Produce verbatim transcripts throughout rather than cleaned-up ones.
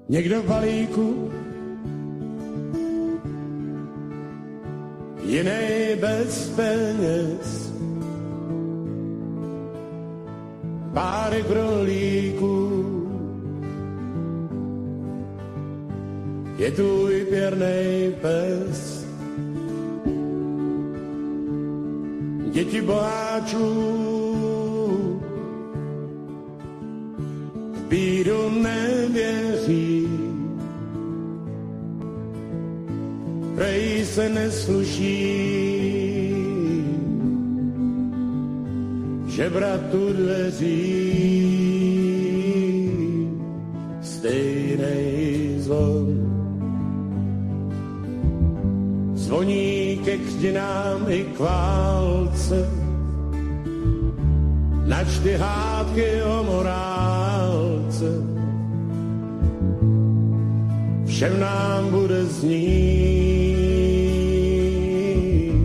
někdo v balíku, jiný bez peněz, párek rolíků, je tvůj pěrnej pes. Děti boháčů v bídu nevěří, prej se nesluší žebratu dveří, stejnej zvon. Zvoní ke křtinám i k válce, načty hádky o morálce, všem nám bude znít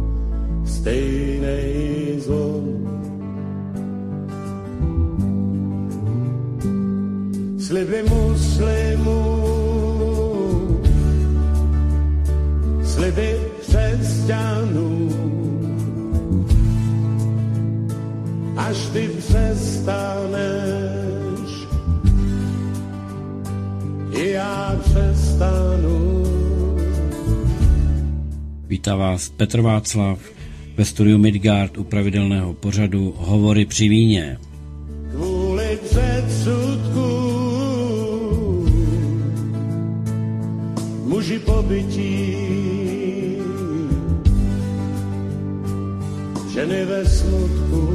stejnej zvon. Sliby muslimů, sliby křesťanů, až ty přestaneš, i já přestanu. Vítá vás Petr Václav ve studiu Midgard u pravidelného pořadu Hovory při víně. Kvůli předsudku muži pobytí, ženy ve smutku,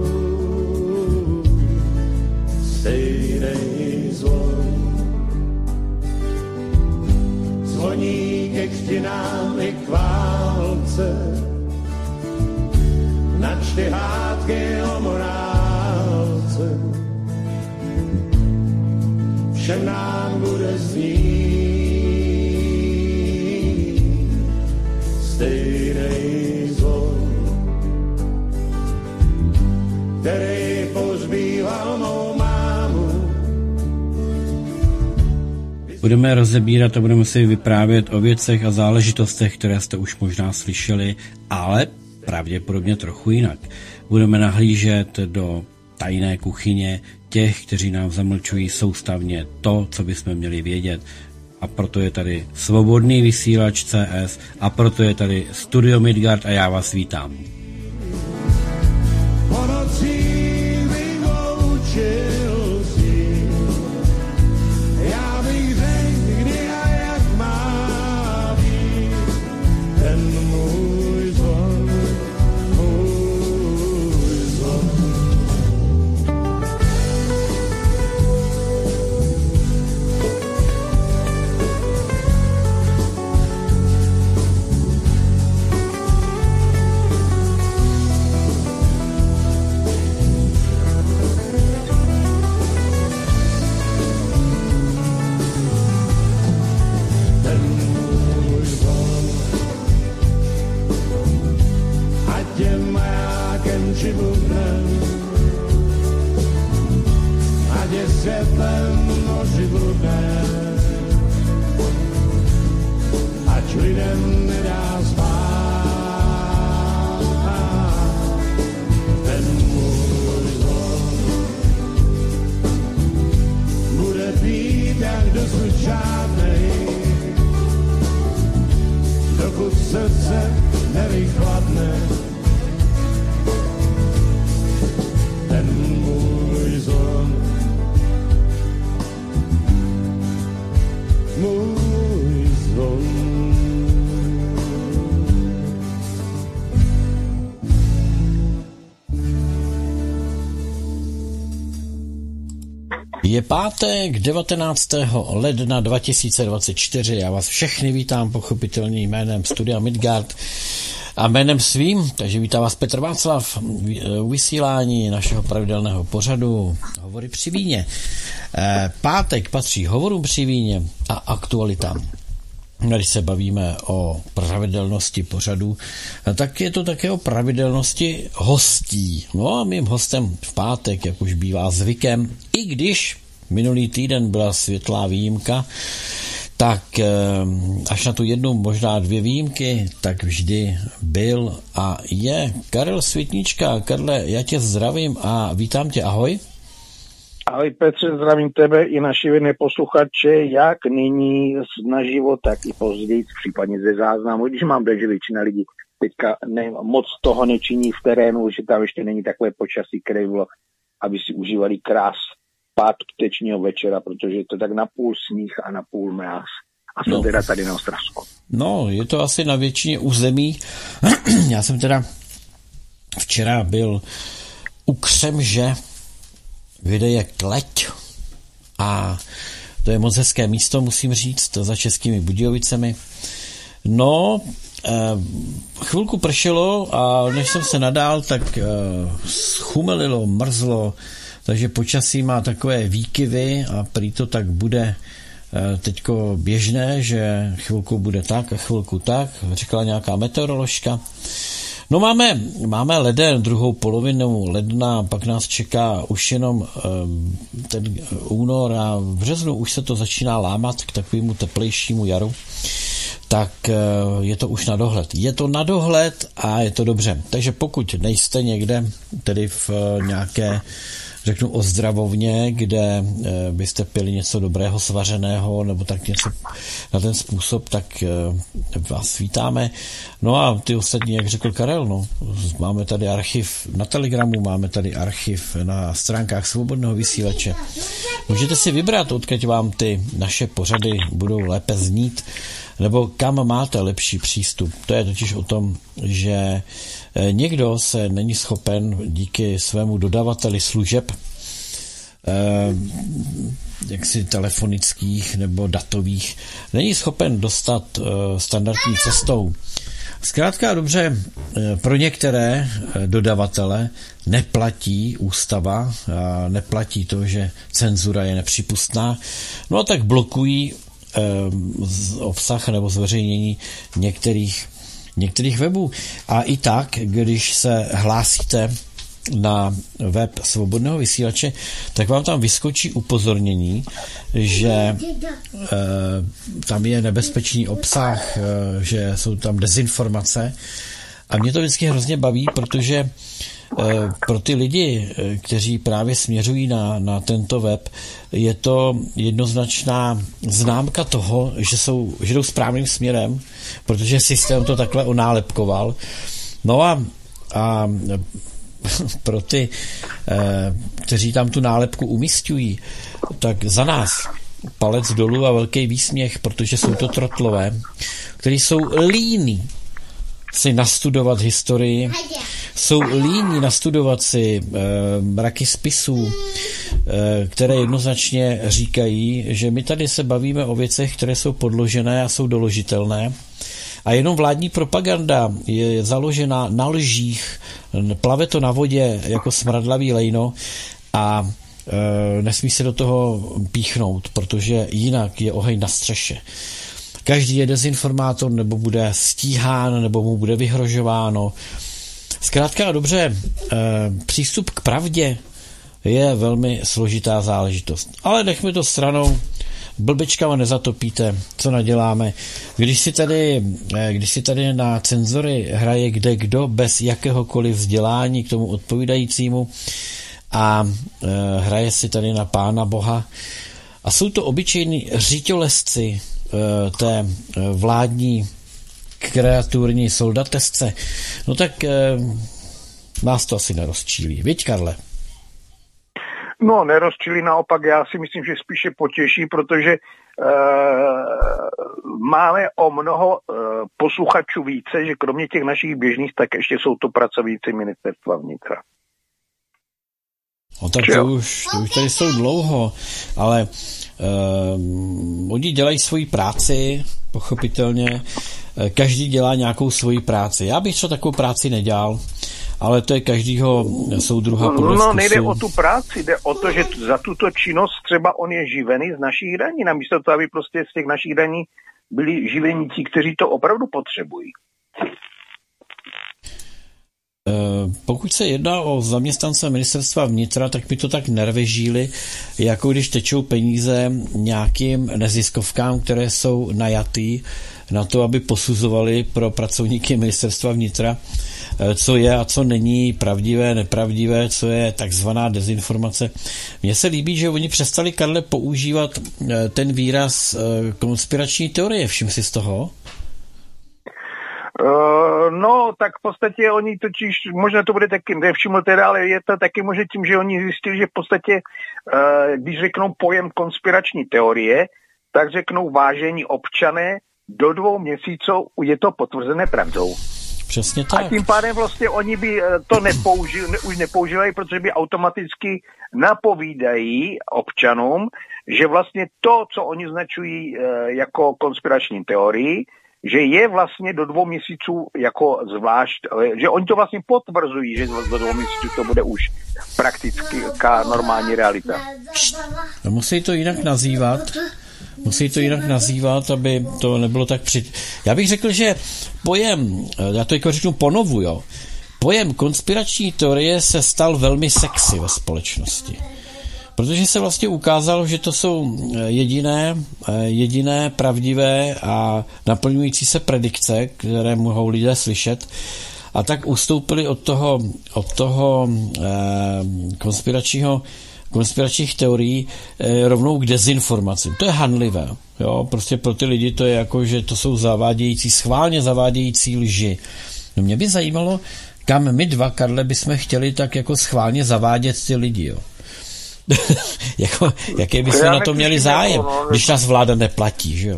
stejnej zvon. Zvoní ke křtinám i k válce, načty hádky o morálce, všem nám bude znít stejnej zvon, který pozbýval mou mámu. Budeme rozebírat a budeme si vyprávět o věcech a záležitostech, které jste už možná slyšeli, ale pravděpodobně trochu jinak. Budeme nahlížet do tajné kuchyně těch, kteří nám zamlčují soustavně to, co bychom měli vědět. A proto je tady Svobodný vysílač C S a proto je tady Studio Midgard a já vás vítám. Je pátek devatenáctého ledna dva tisíce dvacet čtyři. Já vás všechny vítám pochopitelně jménem Studia Midgard a jménem svým, takže vítá vás Petr Václav u vysílání našeho pravidelného pořadu Hovory při víně. Pátek patří hovorům při víně a aktualitám. Když se bavíme o pravidelnosti pořadu, tak je to také o pravidelnosti hostí. No a mým hostem v pátek, jak už bývá zvykem, i když minulý týden byla světlá výjimka, tak až na tu jednu, možná dvě výjimky, tak vždy byl a je Karel Světnička. Karle, já tě zdravím a vítám tě, ahoj. Ahoj Petře, zdravím tebe i naši věrné posluchače, jak nyní naživo, tak i později, případně ze záznamu, když mám dojem, že většina lidí teďka ne, moc toho nečiní v terénu, že tam ještě není takové počasí, které bylo, aby si užívali krás pátečního večera, protože je to tak na půl sníh a na půl mráz. A to no. teda tady na Ostravsku. No, je to asi na většině území. Já jsem teda včera byl u Křemže, kde je Kleť a to je moc hezké místo, musím říct, za Českými Budějovicemi. No, chvilku pršelo a než jsem se nadál, tak schumelilo, mrzlo, takže počasí má takové výkyvy a prý to tak bude teďko běžné, že chvilku bude tak a chvilku tak, říkala nějaká meteoroložka. No máme, máme leden, druhou polovinu ledna, pak nás čeká už jenom ten únor a v březnu už se to začíná lámat k takovému teplejšímu jaru, tak je to už na dohled. Je to na dohled a je to dobře. Takže pokud nejste někde, tedy v nějaké, řeknu, ozdravovně, kde byste pili něco dobrého, svařeného, nebo tak něco na ten způsob, tak vás vítáme. No a ty ostatní, jak řekl Karel, no, máme tady archiv na Telegramu, máme tady archiv na stránkách Svobodného vysílače. Můžete si vybrat, odkud vám ty naše pořady budou lépe znít, nebo kam máte lepší přístup. To je totiž o tom, že někdo se není schopen díky svému dodavateli služeb, jaksi telefonických nebo datových, není schopen dostat standardní cestou. Zkrátka dobře, pro některé dodavatele neplatí ústava, neplatí to, že cenzura je nepřípustná, no a tak blokují obsah nebo zveřejnění některých, některých webů. A i tak, když se hlásíte na web Svobodného vysílače, tak vám tam vyskočí upozornění, že e, tam je nebezpečný obsah, e, že jsou tam dezinformace. A mě to vždycky hrozně baví, protože e, pro ty lidi, e, kteří právě směřují na, na tento web, je to jednoznačná známka toho, že, jsou, že jdou správným směrem, protože systém to takhle onálepkoval. No a, a pro ty, kteří tam tu nálepku umísťují, tak za nás palec dolů a velký výsměch, protože jsou to trotlové, kteří jsou líní si nastudovat historii, jsou líní nastudovat si mraky spisů, které jednoznačně říkají, že my tady se bavíme o věcech, které jsou podložené a jsou doložitelné. A jenom vládní propaganda je založena na lžích, plave to na vodě jako smradlavý lejno a e, nesmí se do toho píchnout, protože jinak je oheň na střeše. Každý je dezinformátor, nebo bude stíhán, nebo mu bude vyhrožováno. Zkrátka a dobře, e, přístup k pravdě je velmi složitá záležitost. Ale nechme to stranou, blbečkama nezatopíte, co naděláme. Když si tady, když si tady na cenzory hraje kde kdo bez jakéhokoliv vzdělání k tomu odpovídajícímu a e, hraje si tady na Pána Boha a jsou to obyčejní řiťolezci e, té vládní kreaturní soldatesce, no tak e, nás to asi nerozčílí. Viď, Karle? No, nerozčili, naopak, já si myslím, že spíše potěší, protože e, máme o mnoho e, posluchačů více, že kromě těch našich běžných, tak ještě jsou to pracovníci ministerstva vnitra. No tak to už, to už tady jsou dlouho, ale e, oni dělají svoji práci, pochopitelně, e, každý dělá nějakou svoji práci. Já bych třeba takovou práci nedělal, ale to je každýho soudruha podle vkusu. No, nejde o tu práci, jde o to, že za tuto činnost třeba on je živený z našich daní, namísto toho, aby prostě z těch našich daní byli živení ti, kteří to opravdu potřebují. Pokud se jedná o zaměstnance ministerstva vnitra, tak mi to tak nervežíli, jako když tečou peníze nějakým neziskovkám, které jsou najatý na to, aby posuzovali pro pracovníky ministerstva vnitra, co je a co není pravdivé, nepravdivé, co je takzvaná dezinformace. Mně se líbí, že oni přestali, Karle, používat ten výraz konspirační teorie. Všim si z toho? Uh, no, tak v podstatě oni totiž, možná to bude taky nevšiml teda, ale je to taky možná tím, že oni zjistili, že v podstatě, uh, když řeknou pojem konspirační teorie, tak řeknou vážení občané, do dvou měsíců je to potvrzené pravdou. Přesně tak. A tím pádem vlastně oni by to nepoužili, ne, už nepoužívali, protože by automaticky napovídají občanům, že vlastně to, co oni značují uh, jako konspirační teorii, že je vlastně do dvou měsíců jako zvlášť, že oni to vlastně potvrzují, že do dvou měsíců to bude už prakticky normální realita. No, musí to jinak nazývat, musí to jinak nazývat, aby to nebylo tak při... Já bych řekl, že pojem, já to jako řeknu ponovu, jo, pojem konspirační teorie se stal velmi sexy ve společnosti. Protože se vlastně ukázalo, že to jsou jediné, jediné pravdivé a naplňující se predikce, které mohou lidé slyšet. A tak ustoupili od toho, od toho eh, konspiračního, konspiračních teorií eh, rovnou k dezinformacím. To je hanlivé. Jo? Prostě pro ty lidi to je jako, že to jsou zavádějící, schválně zavádějící lži. No mě by zajímalo, kam my dva, Karle, bychom chtěli tak jako schválně zavádět ty lidi, jo. jako, jaké bychom na to měli zájem, no, když nás vláda neplatí, že jo?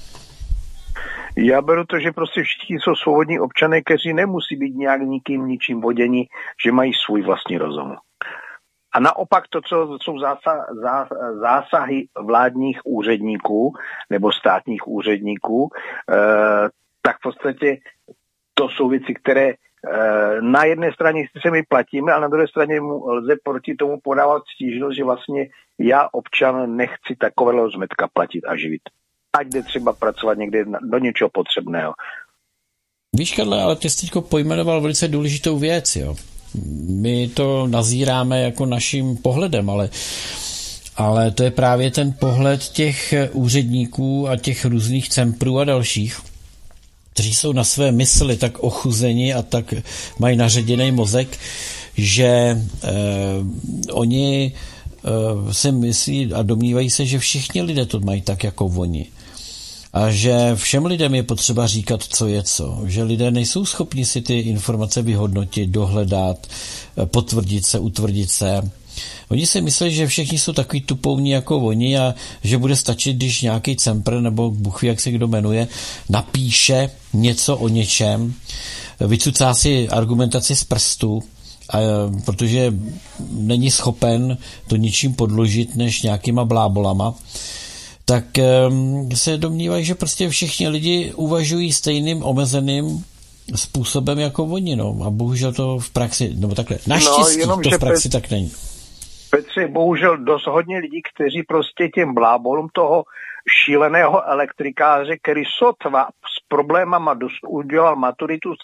Já beru to, že prostě všichni jsou svobodní občané, kteří nemusí být nějak nikým, ničím voděni, že mají svůj vlastní rozum. A naopak to, co jsou zásah, zás, zásahy vládních úředníků nebo státních úředníků, eh, tak v podstatě to jsou věci, které na jedné straně se my platíme, a na druhé straně lze proti tomu podávat stížnost, že vlastně já, občan, nechci takového zmetka platit a živit. Ať jde třeba pracovat někde do něčeho potřebného. Víš, Karle, ale ty jsi teďko pojmenoval velice důležitou věc, jo. My to nazíráme jako naším pohledem, ale, ale to je právě ten pohled těch úředníků a těch různých cemprů a dalších, kteří jsou na své mysli tak ochuzeni a tak mají naředěný mozek, že eh, oni eh, si myslí a domnívají se, že všichni lidé to mají tak jako oni. A že všem lidem je potřeba říkat, co je co. Že lidé nejsou schopni si ty informace vyhodnotit, dohledat, potvrdit se, utvrdit se. Oni si myslí, že všichni jsou takový tupouni jako oni a že bude stačit, když nějaký cempr nebo Bůh ví, jak se kdo jmenuje, napíše něco o něčem, vycucá si argumentaci z prstu, a, protože není schopen to ničím podložit než nějakýma blábolama, tak um, se domnívají, že prostě všichni lidi uvažují stejným omezeným způsobem jako oni, no. A bohužel to v praxi, nebo takhle, naštěstí no, jenom, to v praxi Pet... tak není. Petře, bohužel dost hodně lidí, kteří prostě těm blábolům toho šíleného elektrikáře, který sotva s problémama dost udělal maturitu, uh,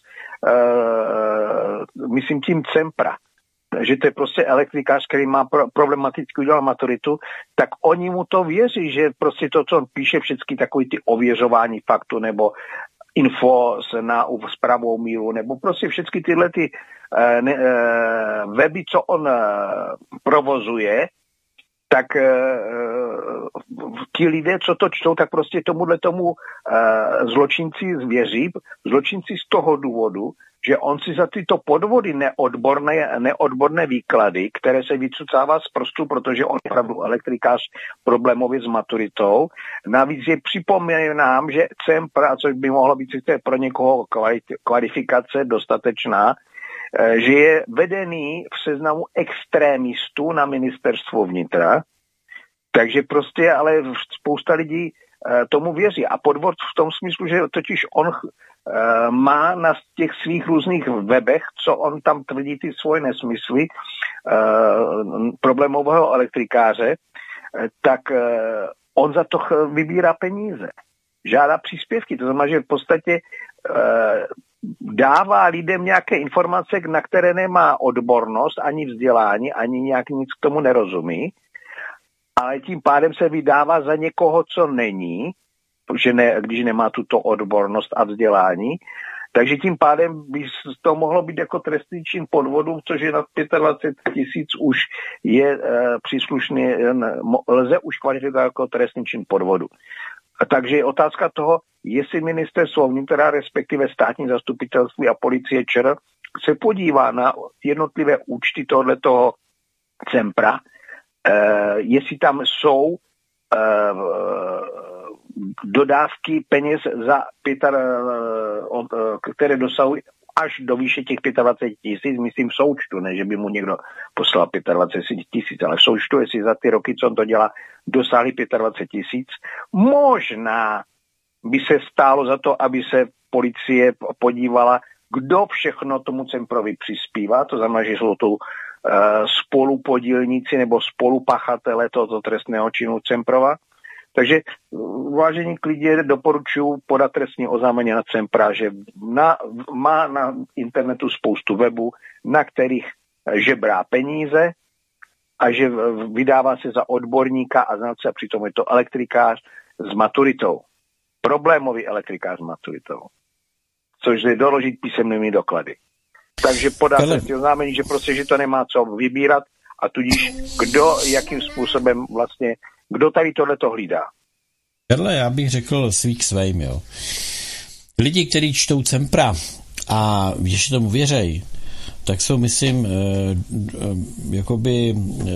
myslím tím Cempra, že to je prostě elektrikář, který má pro, problematicky udělal maturitu, tak oni mu to věří, že prostě to, co on píše, všechny takový ty ověřování faktu nebo info na zpravou míru, nebo prostě všechny tyhle ty uh, ne, uh, weby, co on uh, provozuje, tak uh, ti lidé, co to čtou, tak prostě tomuhle tomu uh, zločinci zvěří. Zločinci z toho důvodu, že on si za tyto podvody neodborné, neodborné výklady, které se vycucává z prstu, protože on je opravdu elektrikář problémově s maturitou. Navíc je připomínám, že Cempra, což by mohlo být pro někoho kvalifikace dostatečná, že je vedený v seznamu extrémistů na ministerstvu vnitra, takže prostě ale spousta lidí tomu věří. A podvod v tom smyslu, že totiž on má na těch svých různých webech, co on tam tvrdí ty svoje nesmysly problémového elektrikáře, tak on za to vybírá peníze. žádá příspěvky. To znamená, že v podstatě e, dává lidem nějaké informace, na které nemá odbornost, ani vzdělání, ani nějak nic k tomu nerozumí, ale tím pádem se vydává za někoho, co není, protože ne, když nemá tuto odbornost a vzdělání. Takže tím pádem by to mohlo být jako trestný čin podvodu, což je na dvacet pět tisíc už je e, příslušný, e, lze už kvalifikovat jako trestný čin podvodu. A takže je otázka toho, jestli ministerstvo vnitra, respektive státní zastupitelství a policie ČR se podívá na jednotlivé účty tohoto Cempra, e, jestli tam jsou e, dodávky peněz, za pět, které dosahují až do výše těch dvacet pět tisíc, myslím v součtu, ne, že by mu někdo poslal dvacet pět tisíc, ale v součtu, jestli za ty roky, co on to dělá, dosáhli dvacet pět tisíc. Možná by se stálo za to, aby se policie podívala, kdo všechno tomu Cemprovi přispívá, to znamená, že jsou tu uh, spolupodílníci nebo spolupachatele tohoto trestného činu Cemprova. Takže vážení klidně doporučuji podat trestní oznámení na Cempra, že na, má na internetu spoustu webů, na kterých žebrá peníze a že vydává se za odborníka a znalce a přitom je to elektrikář s maturitou. Problémový elektrikář s maturitou. Což je doložit písemnými doklady. Takže podá trestní oznámení, že prostě, že to nemá co vybírat a tudíž kdo, jakým způsobem vlastně kdo tady tohleto hlídá? Karle, já bych řekl svých svým, jo. Lidi, kteří čtou Cempra a ještě tomu věřej, tak jsou, myslím, eh, jakoby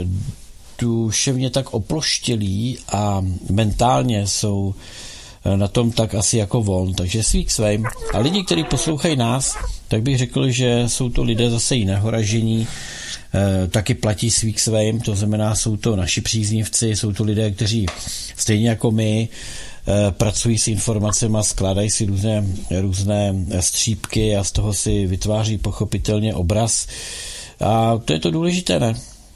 duševně tak oploštělí a mentálně jsou na tom tak asi jako on, takže svých svým. A lidi, kteří poslouchají nás, tak bych řekl, že jsou to lidé zase jiného ražení, E, taky platí svých svým, to znamená, jsou to naši příznivci, jsou to lidé, kteří stejně jako my e, pracují s informacemi, skládají si různé, různé střípky a z toho si vytváří pochopitelně obraz. A to je to důležité, ne?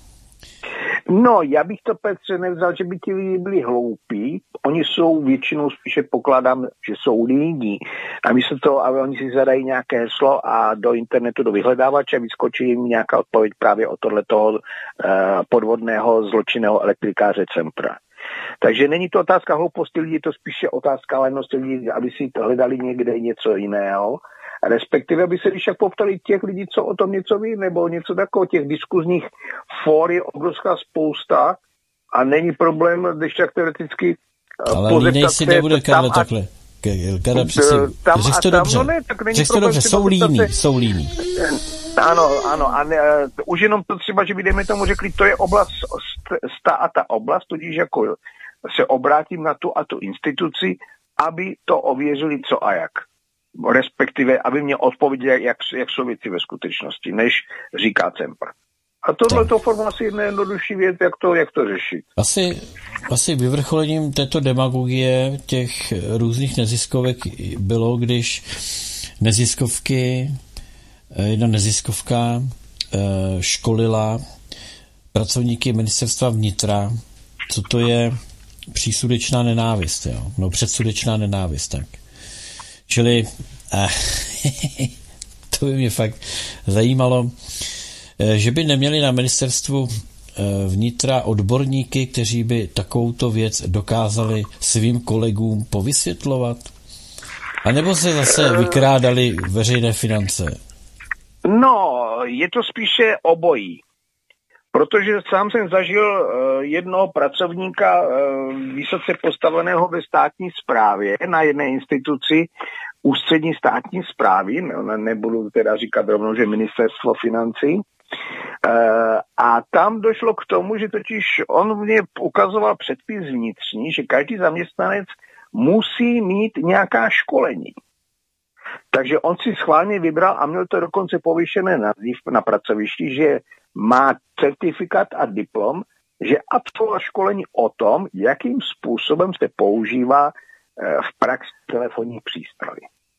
No, já bych to, Petře, nevzal, že by ti lidi byli hloupí. Oni jsou většinou spíše pokládám, že jsou líní. A místo toho, aby oni si zadají nějaké heslo a do internetu, do vyhledávače vyskočí jim nějaká odpověď právě o tohletoho uh, podvodného zločinného elektrikáře Cempra. Takže není to otázka hlouposti lidí, to spíše otázka lenosti lidí, aby si hledali někde něco jiného. Respektive, aby se když jak poptali těch lidí, co o tom něco ví, nebo něco takového, těch diskuzních fór je obrovská spousta a není problém, když tak teoreticky ale línej si nebude, Karle, takhle. Karle, přesně, řeš to dobře. No ne, tak není řeš to dobře, jsou líní, jsou líní. Ano, ano, a ne, už jenom to třeba, že by dejme tomu řekli, to je oblast, ta a ta oblast, tudíž jako se obrátím na tu a tu instituci, aby to ověřili co a jak. Respektive, aby mě odpověděli, jak, jak jsou věci ve skutečnosti, než říká Cempr. A tohle to forma asi je nejjednodušší věc, jak to, jak to řešit. Asi, asi vyvrcholením této demagogie těch různých neziskovek bylo, když neziskovky, jedna neziskovka školila pracovníky ministerstva vnitra, co to je přísudečná nenávist, jo? No předsudečná nenávist, tak. Čili eh, to by mě fakt zajímalo, eh, že by neměli na ministerstvu eh, vnitra odborníky, kteří by takovouto věc dokázali svým kolegům povysvětlovat? A nebo se zase vykrádali veřejné finance? No, je to spíše obojí. Protože sám jsem zažil jednoho pracovníka vysoce postaveného ve státní správě na jedné instituci ústřední státní správy, nebudu teda říkat rovnou, že ministerstvo financí, a tam došlo k tomu, že totiž on mě ukazoval předpis vnitřní, že každý zaměstnanec musí mít nějaká školení. Takže on si schválně vybral a měl to dokonce povýšené nazýv na pracovišti, že má certifikát a diplom, že absolvoval školení o tom, jakým způsobem se používá v praxi telefonní přístroj.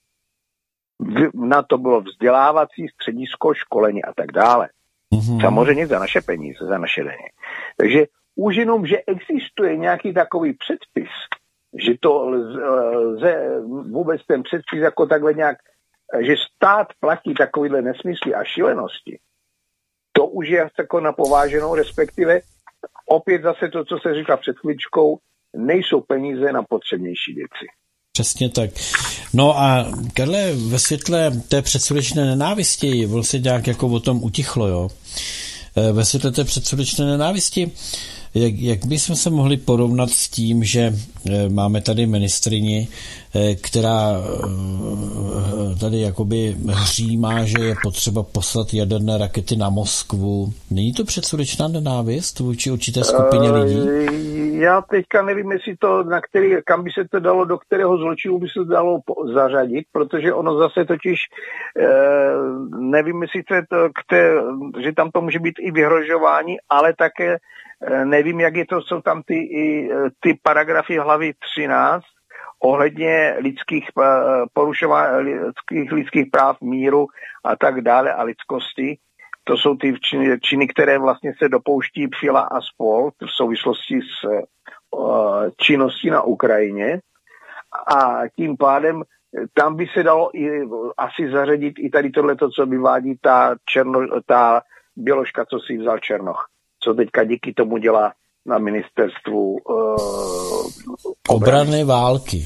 Na to bylo vzdělávací středisko, školení a tak dále. Mm-hmm. Samozřejmě za naše peníze, za naše daně. Takže už jenom, že existuje nějaký takový předpis, že to lze vůbec ten předpis jako takhle nějak, že stát platí takovýhle nesmysly a šílenosti, to už je jako na pováženou, respektive opět zase to, co se říká před chvíličkou, nejsou peníze na potřebnější věci. Přesně tak. No a Karle, ve světle té předsudečné nenávisti, vlastně nějak jako o tom utichlo, jo? Ve světle té předsudečné nenávisti, jak, jak bychom se mohli porovnat s tím, že máme tady ministryni, která tady jakoby hřímá, že je potřeba poslat jaderné rakety na Moskvu. Není to předsudečná nenávist vůči určité skupině lidí? Já teďka nevím, jestli to, na který, kam by se to dalo, do kterého zločinu by se to dalo zařadit, protože ono zase totiž, nevím, jestli to, je to které, že tam to může být i vyhrožování, ale také nevím, jak je to, jsou tam ty, ty paragrafy hlavy třináct ohledně lidských porušování lidských, lidských práv, míru a tak dále a lidskosti. To jsou ty činy, činy, které vlastně se dopouští Fila a spol v souvislosti s uh, činností na Ukrajině. A tím pádem tam by se dalo i, asi zařadit i tady tohleto, co vyvádí ta, černo, ta Běložka, co si vzal Černoch. Co teďka díky tomu dělá na ministerstvu uh, obrany války.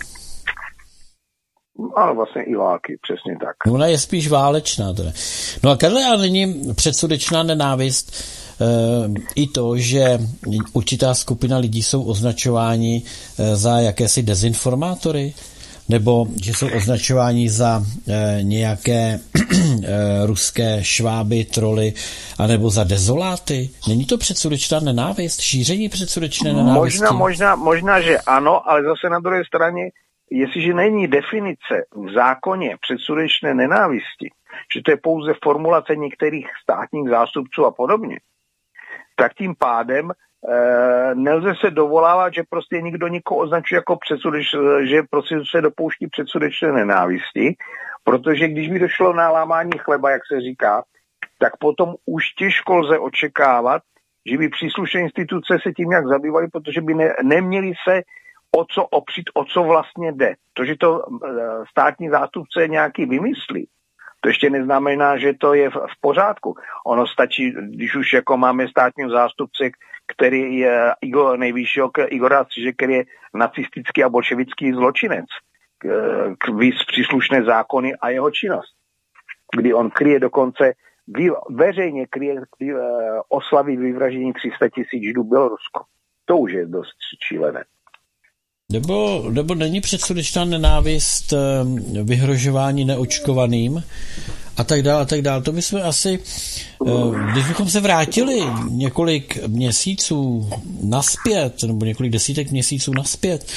Ale vlastně i války, přesně tak. No, ona je spíš válečná teda. No a Karle, ale není předsudečná nenávist e, i to, že určitá skupina lidí jsou označováni e, za jakési dezinformátory, nebo že jsou označováni za e, nějaké e, ruské šváby, troly, anebo za dezoláty. Není to předsudečná nenávist? Šíření předsudečné nenávisti? Možná, možná, možná, že ano, ale zase na druhé straně, jestliže není definice v zákoně předsudečné nenávisti, že to je pouze formulace některých státních zástupců a podobně, tak tím pádem e, nelze se dovolávat, že prostě nikdo nikoho označuje jako předsudečné, že prostě se dopouští předsudečné nenávisti, protože když by došlo na lámání chleba, jak se říká, tak potom už těžko lze očekávat, že by příslušné instituce se tím nějak zabývaly, protože by ne, neměli se o co opřít, o co vlastně jde. To, že to státní zástupce nějaký vymyslí, to ještě neznamená, že to je v, v pořádku. Ono stačí, když už jako máme státního zástupce, který je Igor, nejvyššího Igora Střiže, který je nacistický a bolševický zločinec, k, k příslušné zákony a jeho činnost. Kdy on kryje dokonce, vy, veřejně kryje kdy, oslavy vyvraždění tři sta tisíc Židů v Bělorusku. To už je dost šílené. Nebo, nebo není předsudečná nenávist vyhrožování neočkovaným a tak dále a tak dále. To bychom asi, když bychom se vrátili několik měsíců naspět, nebo několik desítek měsíců naspět,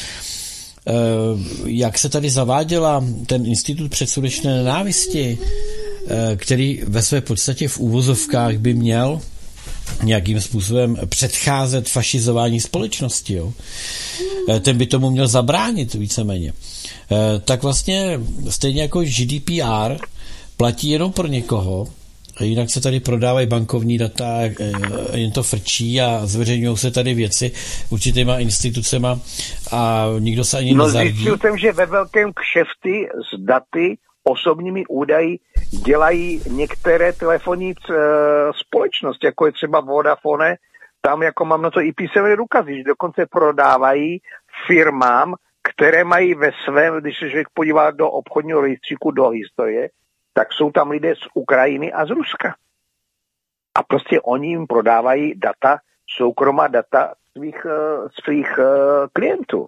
jak se tady zaváděla ten institut předsudečné nenávisti, který ve své podstatě v úvozovkách by měl nějakým způsobem předcházet fašizování společnosti, jo. Ten by tomu měl zabránit víceméně. Tak vlastně stejně jako G D P R platí jenom pro někoho, jinak se tady prodávají bankovní data, jen to frčí a zveřejňují se tady věci určitýma institucema a nikdo se ani no, nezardí. No zjistil jsem, že ve velkém kšefty s daty, osobními údaji dělají některé telefonní uh, společnosti, jako je třeba Vodafone, tam jako mám na to i písemné důkazy, že dokonce prodávají firmám, které mají ve svém, když se člověk podívá do obchodního rejstříku, do historie, tak jsou tam lidé z Ukrajiny a z Ruska. A prostě oni jim prodávají data, soukromá data svých, uh, svých uh, klientů.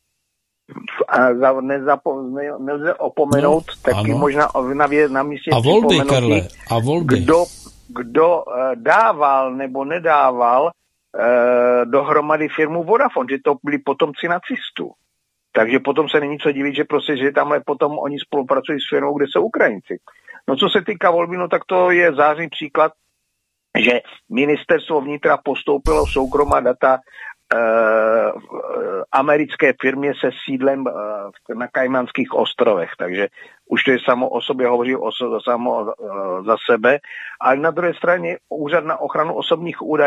A nezapo, ne, nelze opomenout no, taky ano. Možná na, na místě a volby, Karle, a volby. Kdo, kdo uh, dával nebo nedával uh, dohromady firmu Vodafone, že to byli potomci nacistů. Takže potom se není co divit, že prostě, že tamhle potom oni spolupracují s firmou, kde jsou Ukrajinci. No co se týká volby, no tak to je zářný příklad, že ministerstvo vnitra postoupilo soukromá data Uh, americké firmě se sídlem uh, na Kajmanských ostrovech, takže už to je samo o sobě, hovoří o so, samo uh, za sebe, ale na druhé straně Úřad na ochranu osobních údajů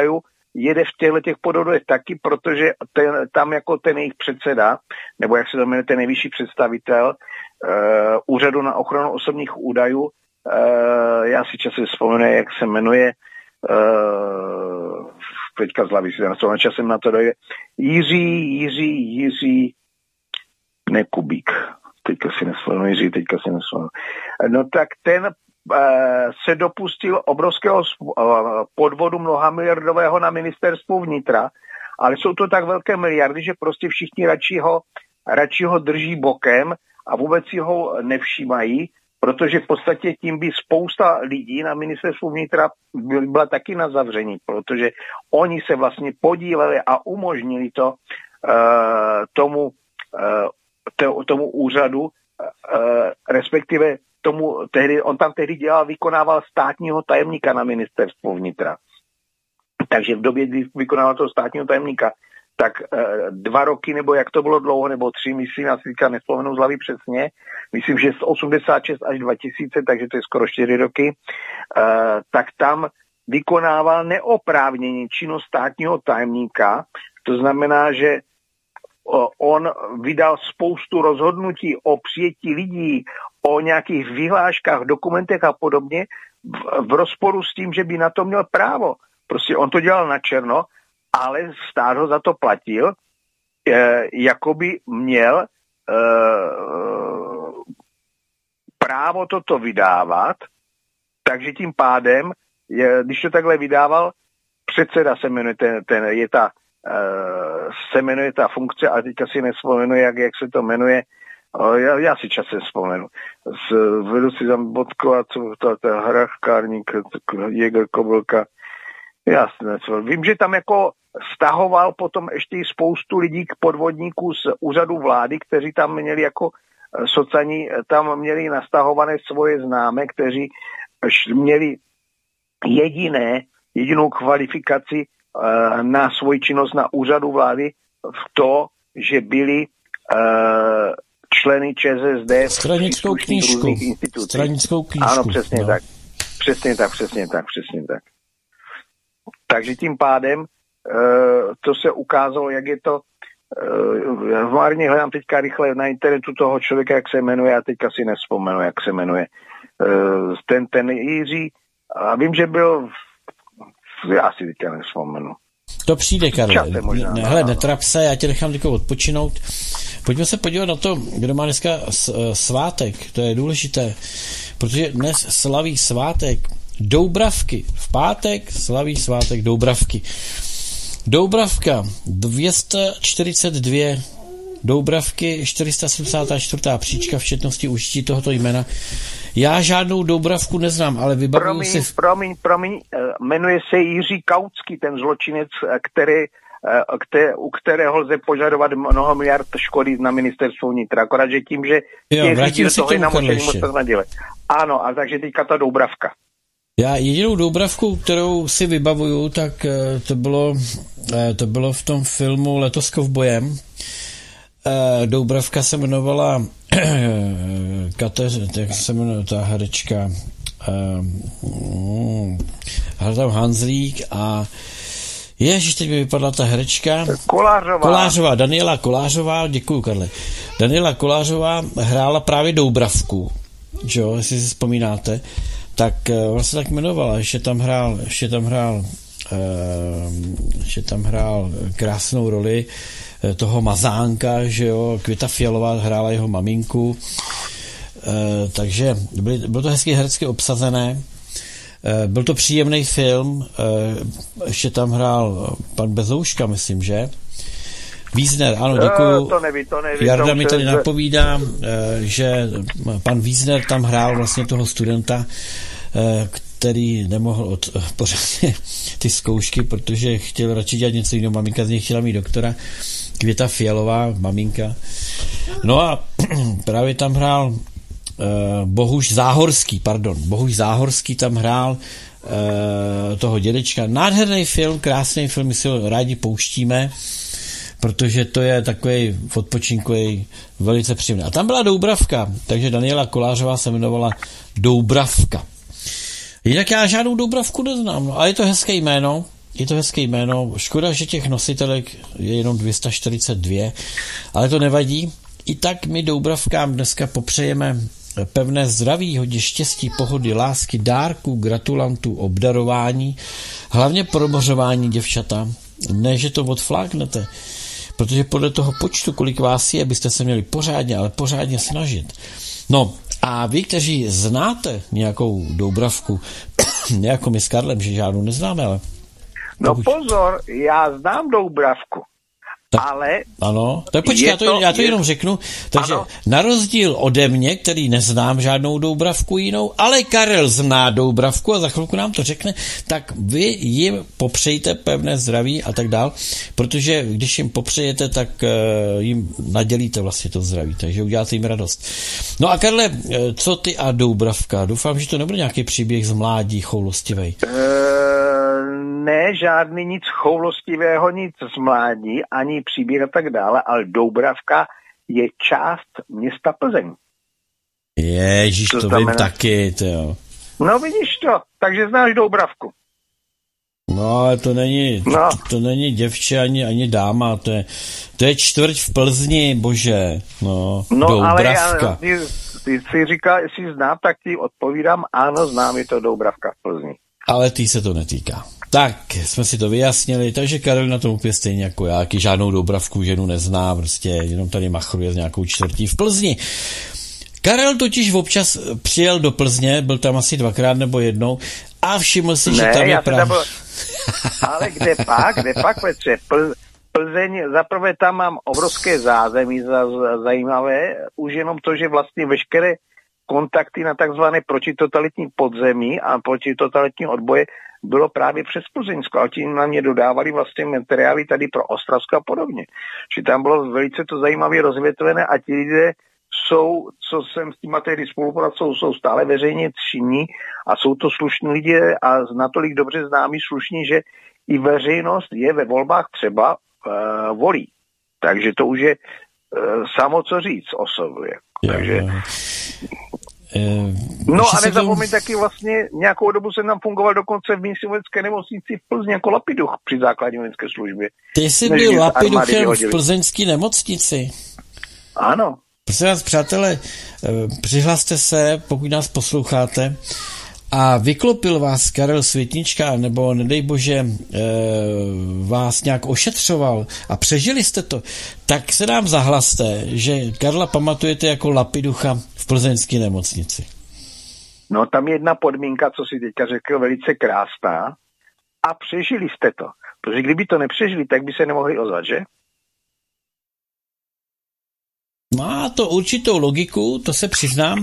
jede v těchto těch podvodech taky, protože ten, tam jako ten jejich předseda, nebo jak se to jmenuje, ten nejvyšší představitel uh, úřadu na ochranu osobních údajů, uh, já si časem vzpomenu, jak se jmenuje, uh, teďka z hlavy si na časem na to dojde, Jiří, Jiří, Jiří, ne Kubík, teďka si nespomenu, Jiří, teďka si nespomenu. No tak ten se dopustil obrovského podvodu mnohamiliardového na ministerstvu vnitra, ale jsou to tak velké miliardy, že prostě všichni radši ho, radši ho drží bokem a vůbec si ho nevšímají, protože v podstatě tím by spousta lidí na ministerstvu vnitra byla taky na zavření, protože oni se vlastně podíleli a umožnili to uh, tomu, uh, tomu úřadu, uh, respektive tomu tehdy, on tam tehdy dělal, vykonával státního tajemníka na ministerstvu vnitra. Takže v době, kdy vykonával toho státního tajemníka, tak e, dva roky, nebo jak to bylo dlouho, nebo tři, myslím, já si teďka nespomenu z hlavy přesně, myslím, že z osmdesát šest až dva tisíce, takže to je skoro čtyři roky, e, tak tam vykonával neoprávněně činnost státního tajemníka, to znamená, že on vydal spoustu rozhodnutí o přijetí lidí, o nějakých vyhláškách, dokumentech a podobně v, v rozporu s tím, že by na to měl právo. Prostě on to dělal na černo, ale stát ho za to platil, e, jako by měl e, právo toto vydávat, takže tím pádem, je, když to takhle vydával, předseda se jmenuje, ten, ten, je ta, e, se jmenuje ta funkce, a teďka si nevzpomenu, jak, jak se to jmenuje, Já, já si časem vzpomenu. Z vedoucí tam Bodkova, co ta, ta hrachkárník, Jäger, Kobylka. Jasně. Vím, že tam jako stahoval potom ještě i spoustu lidí k podvodníků z úřadu vlády, kteří tam měli jako socani, tam měli nastahované svoje známé, kteří měli jediné, jedinou kvalifikaci uh, na svoji činnost na úřadu vlády v to, že byli uh, členy ČSSD stranickou knížku. Stranickou knížku. Ano, přesně no. tak. Přesně tak, přesně tak, přesně tak. Takže tím pádem uh, to se ukázalo, jak je to. Uh, já v Márně hledám teďka rychle na internetu toho člověka, jak se jmenuje, a teďka si nevzpomenu, jak se jmenuje. Uh, ten, ten Jiří, a vím, že byl, já si teďka nevzpomenu. To přijde, Karle. Ne, hele, netrap se, já tě nechám teďka odpočinout. Pojďme se podívat na to, kdo má dneska svátek, to je důležité, protože dnes slaví svátek Doubravky. V pátek slaví svátek Doubravky. Doubravka dvě stě čtyřicet dva, Doubravky čtyři sta sedmdesát čtyři příčka v četnosti užití tohoto jména. Já žádnou Doubravku neznám, ale vybavuju promiň, si... V... Promiň, promiň, jmenuje se Jiří Kaucký, ten zločinec, který, které, u kterého lze požadovat mnoho miliard škody na ministerstvu vnitra. Akorát, že tím, že jo, vrátím se k tomu, Karle. Ano, a takže teďka ta Doubravka. Já jedinou Doubravku, kterou si vybavuju, tak to bylo, to bylo v tom filmu Letos s kovbojem. Doubravka se jmenovala Kateř, jak se jmenuje ta herečka, hrál tam Hanzlík a ježiš, teď mi vypadla ta herečka. Kolářová. Kolářová, Daniela Kolářová, děkuju, Karle. Daniela Kolářová hrála právě Doubravku, že jo, jestli si vzpomínáte, tak ona se tak jmenovala, ještě tam hrál, ještě tam hrál, ještě tam hrál krásnou roli toho Mazánka, že jo, Květa Fialová hrála jeho maminku, e, takže byly, bylo to hezky herecky obsazené, e, byl to příjemný film, e, ještě tam hrál pan Bezouška, myslím, že? Vízner, ano, děkuju. To neví, to neví, Jarda mi tady napovídá, e, že pan Vízner tam hrál vlastně toho studenta, e, který nemohl od pořádně ty zkoušky, protože chtěl radši dělat něco jiného. Maminka z něj chtěla mít doktora. Květa Fialová, maminka. No a právě tam hrál uh, Bohuš Záhorský, pardon, Bohuš Záhorský tam hrál uh, toho dědečka. Nádherný film, krásný film, my si ho rádi pouštíme, protože to je takový odpočinkový, velice příjemný. A tam byla Doubravka, takže Daniela Kolářová se jmenovala Doubravka. Jinak já žádnou Doubravku neznám, no, ale je to hezké jméno, je to hezké jméno. Škoda, že těch nositelek je jenom dvě stě čtyřicet dva, ale to nevadí. I tak my Doubravkám dneska popřejeme pevné zdraví, hodně štěstí, pohody, lásky, dárků, gratulantů, obdarování, hlavně promořování děvčata. Ne, že to odfláknete, protože podle toho počtu, kolik vás je, byste se měli pořádně, ale pořádně snažit. No a vy, kteří znáte nějakou Doubravku, jako my s Karlem, že žádnou neznáme, ale... No pokud... pozor, já znám Doubravku. Tak, ale... Ano, tak počkej, já to, to, já to je... jenom řeknu. Takže ano. Na rozdíl ode mě, který neznám žádnou Doubravku jinou, ale Karel zná Doubravku a za chvilku nám to řekne, tak vy jim popřejte pevné zdraví a tak dál, protože když jim popřejete, tak uh, jim nadělíte vlastně to zdraví, takže uděláte jim radost. No a Karle, co ty a Doubravka? Doufám, že to nebude nějaký příběh z mládí choulostivej. Uh... Ne, žádný nic choulostivého, nic z mládí, ani příběh a tak dále, ale Doubravka je část města Plzeň. Ježíš, to, to vím taky, jo. No vidíš to, takže znáš Doubravku. No, ale to není, no. to, to není děvče ani, ani dáma, to je, to je čtvrť v Plzni, bože, no, no Doubravka. Ale já, ty, ty si říkal, jestli znám, tak ti odpovídám, ano, znám, je to Doubravka v Plzni. Ale tý se to netýká. Tak, jsme si to vyjasnili, takže Karel na tom úplně stejně jako já, jaký žádnou Doubravku ženu nezná, prostě jenom tady machruje s nějakou čtvrtí v Plzni. Karel totiž občas přijel do Plzně, byl tam asi dvakrát nebo jednou a všiml si, ne, že tam je právě... Byl... Ale kde pak, kde pak, Petře, Pl... Plzeň, zaprvé tam mám obrovské zázemí za, za, zajímavé, už jenom to, že vlastně veškeré kontakty na takzvané protitotalitní podzemí a protitotalitní odboje bylo právě přes Plzeňsko, ale tím na mě dodávali vlastně materiály tady pro Ostravsko a podobně. Že tam bylo velice to zajímavě rozvětvené a ti lidé jsou, co jsem s tím tehdy spolupracoval, jsou stále veřejně činní a jsou to slušní lidé a natolik dobře známí slušní, že i veřejnost je ve volbách třeba uh, volí. Takže to už je uh, samo co říct o sobě. Takže... Uh, no a nezapomeň taky vlastně, nějakou dobu jsem tam fungoval dokonce v místní vojenské nemocnici v Plzni jako lapiduch při základní vojenské službě. Ty jsi byl lapiduchem v plzeňské nemocnici? Ano. Prosím vás, přátelé, přihlaste se, pokud nás posloucháte, a vyklopil vás Karel Světnička, nebo nedej bože vás nějak ošetřoval a přežili jste to, tak se nám zahlaste, že Karla pamatujete jako lapiducha v plzeňské nemocnici. No tam je jedna podmínka, co si teďka řekl, velice krásná, a přežili jste to. Protože kdyby to nepřežili, tak by se nemohli ozvat, že? Má to určitou logiku, to se přiznám.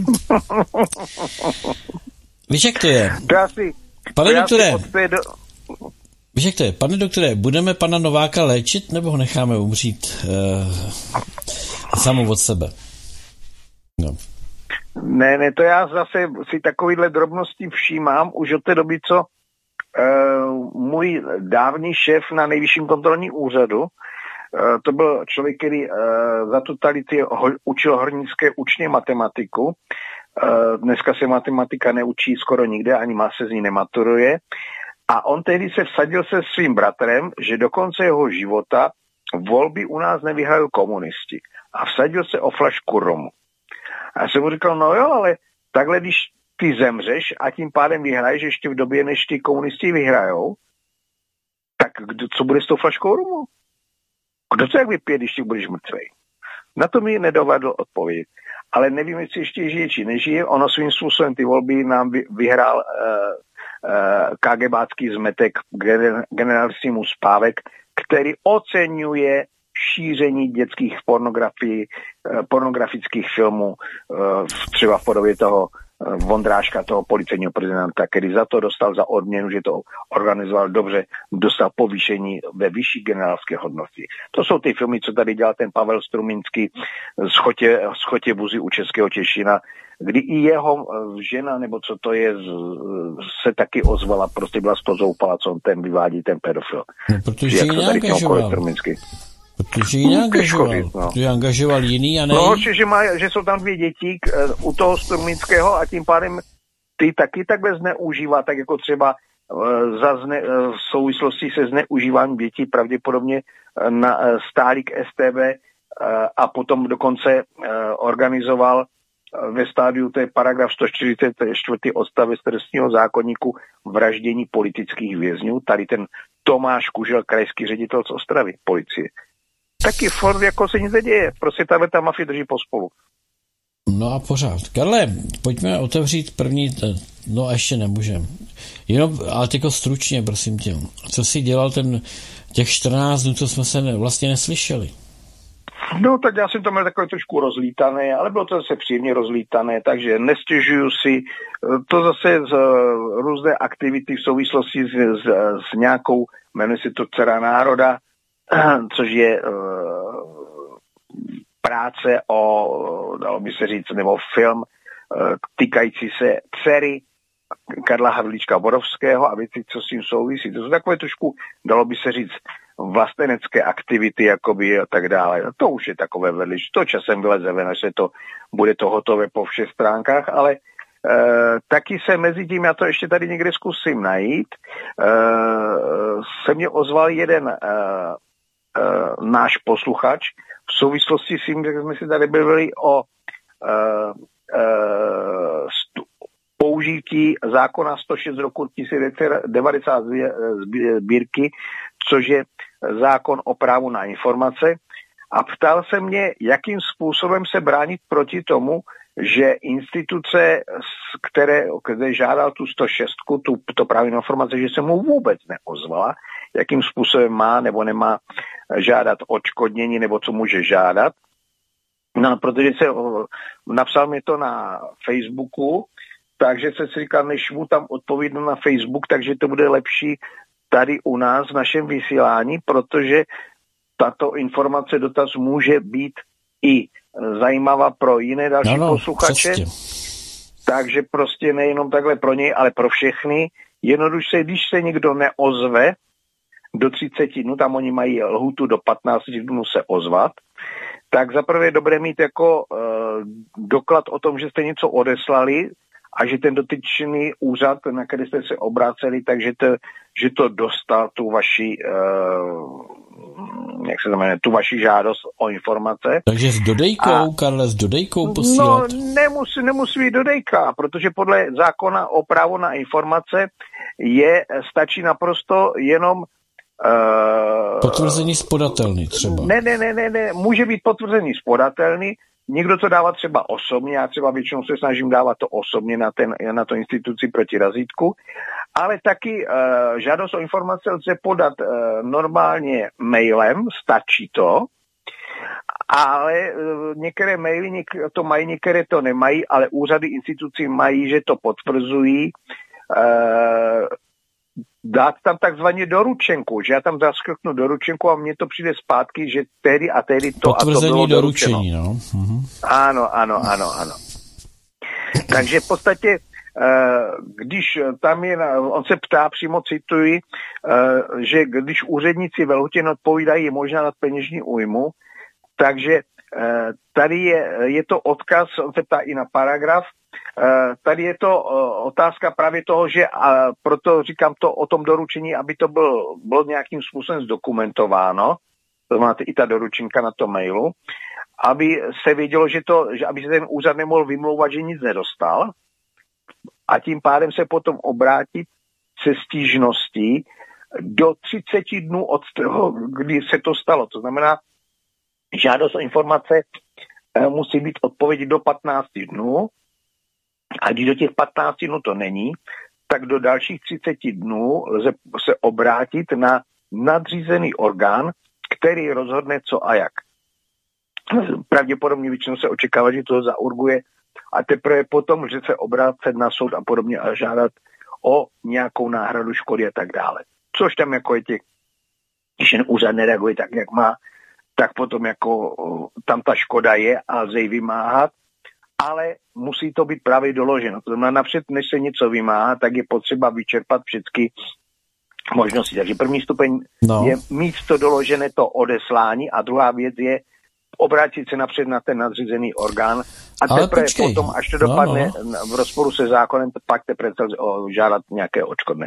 Víš, jak to je? To asi, Pane to doktore, do... víš, jak to je? Pane doktore, budeme pana Nováka léčit, nebo ho necháme umřít uh, samou od sebe? No. Ne, ne, to já zase si takovýhle drobnosti všímám už od té doby, co uh, můj dávný šéf na Nejvyšším kontrolním úřadu, uh, to byl člověk, který uh, za totality ho, učil hornické učně matematiku. Uh, dneska se matematika neučí skoro nikde, ani má se z ní nematuruje. A on tehdy se vsadil se svým bratrem, že do konce jeho života volby u nás nevyhrajou komunisti. A vsadil se o flašku romu. A já jsem mu říkal, no jo, ale takhle, když ty zemřeš a tím pádem vyhraješ ještě v době, než ty komunisti vyhrajou, tak kdo, co bude s tou flaškou romu? Kdo to jak vypije, když ty budeš mrtvej? Na to mi nedovedl odpovědět. Ale nevím, jestli ještě žije, či nežije. Ono svým způsobem ty volby nám vyhrál uh, uh, KGBácký zmetek generál Simus Pávek, který oceňuje šíření dětských pornografií, pornografických filmů, třeba v podobě toho Vondráška, toho policejního prezidenta, který za to dostal za odměnu, že to organizoval dobře, dostal povýšení ve vyšší generálské hodnosti. To jsou ty filmy, co tady dělal ten Pavel Strumínský z Chotě, z Chotě Buzy u Českého Těšína, kdy i jeho žena, nebo co to je, se taky ozvala, prostě byla z toho zoufala, co on ten vyvádí, ten pedofil. No, protože ji neangažoval. Protože ji neangažoval. No. Protože angažoval jiný a ne. No, že, má, že jsou tam dvě děti k, u toho Strumínského a tím pádem ty taky takhle zneužívá, tak jako třeba za zne, v souvislosti se zneužíváním dětí pravděpodobně na, stáli k S T B a potom dokonce organizoval ve stádiu, to je paragraf sto čtyřicet čtyři odstavec trestního zákoníku, vraždění politických vězňů. Tady ten Tomáš Kužel, krajský ředitel z Ostravy, policie. Taky furt jako se nic neděje. Prostě tahle ta mafie drží pospolu. No a pořád. Karle, pojďme otevřít první, no a ještě nemůžem. Jenom, ale tyko stručně, prosím tě. Co jsi dělal ten, těch čtrnáct dnů, co jsme se vlastně neslyšeli? No, tak já jsem to měl takové trošku rozlítané, ale bylo to zase příjemně rozlítané, takže nestěžuju si. To zase z různé aktivity v souvislosti s, s, s nějakou, jmenuje se to Dcera národa, což je uh, práce o, dalo by se říct, nebo film uh, týkající se dcery Karla Havlíčka Borovského a věci, co s tím souvisí. To jsou takové trošku, dalo by se říct, vlastenecké aktivity, jakoby a tak dále. To už je takové vedlič. To časem vyleze ven, až se to, bude to hotové po všech stránkách, ale e, taky se mezi tím, já to ještě tady někde zkusím najít, e, se mě ozval jeden e, e, náš posluchač v souvislosti s tím, že jsme si tady byli o e, e, stu, použití zákona sto šest z roku tisíc devět set devadesát sbírky, což je zákon o právu na informace. A ptal se mě, jakým způsobem se bránit proti tomu, že instituce, které, které žádal tu sto šest, tu, to právo na informace, že se mu vůbec neozvala, jakým způsobem má nebo nemá žádat odškodnění, nebo co může žádat. No, protože se napsal mi to na Facebooku, takže se si říkal, než mu tam odpovídnu na Facebook, takže to bude lepší tady u nás v našem vysílání, protože tato informace, dotaz může být i zajímavá pro jiné další no, no, posluchače. Přesně. Takže prostě nejenom takhle pro něj, ale pro všechny. Jednoduše, když se někdo neozve do třicet dnů, tam oni mají lhůtu do patnáct dnů se ozvat, tak zaprvé je dobré mít jako uh, doklad o tom, že jste něco odeslali, a že ten dotyčný úřad, na který jste se obráceli, takže to, že to dostal tu vaši, uh, jak se to jmenuje, tu vaši žádost o informace. Takže s dodejkou, a, Karle, s dodejkou posílat? No, nemusí, nemusí být dodejka, protože podle zákona o právo na informace je, stačí naprosto jenom uh, potvrzení spodatelný třeba. Ne, ne, ne, ne, ne, může být potvrzení spodatelný. Někdo to dává třeba osobně, já třeba většinou se snažím dávat to osobně na, ten, na to instituci proti razítku, ale taky uh, žádost o informace lze podat uh, normálně mailem, stačí to, ale uh, některé maily něk- to mají, některé to nemají, ale úřady institucí mají, že to potvrzují, uh, dát tam takzvaně doručenku, že já tam zaskliknu doručenku a mně to přijde zpátky, že tedy a tedy to potvrzení a to bylo doručení, no. Mhm. Ano, ano, ano, ano. Takže v podstatě, když tam je, on se ptá, přímo cituji, že když úředníci ve lhůtě neodpovídají, je možná dát peněžní újmu, takže tady je, je to odkaz, on se ptá i na paragraf, tady je to otázka právě toho, že a proto říkám to o tom doručení, aby to byl, bylo nějakým způsobem zdokumentováno, to máte i ta doručenka na tom mailu, aby se vědělo, že to, že aby se ten úřad nemohl vymlouvat, že nic nedostal a tím pádem se potom obrátit se stížností do třicet dnů od toho, kdy se to stalo. To znamená, žádost o informace musí být odpověď do patnáct dnů a když do těch patnáct dnů to není, tak do dalších třicet dnů lze se obrátit na nadřízený orgán, který rozhodne co a jak. Pravděpodobně většinou se očekává, že to zaurguje a teprve potom, že se obrátit na soud a podobně a žádat o nějakou náhradu škody a tak dále. Což tam jako je těch, když ten úřad nereaguje tak, jak má, tak potom jako tam ta škoda je a lze ji vymáhat, ale musí to být právě doloženo. To znamená, napřed, než se něco vymáhá, tak je potřeba vyčerpat všechny možnosti. Takže první stupeň no. je mít to doložené, to odeslání a druhá věc je obrátit se napřed na ten nadřízený orgán a teprve potom, až to dopadne no, no. v rozporu se zákonem, pak teprve žádat nějaké odškodné.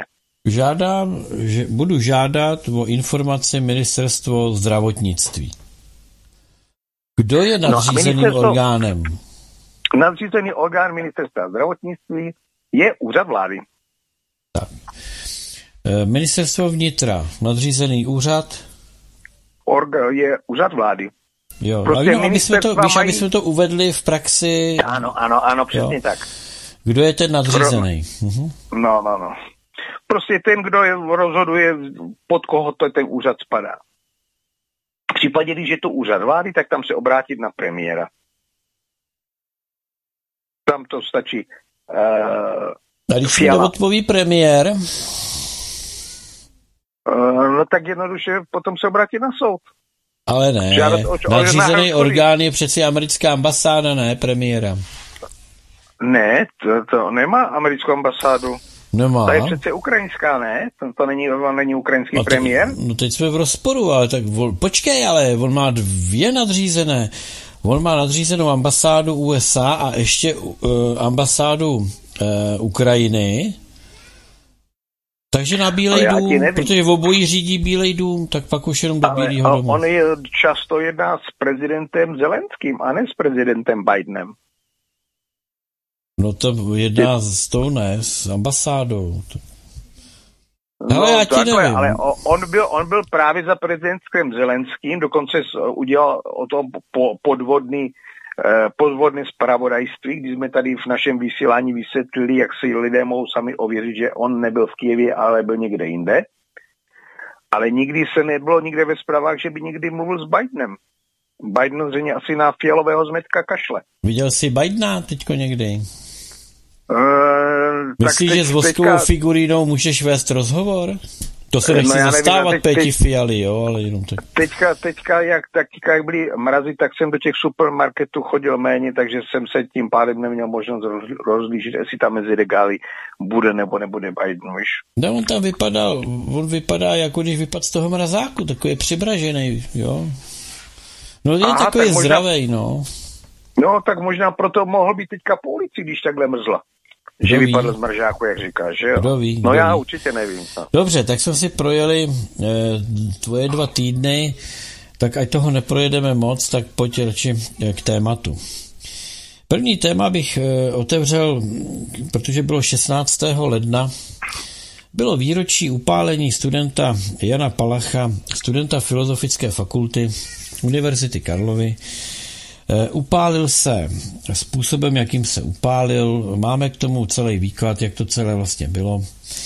Žádám, že budu žádat o informaci ministerstvo zdravotnictví. Kdo je nadřízeným no, orgánem? Nadřízený orgán ministerstva zdravotnictví je úřad vlády. Tak. Ministerstvo vnitra, nadřízený úřad? Org- je úřad vlády. Jo, prostě no, aby jsme to, víš, mají... aby jsme to uvedli v praxi. Ano, ano, ano, přesně jo. Tak. Kdo je ten nadřízený? Uh-huh. No, no, no. Prostě ten, kdo je, rozhoduje, pod koho to ten úřad spadá. V případě, když je to úřad vlády, tak tam se obrátit na premiéra. Tam to stačí. Uh, A když si neodpoví premiér? Uh, no tak jednoduše potom se obrátit na soud. Ale ne, nadřízený orgán je přeci americká ambasáda, ne premiéra. Ne, to, to nemá americkou ambasádu. Nemá. To je přece ukrajinská, ne? To, to není, není ukrajinský no premiér? Teď, no teď jsme v rozporu, ale tak vol, počkej, ale on má dvě nadřízené. On má nadřízenou ambasádu U S A a ještě uh, ambasádu uh, Ukrajiny. Takže na Bílej dům, protože v obojí řídí Bílej dům, tak pak už jenom do Bílého domu. On je často jedná s prezidentem Zelenským a ne s prezidentem Bidenem. No to jedná je... s tou ne, s ambasádou. Hele, no, já ti takhle, nevím. Ale on byl, on byl právě za prezidentským Zelenským, dokonce udělal o tom podvodný podvodné zpravodajství, když jsme tady v našem vysílání vysvětlili, jak si lidé mohou sami ověřit, že on nebyl v Kyjevě, ale byl někde jinde. Ale nikdy se nebylo nikde ve zprávách, že by někdy mluvil s Bidenem. Biden zřejmě asi na fialového zmetka kašle. Viděl jsi Bidena teďko někdy? Uh, Myslíš, že s voskovou teďka... figurínou můžeš vést rozhovor? To se nechci no zastávat teď, Péti Fialy, jo, ale jenom tak. Teďka, teďka, jak, teďka, jak byly mrazy, tak jsem do těch supermarketů chodil méně, takže jsem se tím pádem neměl možnost rozlížit, jestli tam mezi regály bude nebo nebude Biden, víš. No, on tam vypadá, on vypadá jako když vypadl z toho mrazáku, takový přibražený, jo. No je Aha, takový tak možná, zdravej, no. No, tak možná proto mohl být teďka po ulici, když takhle mrzla. Kdo že ví? Vypadl z mržáku, jak říkáš, že jo? Kdo ví, no kdo já ví. Určitě nevím. No. Dobře, tak jsme si projeli e, tvoje dva týdny, tak ať toho neprojedeme moc, tak pojď radši k tématu. První téma bych e, otevřel, protože bylo šestnáctého ledna, bylo výročí upálení studenta Jana Palacha, studenta Filozofické fakulty Univerzity Karlovy. Upálil se způsobem, jakým se upálil. Máme k tomu celý výklad, jak to celé vlastně bylo.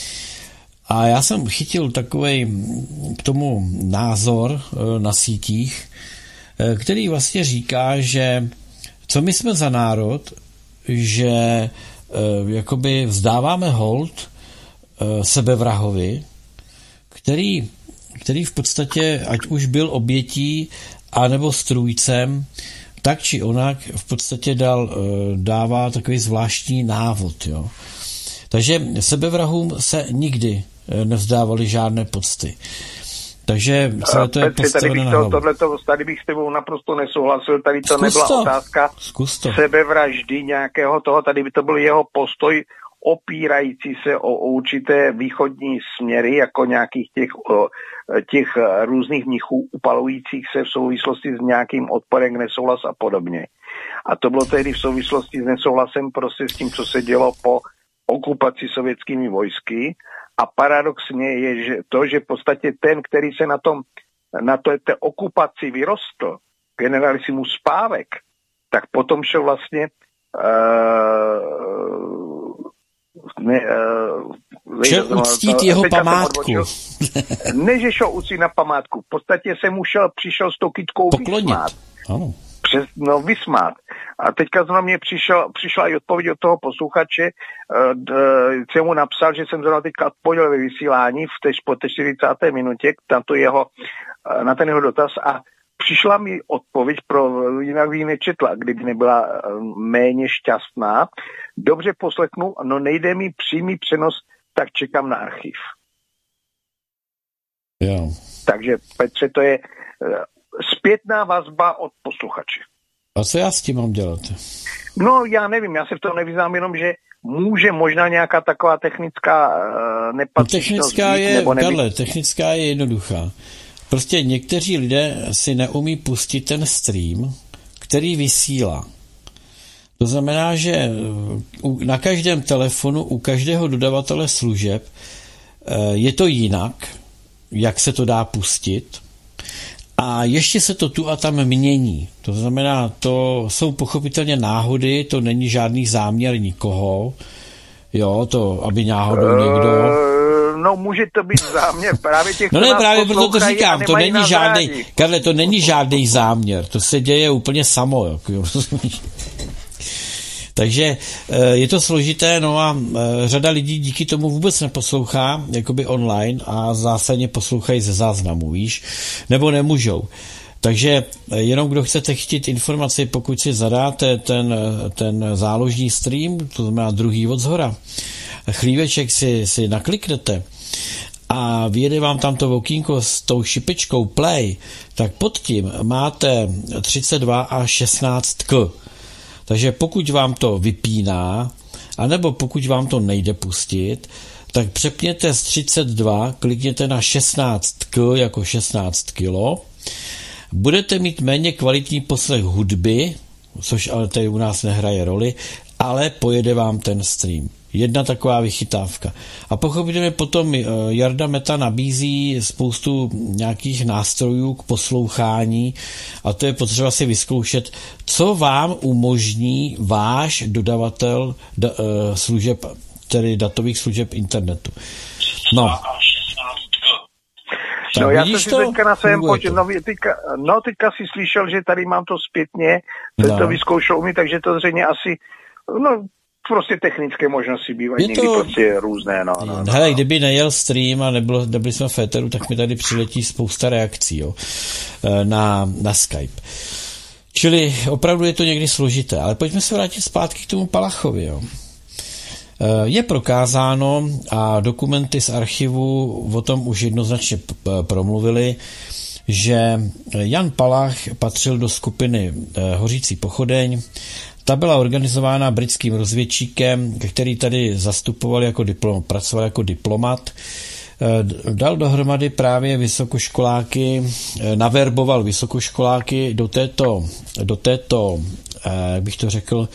A já jsem chytil takovej k tomu názor na sítích, který vlastně říká, že co my jsme za národ, že jakoby vzdáváme hold sebevrahovi, který, který v podstatě, ať už byl obětí, anebo strůjcem, tak či onak v podstatě dal, dává takový zvláštní návod. Jo. Takže sebevrahům se nikdy nevzdávaly žádné pocty. Takže celé to je postavené na hlavu. Tohleto, tady bych s tebou naprosto nesouhlasil, tady to Zkus nebyla to. otázka sebevraždy nějakého toho, tady by to byl jeho postoj opírající se o, o určité východní směry, jako nějakých těch, o, těch různých mnichů upalujících se v souvislosti s nějakým odporem k nesouhlas a podobně. A to bylo tehdy v souvislosti s nesouhlasem prostě s tím, co se dělo po okupaci sovětskými vojsky. A paradoxně je že to, že v podstatě ten, který se na tom, na to, té okupaci vyrostl, generalisimus Pávek, tak potom šel vlastně uh, ne, uh, šel uctít no, jeho památku. Ne, že šel uctít na památku. V podstatě se mu šel, přišel s tou kytkou vysmát. Ano. Přes, no, vysmát. A teďka zrovna mě přišel, přišla i odpověď od toho posluchače, co mu napsal, že jsem zrovna teďka odpověděl ve vysílání v té, po té čtyřicáté minutě na, to jeho, na ten jeho dotaz a přišla mi odpověď, pro jinak by ji nečetla, kdyby nebyla méně šťastná. Dobře poslechnu, no nejde mi přímý přenos, tak čekám na archiv. Jo. Takže Petře, to je zpětná vazba od posluchače. A co já s tím mám dělat? No, já nevím, já se v tom nevyznám, jenom, že může možná nějaká taková technická uh, nepatřičnost no, technická být, je, nebo nebýt? Karle, technická je jednoduchá. Prostě někteří lidé si neumí pustit ten stream, který vysílá. To znamená, že na každém telefonu, u každého dodavatele služeb je to jinak, jak se to dá pustit. A ještě se to tu a tam mění. To znamená, to jsou pochopitelně náhody, to není žádný záměr nikoho. Jo, to, aby náhodou někdo... No, může to být záměr právě těch, no ne, právě proto to říkám, to není žádný, Karle, to není žádný záměr, to se děje úplně samo, jo, takže je to složité, no a řada lidí díky tomu vůbec neposlouchá, jakoby online a zásadně poslouchají ze záznamu, víš, nebo nemůžou. Takže jenom kdo chcete chtít informaci, pokud si zadáte ten, ten záložní stream, to znamená druhý od zhora, chlíveček si, si nakliknete a vyjede vám tam to okýnko s tou šipečkou play, tak pod tím máte třicet dva a šestnáct K. Takže pokud vám to vypíná, anebo pokud vám to nejde pustit, tak přepněte z třicet dva, klikněte na šestnáct K jako šestnáct kilo, budete mít méně kvalitní poslech hudby, což ale tady u nás nehraje roli, ale pojede vám ten stream. Jedna taková vychytávka. A pochopitelně potom Jarda Meta nabízí spoustu nějakých nástrojů k poslouchání a to je potřeba si vyzkoušet, co vám umožní váš dodavatel da, služeb, tedy datových služeb internetu. No. No já jsem si to? teďka na svém počet, no teďka, no teďka si slyšel, že tady mám to zpětně, jsem no. to vyzkoušel mi, takže to zřejmě asi, no prostě technické možnosti bývají někdy to... prostě různé. No, no, Hele, no. kdyby nejel stream a nebylo, nebyli jsme v éteru, tak mi tady přiletí spousta reakcí, jo, na, na Skype. Čili opravdu je to někdy složité, ale pojďme se vrátit zpátky k tomu Palachovi, jo. Je prokázáno a dokumenty z archivu o tom už jednoznačně promluvili, že Jan Palach patřil do skupiny Hořící pochodeň. Ta byla organizována britským rozvědčíkem, který tady zastupoval jako diplom, pracoval jako diplomat. Dal dohromady právě vysokoškoláky, naverboval vysokoškoláky do této, do této, jak bych to řekl,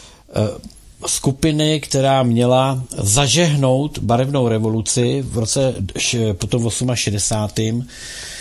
skupiny, která měla zažehnout barevnou revoluci v roce potom šedesátém osmém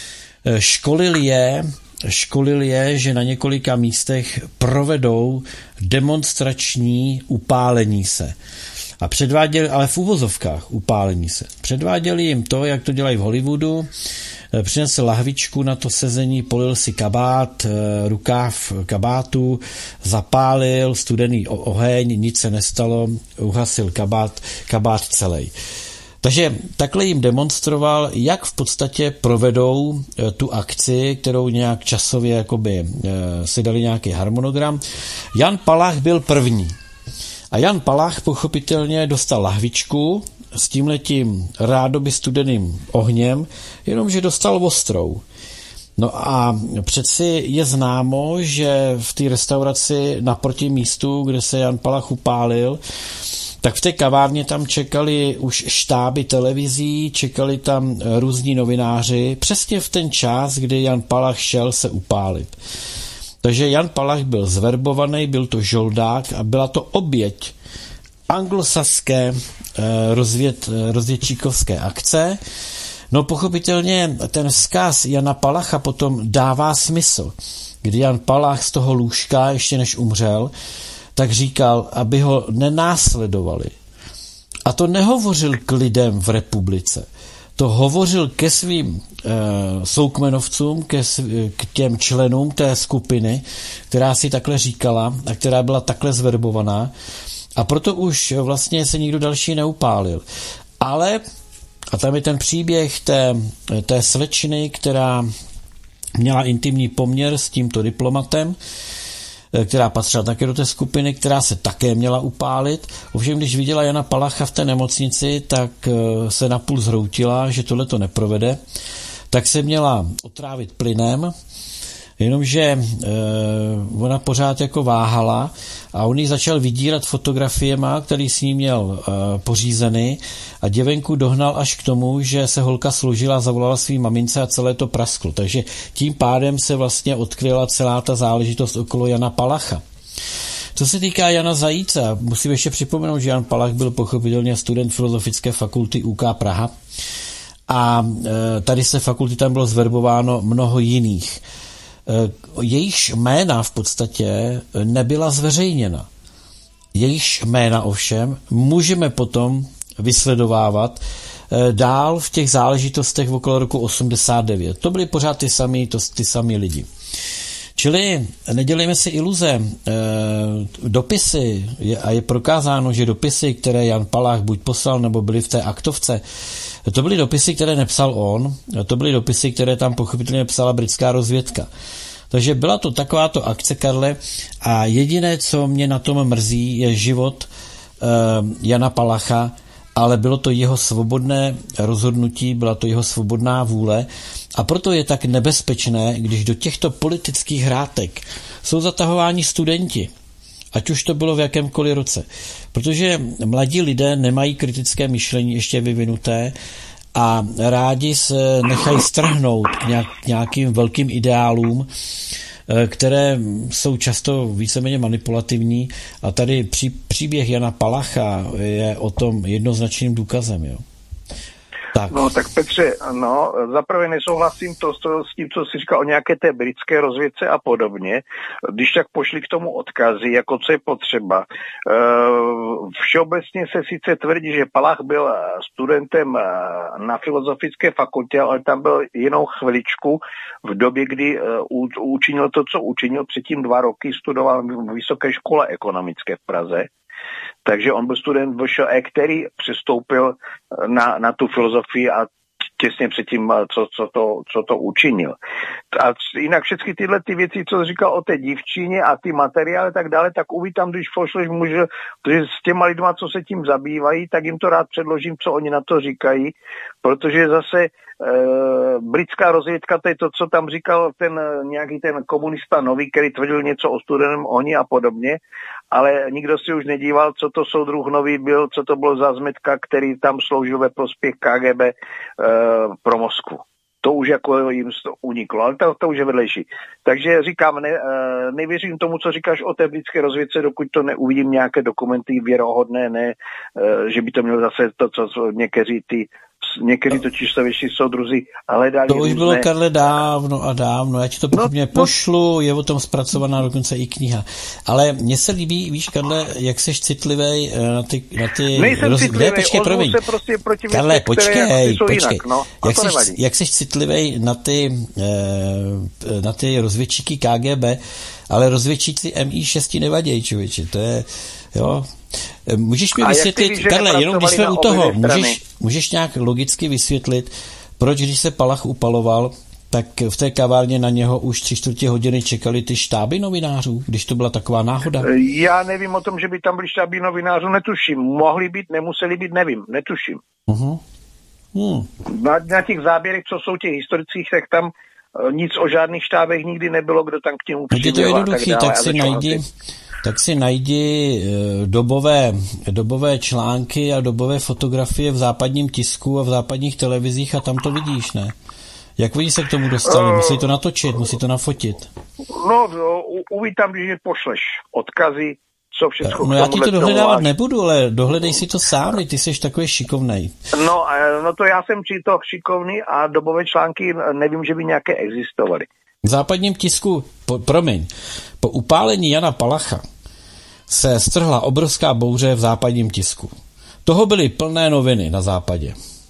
Školil je, školil je, že na několika místech provedou demonstrační upálení se. A předváděli, ale v uvozovkách upálení se. Předváděli jim to, jak to dělají v Hollywoodu, přinesl lahvičku na to sezení, polil si kabát, rukáv kabátu, zapálil studený oheň, nic se nestalo, uhasil kabát, kabát celý. Takže takhle jim demonstroval, jak v podstatě provedou tu akci, kterou nějak časově jakoby si dali nějaký harmonogram. Jan Palach byl první. A Jan Palach pochopitelně dostal lahvičku s tímhletím rádoby studeným ohněm, jenomže dostal ostrou. No a přeci je známo, že v té restauraci naproti místu, kde se Jan Palach upálil, tak v té kavárně tam čekali už štáby televizí, čekali tam různí novináři, přesně v ten čas, kdy Jan Palach šel se upálit. Takže Jan Palach byl zverbovaný, byl to žoldák a byla to oběť anglosaské rozvěd, rozvědčíkovské akce. No pochopitelně ten vzkaz Jana Palacha potom dává smysl. Kdy Jan Palach z toho lůžka, ještě než umřel, tak říkal, aby ho nenásledovali. A to nehovořil k lidem v republice. To hovořil ke svým e, soukmenovcům, ke, k těm členům té skupiny, která si takhle říkala a která byla takhle zverbovaná. A proto už vlastně se nikdo další neupálil. Ale, a tam je ten příběh té, té slečny, která měla intimní poměr s tímto diplomatem, která patřila také do té skupiny, která se také měla upálit. Ovšem, když viděla Jana Palacha v té nemocnici, tak se napůl zhroutila, že tohle to neprovede. Tak se měla otrávit plynem Jenomže e, ona pořád jako váhala a on ji začal vydírat fotografiema, který s ní měl e, pořízeny a děvenku dohnal až k tomu, že se holka složila, zavolala svým mamince a celé to prasklo. Takže tím pádem se vlastně odkryla celá ta záležitost okolo Jana Palacha. Co se týká Jana Zajíce, musím ještě připomenout, že Jan Palach byl pochopitelně student Filozofické fakulty U K Praha a e, tady se fakulty tam bylo zverbováno mnoho jiných. Jejíž jména v podstatě nebyla zveřejněna. Jejíž jména ovšem můžeme potom vysledovávat dál v těch záležitostech okolo roku osmdesát devět. To byly pořád ty samý, to, ty samý lidi. Čili nedělejme si iluze. Dopisy, a je prokázáno, že dopisy, které Jan Palach buď poslal, nebo byly v té aktovce, to byly dopisy, které nepsal on, to byly dopisy, které tam pochopitelně psala britská rozvědka. Takže byla to takováto akce, Karle, a jediné, co mě na tom mrzí, je život uh, Jana Palacha, ale bylo to jeho svobodné rozhodnutí, byla to jeho svobodná vůle a proto je tak nebezpečné, když do těchto politických hrátek jsou zatahováni studenti, ať už to bylo v jakémkoliv roce. Protože mladí lidé nemají kritické myšlení ještě vyvinuté a rádi se nechají strhnout k nějakým velkým ideálům, které jsou často víceméně manipulativní a tady pří, příběh Jana Palacha je o tom jednoznačným důkazem. Jo. Tak. No tak Petře, no, zaprvé nesouhlasím to, to s tím, co jsi říkal o nějaké té britské rozvědce a podobně. Když tak pošli k tomu odkazy, jako co je potřeba. E, všeobecně se sice tvrdí, že Palach byl studentem na Filozofické fakultě, ale tam byl jenom chviličku v době, kdy učinil to, co učinil. Předtím dva roky studoval v Vysoké škole ekonomické v Praze. Takže on byl student V Š E, který přistoupil na, na tu filozofii a těsně předtím, co, co, to, co to učinil. A jinak všechny tyhle ty věci, co říkal o té dívčině a ty materiály a tak dále, tak uvítám, když pošleš může, protože s těma lidma, co se tím zabývají, tak jim to rád předložím, co oni na to říkají, protože zase e, britská rozvědka, to je to, co tam říkal ten nějaký ten komunista nový, který tvrdil něco o studenem oni a podobně, ale nikdo si už nedíval, co to soudruh nový byl, co to bylo za zmetka, který tam sloužil ve prospěch K G B e, pro Moskvu. To už jako jim uniklo, ale to, to už je vedlejší. Takže říkám, ne, nevěřím tomu, co říkáš o té britské rozvědce, dokud to neuvidím nějaké dokumenty věrohodné, ne, že by to mělo zase to, co někteří ty Někteří totiž se vyšší soudruzi hledali. To už bylo, různé... Karle, dávno a dávno. Já ti to pochopně no, pošlu, je o tom zpracovaná dokonce i kniha. Ale mně se líbí, víš, Karle, jak seš citlivý na ty... Na ty Nejsem roz... citlivý, počkej, promiň. Se prostě proti Karle, věci, počkej, počkej. Jinak, no, jak, seš, jak seš citlivý na ty, na ty rozvědčíky K G B, ale rozvědčíci M I šest nevadějí, člověče, to je... Jo. Můžeš mi vysvětlit, víš, Karle, jenom když jsme u toho, můžeš, můžeš nějak logicky vysvětlit, proč když se Palach upaloval, tak v té kavárně na něho už tři čtvrtě hodiny čekali ty štáby novinářů, když to byla taková náhoda? Já nevím o tom, že by tam byli štáby novinářů, netuším. Mohli být, nemuseli být, nevím, netuším. Uh-huh. Hmm. Na, na těch záběrech, co jsou těch historických, tak tam nic o žádných štábech nikdy nebylo, kdo tam k němu přijde. Je to jednoduchý, tak, tak si najdi... tak si najdi dobové, dobové články a dobové fotografie v západním tisku a v západních televizích a tam to vidíš, ne? Jak oni se k tomu dostali? Musí to natočit, musí to nafotit. No, uvítám, když pošleš odkazy, co všechno. No já ti to dohledávat nebudu, ale dohledej si to sám, ty jsi takový šikovnej. No, no to já jsem to šikovný a dobové články nevím, že by nějaké existovaly. V západním tisku, po, promiň, po upálení Jana Palacha se strhla obrovská bouře v západním tisku. Toho byly plné noviny na západě.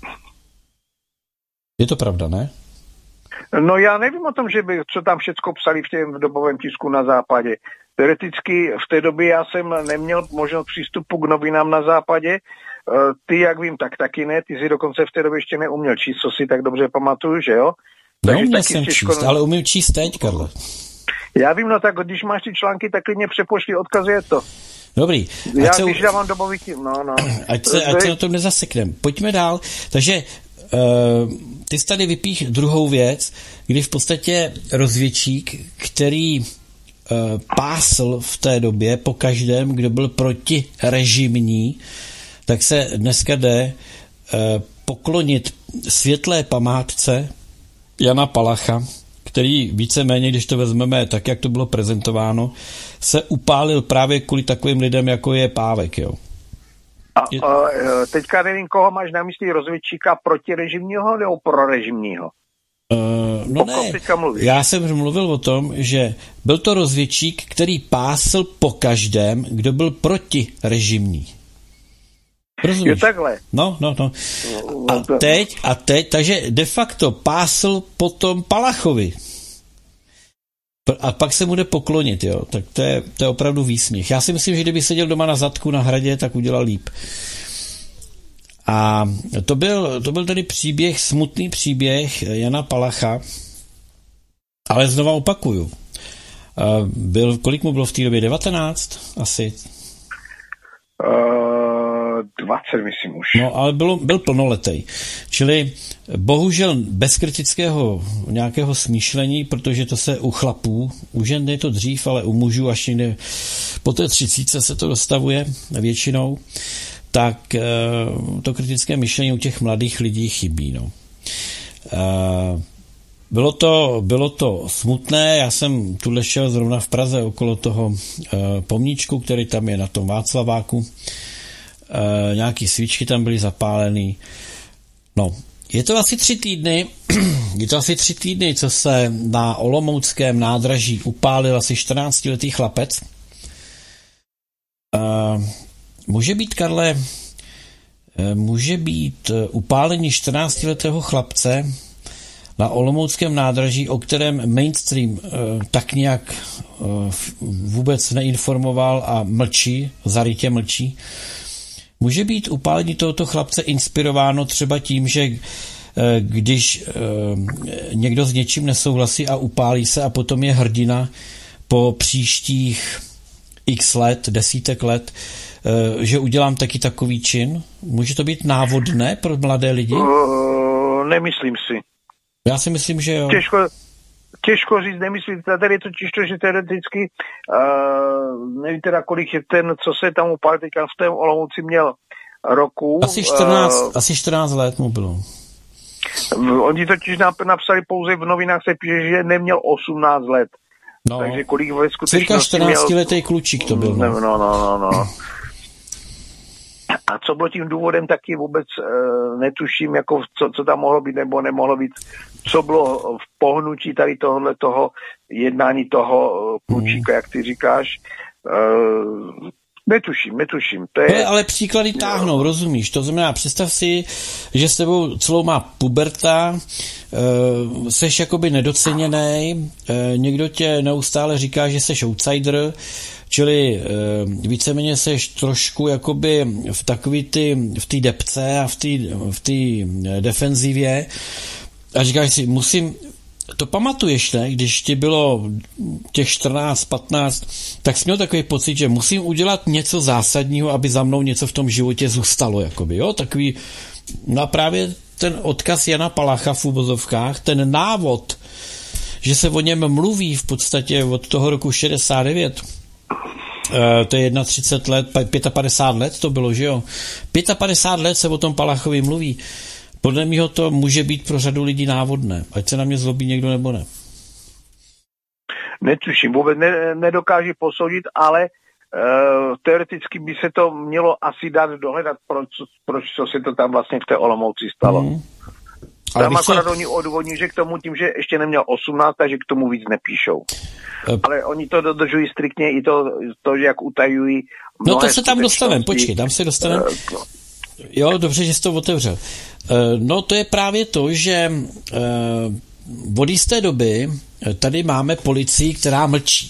Je to pravda, ne? No já nevím o tom, že by, co tam všecko psali v těm dobovém tisku na západě. Teoreticky v té době já jsem neměl možnost přístupu k novinám na západě. Ty, jak vím, tak taky ne. Ty si dokonce v té době ještě neuměl číst, co si tak dobře pamatuju, že jo? Neuměl jsem těžko... číst, ale umím číst teď, Karle. Já vím, no tak když máš ty články, tak klidně přepošli, odkazuje to. Dobrý. Já se... když dávám dobový tím, no, no. Ať se, ať se na tom nezasekneme. Pojďme dál. Takže uh, ty jsi tady vypích druhou věc, kdy v podstatě rozvědčík, který uh, pásl v té době po každém, kdo byl protirežimní, tak se dneska jde uh, poklonit světlé památce Jana Palacha, který víceméně, když to vezmeme tak, jak to bylo prezentováno, se upálil právě kvůli takovým lidem, jako je Pávek, jo. A, a teďka nevím, koho máš na mysli, rozvědčíka protirežimního nebo prorežimního? Uh, no ne, já jsem mluvil o tom, že byl to rozvědčík, který pásl po každém, kdo byl protirežimní. Rozumíš? Jo, takhle. No, no, no. A teď, a teď, takže de facto pásl potom Palachovi. A pak se bude poklonit, jo. Tak to je, to je opravdu výsměch. Já si myslím, že kdyby seděl doma na zadku na hradě, tak udělal líp. A to byl, to byl tedy příběh, smutný příběh Jana Palacha, ale znova opakuju. Byl, kolik mu bylo v té době? devatenáct? Asi. Uh, dvacet, myslím už. No, ale bylo, byl plnoletý. Čili bohužel bez kritického nějakého smýšlení, protože to se u chlapů, u žen je to dřív, ale u mužů až někde po té třicítce se to dostavuje většinou, tak uh, to kritické myšlení u těch mladých lidí chybí. No. Uh, Bylo to, bylo to smutné, já jsem tuhle šel zrovna v Praze okolo toho e, pomníčku, který tam je na tom Václaváku. E, nějaký svíčky tam byly zapálený. No, je to asi tři týdny, je to asi tři týdny, co se na olomouckém nádraží upálil asi čtrnáctiletý chlapec. E, může být, Karle, e, může být upálení čtrnáctiletého chlapce na olomouckém nádraží, o kterém mainstream e, tak nějak e, vůbec neinformoval a mlčí, zarytě mlčí. Může být upálení tohoto chlapce inspirováno třeba tím, že e, když e, někdo s něčím nesouhlasí a upálí se a potom je hrdina po příštích x let, desítek let, e, že udělám taky takový čin? Může to být návodné pro mladé lidi? Uh, nemyslím si. Já si myslím, že jo. Těžko, těžko říct, nemyslím, tady je totiž to, že teoreticky, uh, nevím teda, kolik je ten, co se tam upálil, teďka v té Olomouci měl roku. Asi čtrnáct, uh, asi čtrnáct let mu bylo. Oni totiž napsali pouze v novinách, se píše, že neměl osmnáct let. No, takže kolik ve skutečnosti cirka čtrnáctiletý měl... klučík to byl. No, no, no, no. no. A co bylo tím důvodem, taky vůbec uh, netuším, jako co, co tam mohlo být nebo nemohlo být, co bylo v pohnutí tady tohohle toho jednání toho uh, klučíka, jak ty říkáš. Uh, netuším, netuším. To je... Ale příklady táhnou, rozumíš? To znamená, představ si, že s tebou celou má puberta, uh, seš jakoby nedoceněnej, uh, někdo tě neustále říká, že seš outsider, čili uh, víceméně seš trošku jakoby v takový ty, v té depce a v té v té defenzivě a říkáš si, musím, to pamatuješ, ne? Když ti bylo těch čtrnáct, patnáct, tak jsi měl takový pocit, že musím udělat něco zásadního, aby za mnou něco v tom životě zůstalo, jakoby, jo? Takový, no a právě ten odkaz Jana Palacha v úvozovkách, ten návod, že se o něm mluví v podstatě od toho roku šedesát devět, to je třicet jedna let, padesát pět let to bylo, že jo? padesát pět let se o tom Palachovi mluví. Podle mého to může být pro řadu lidí návodné. Ať se na mě zlobí někdo nebo ne. Netuším, vůbec ne, nedokážu posoudit, ale uh, teoreticky by se to mělo asi dát dohledat, proč, proč co se to tam vlastně v té Olomouci stalo. Mm. Ale tam akorát se... oni odvodní, že k tomu tím, že ještě neměl osmnáct, takže k tomu víc nepíšou. Uh, Ale oni to dodržují striktně i to, to jak utajují. No to se tam dostaneme, počkej, tam se dostaneme. Uh, Jo, dobře, že jsi to otevřel. No to je právě to, že od jisté doby tady máme policii, která mlčí.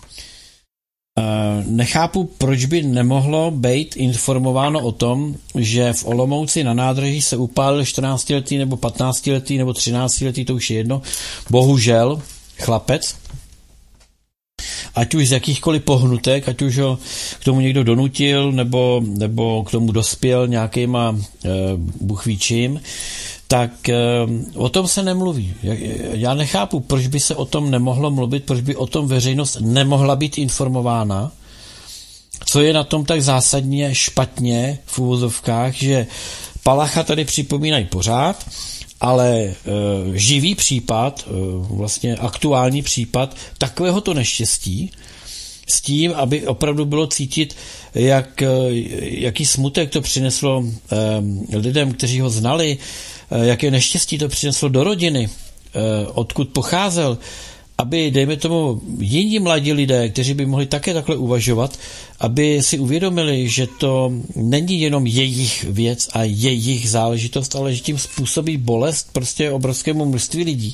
Nechápu, proč by nemohlo být informováno o tom, že v Olomouci na nádraží se upálil čtrnáctiletý nebo patnáctiletý nebo třináctiletý, to už je jedno, bohužel, chlapec, ať už z jakýchkoliv pohnutek, ať už ho k tomu někdo donutil, nebo, nebo k tomu dospěl nějakýma e, bůh ví čím, tak o tom se nemluví. Já nechápu, proč by se o tom nemohlo mluvit, proč by o tom veřejnost nemohla být informována, co je na tom tak zásadně špatně v úvozovkách, že Palacha tady připomínají pořád, ale e, živý případ, e, vlastně aktuální případ takovéhoto neštěstí, s tím, aby opravdu bylo cítit, jak, jaký smutek to přineslo e, lidem, kteří ho znali, e, jaké neštěstí to přineslo do rodiny, e, odkud pocházel, aby, dejme tomu, jiní mladí lidé, kteří by mohli také takhle uvažovat, aby si uvědomili, že to není jenom jejich věc a jejich záležitost, ale že tím způsobí bolest prostě obrovskému množství lidí.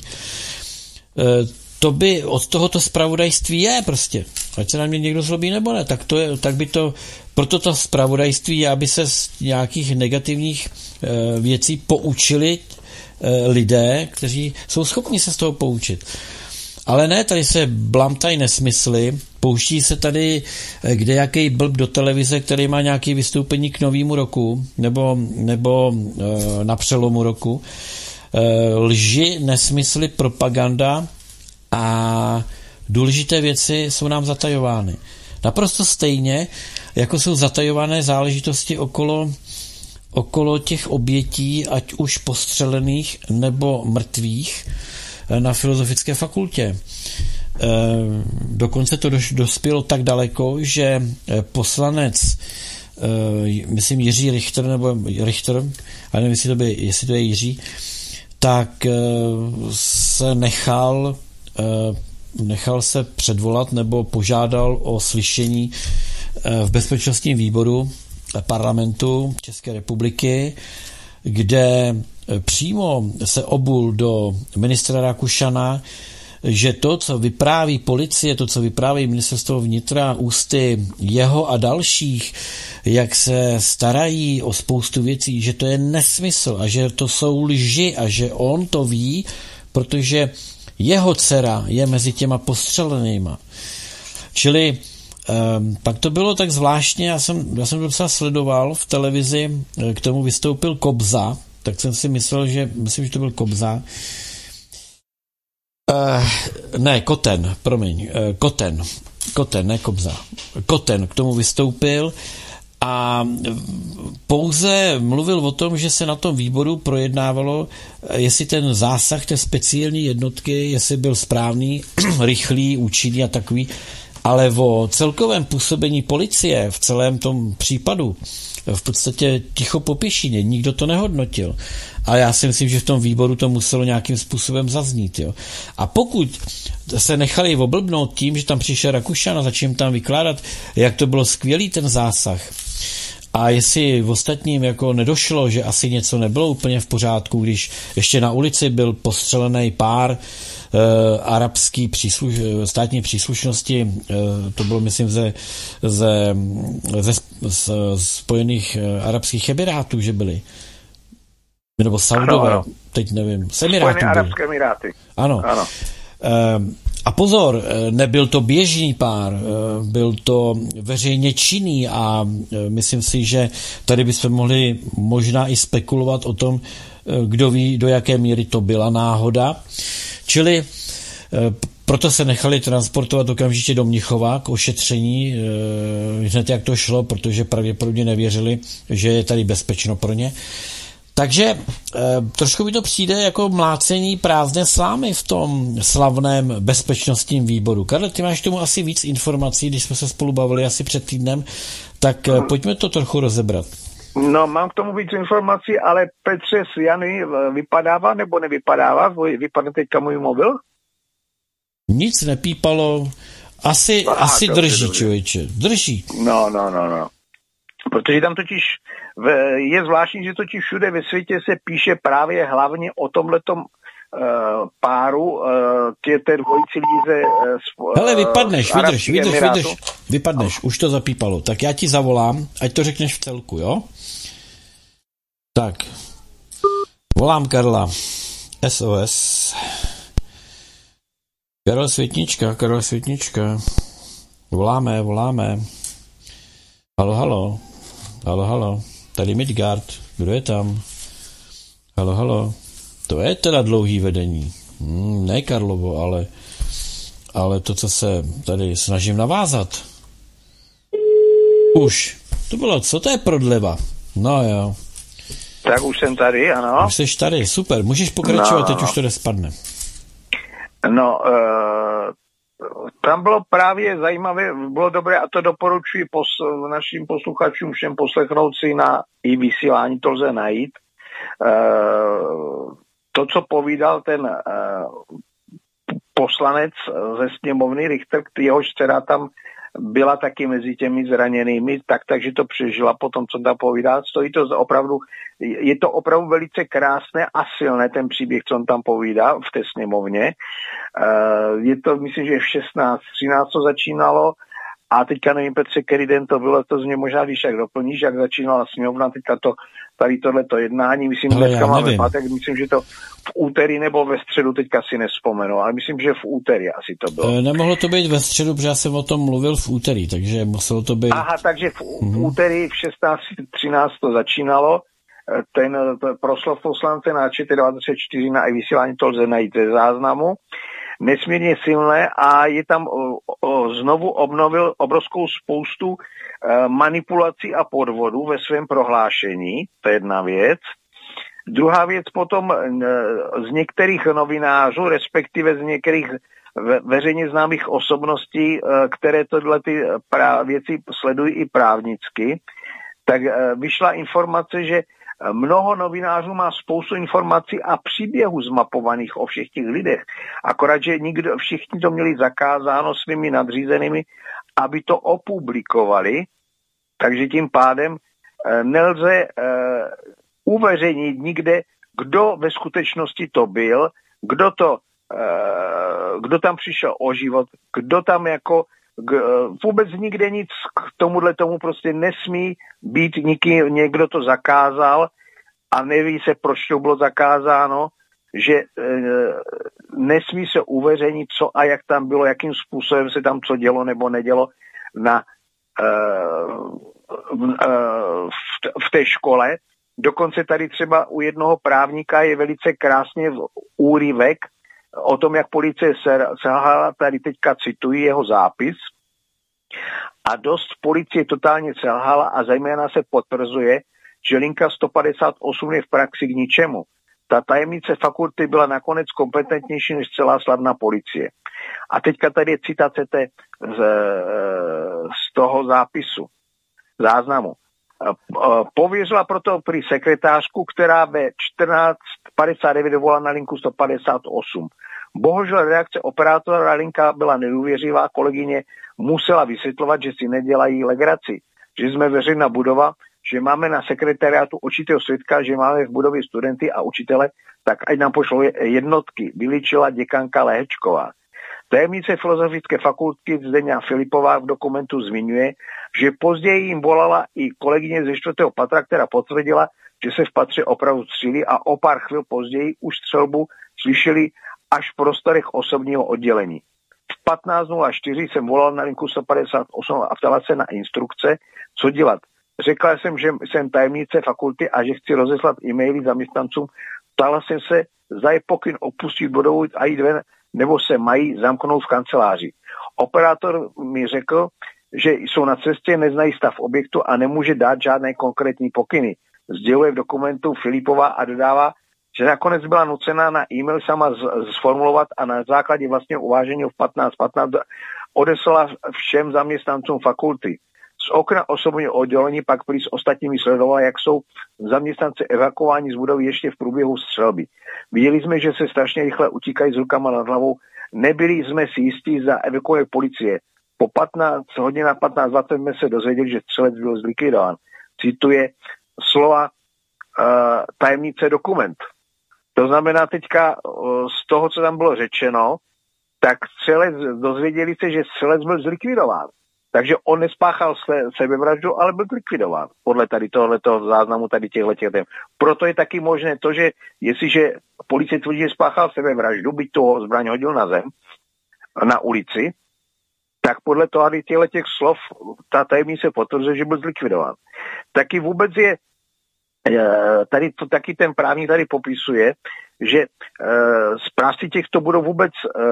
E, to by od tohoto zpravodajství je prostě. Ať se na mě někdo zlobí nebo ne, tak, to je, tak by to, proto to zpravodajství, aby se z nějakých negativních e, věcí poučili e, lidé, kteří jsou schopni se z toho poučit. Ale ne, tady se blamtají nesmysly, pouští se tady kdejaký blb do televize, který má nějaké vystoupení k novému roku, nebo, nebo e, na přelomu roku. E, lži, nesmysly, propaganda a důležité věci jsou nám zatajovány. Naprosto stejně, jako jsou zatajované záležitosti okolo, okolo těch obětí, ať už postřelených nebo mrtvých, na Filozofické fakultě. Dokonce to dospělo tak daleko, že poslanec, myslím Jiří Richter, nebo Richter, ale nevím, jestli to, by, jestli to je Jiří, tak se nechal, nechal se předvolat nebo požádal o slyšení v bezpečnostním výboru parlamentu České republiky, kde přímo se obul do ministra Rakušana, že to, co vypráví policie, to, co vypráví ministerstvo vnitra ústy jeho a dalších, jak se starají o spoustu věcí, že to je nesmysl a že to jsou lži a že on to ví, protože jeho dcera je mezi těma postřelenýma. Čili Um, pak to bylo tak zvláštně, já jsem, já jsem to docela sledoval v televizi, k tomu vystoupil Kobza, tak jsem si myslel, že, myslím, že to byl Kobza. Uh, ne, Koten, promiň, uh, Koten, Koten, ne Kobza. Koten k tomu vystoupil a pouze mluvil o tom, že se na tom výboru projednávalo, jestli ten zásah té speciální jednotky, jestli byl správný, rychlý, účinný a takový, ale o celkovém působení policie v celém tom případu v podstatě ticho po pěšině, nikdo to nehodnotil. A já si myslím, že v tom výboru to muselo nějakým způsobem zaznít. Jo. A pokud se nechali oblbnout tím, že tam přišel Rakušan a začal tam vykládat, jak to bylo skvělý ten zásah, a jestli v ostatním jako nedošlo, že asi něco nebylo úplně v pořádku, když ještě na ulici byl postřelený pár Uh, arabský přísluš, státní příslušnosti, uh, to bylo myslím ze, ze, ze, z Spojených uh, arabských emirátů, že byli. Nebo Saudové, ano, ano. Teď nevím. Z Emirátů Spojené arabské emiráty. Ano. ano. Uh, a pozor, nebyl to běžný pár, uh, byl to veřejně činný a uh, myslím si, že tady bychom mohli možná i spekulovat o tom, uh, kdo ví, do jaké míry to byla náhoda. Čili e, proto se nechali transportovat okamžitě do Mnichova k ošetření, e, hned jak to šlo, protože pravděpodobně nevěřili, že je tady bezpečno pro ně. Takže e, trošku mi to přijde jako mlácení prázdné slámy v tom slavném bezpečnostním výboru. Karle, ty máš tomu asi víc informací, když jsme se spolu bavili asi před týdnem, tak e, pojďme to trochu rozebrat. No, mám k tomu víc informací, ale Petře z Jany vypadává nebo nevypadává? Vypadne teďka můj mobil? Nic nepípalo. Asi, Aha, asi dobře, drží, dobře. Člověče. Drží. No, no, no, no. Protože tam totiž je zvláštní, že totiž všude ve světě se píše právě hlavně o tomhletom uh, páru, uh, tě, té dvojici líze. Uh, Hele, vypadneš, vydrž, vydrž, vydrž. Vypadneš, už to zapípalo. Tak já ti zavolám, ať to řekneš v celku, jo? Tak. Volám Karla. S O S. Karel Světnička, Karel Světnička. Voláme, voláme. Halo, halo. Halo, halo. Tady Midgard. Kdo je tam? Halo, halo. To je teda dlouhý vedení. Hmm, ne Karlovo, ale, ale to, co se tady snažím navázat. Už. To bylo, co to je prodleva? No jo. Tak už jsem tady, ano. Už jsi tady, super. Můžeš pokračovat, no, teď no. už to nespadne. No, uh, tam bylo právě zajímavé, bylo dobré, a to doporučuji pos- našim posluchačům všem poslechnout si na i vysílání, to lze najít. Uh, to, co povídal ten uh, poslanec ze sněmovny Richter, jehož dcera tam byla taky mezi těmi zraněnými, tak, takže to přežila potom, co tam povídá. Stojí to opravdu, je to opravdu velice krásné a silné, ten příběh, co on tam povídá v té sněmovně. Je to, myslím, že v šestnáct třináct to začínalo a teďka nevím, Petře, který den to bylo, to z mě možná, když jak doplníš, jak začínala sněmovna, teďka to, tady tohleto jednání, myslím, že dneska máme pátek, myslím, že to v úterý nebo ve středu, teďka si nespomenu, ale myslím, že v úterý asi to bylo. Nemohlo to být ve středu, protože já jsem o tom mluvil v úterý, takže muselo to být... Aha, takže v, v úterý v šestnáct třináct to začínalo, ten proslov poslance na ČT dvacet čtyři na vysílání to lze najít ze záznamu. Nesmírně silné a je tam o, o, znovu obnovil obrovskou spoustu e, manipulací a podvodů ve svém prohlášení, to je jedna věc. Druhá věc potom e, z některých novinářů, respektive z některých ve, veřejně známých osobností, e, které tohle ty prá, věci sledují i právnicky, tak e, vyšla informace, že mnoho novinářů má spoustu informací a příběhů zmapovaných o všech těch lidech. Akorát, že nikdo, všichni to měli zakázáno svými nadřízenými, aby to opublikovali, takže tím pádem e, nelze e, uveřejnit nikde, kdo ve skutečnosti to byl, kdo, to, e, kdo tam přišel o život, kdo tam jako K, vůbec nikde nic k tomuhle tomu prostě nesmí být, niký, někdo to zakázal a neví se, proč to bylo zakázáno, že e, nesmí se uveřejnit, co a jak tam bylo, jakým způsobem se tam co dělo nebo nedělo na, e, v, e, v té škole. Dokonce tady třeba u jednoho právníka je velice krásně úryvek o tom, jak policie selhala, tady teďka cituji jeho zápis, a dost policie totálně selhala a zejména se potvrzuje, že linka sto padesát osm je v praxi k ničemu. Ta tajemnice fakulty byla nakonec kompetentnější než celá slavná policie. A teďka tady je citace té, z, z toho zápisu, záznamu. Pověřila proto prý sekretářku, která ve čtrnáct padesát devět volala na linku sto padesát osm. Bohužel reakce operátora linka byla nedůvěřivá, kolegyně musela vysvětlovat, že si nedělají legraci, že jsme veřejná budova, že máme na sekretariátu určitého svědka, že máme v budově studenty a učitele, tak ať nám pošlou jednotky, vyličila děkanka Lehečková. Tajemnice Filozofické fakulty Zdeňa Filipová v dokumentu zmiňuje, že později jim volala i kolegyně ze čtvrtého patra, která potvrdila, že se v patře opravdu střílí a o pár chvil později už střelbu slyšeli až v prostorech osobního oddělení. V patnáct nula čtyři jsem volal na linku sto padesát osm a ptala se na instrukce, co dělat. Řekla jsem, že jsem tajemnice fakulty a že chci rozeslat e-maily zaměstnancům. Ptala jsem se, zda je pokyn opustit budovu a jít ven, nebo se mají zamknout v kanceláři. Operátor mi řekl, že jsou na cestě, neznají stav objektu a nemůže dát žádné konkrétní pokyny. Sděluje v dokumentu Filipová a dodává, že nakonec byla nucena na e-mail sama sformulovat a na základě vlastního uvážení v patnáct patnáct odeslala všem zaměstnancům fakulty. Z okna osobního oddělení pak prý s ostatními sledovala, jak jsou zaměstnanci evakuováni z budovy ještě v průběhu střelby. Viděli jsme, že se strašně rychle utíkají s rukama nad hlavou. Nebyli jsme si jistí, za evakuuje policie. Po patnáct hodin na patnáct dvacet jsme se dozvěděli, že střelec byl zlikvidován. Cituje slova uh, tajemnice dokument. To znamená teďka uh, z toho, co tam bylo řečeno, tak střelec, dozvěděli se, že střelec byl zlikvidován. Takže on nespáchal sebevraždu, ale byl likvidován podle tady tohoto záznamu tady těchto těch tém. Proto je taky možné to, že jestliže policie tvrdí, že spáchal sebevraždu, byť toho zbraň hodil na zem, na ulici, tak podle toho těchto těch slov ta tajemnice potvrzuje, že byl zlikvidován. Taky vůbec je tady to taky ten právník tady popisuje, že správci těchto budou vůbec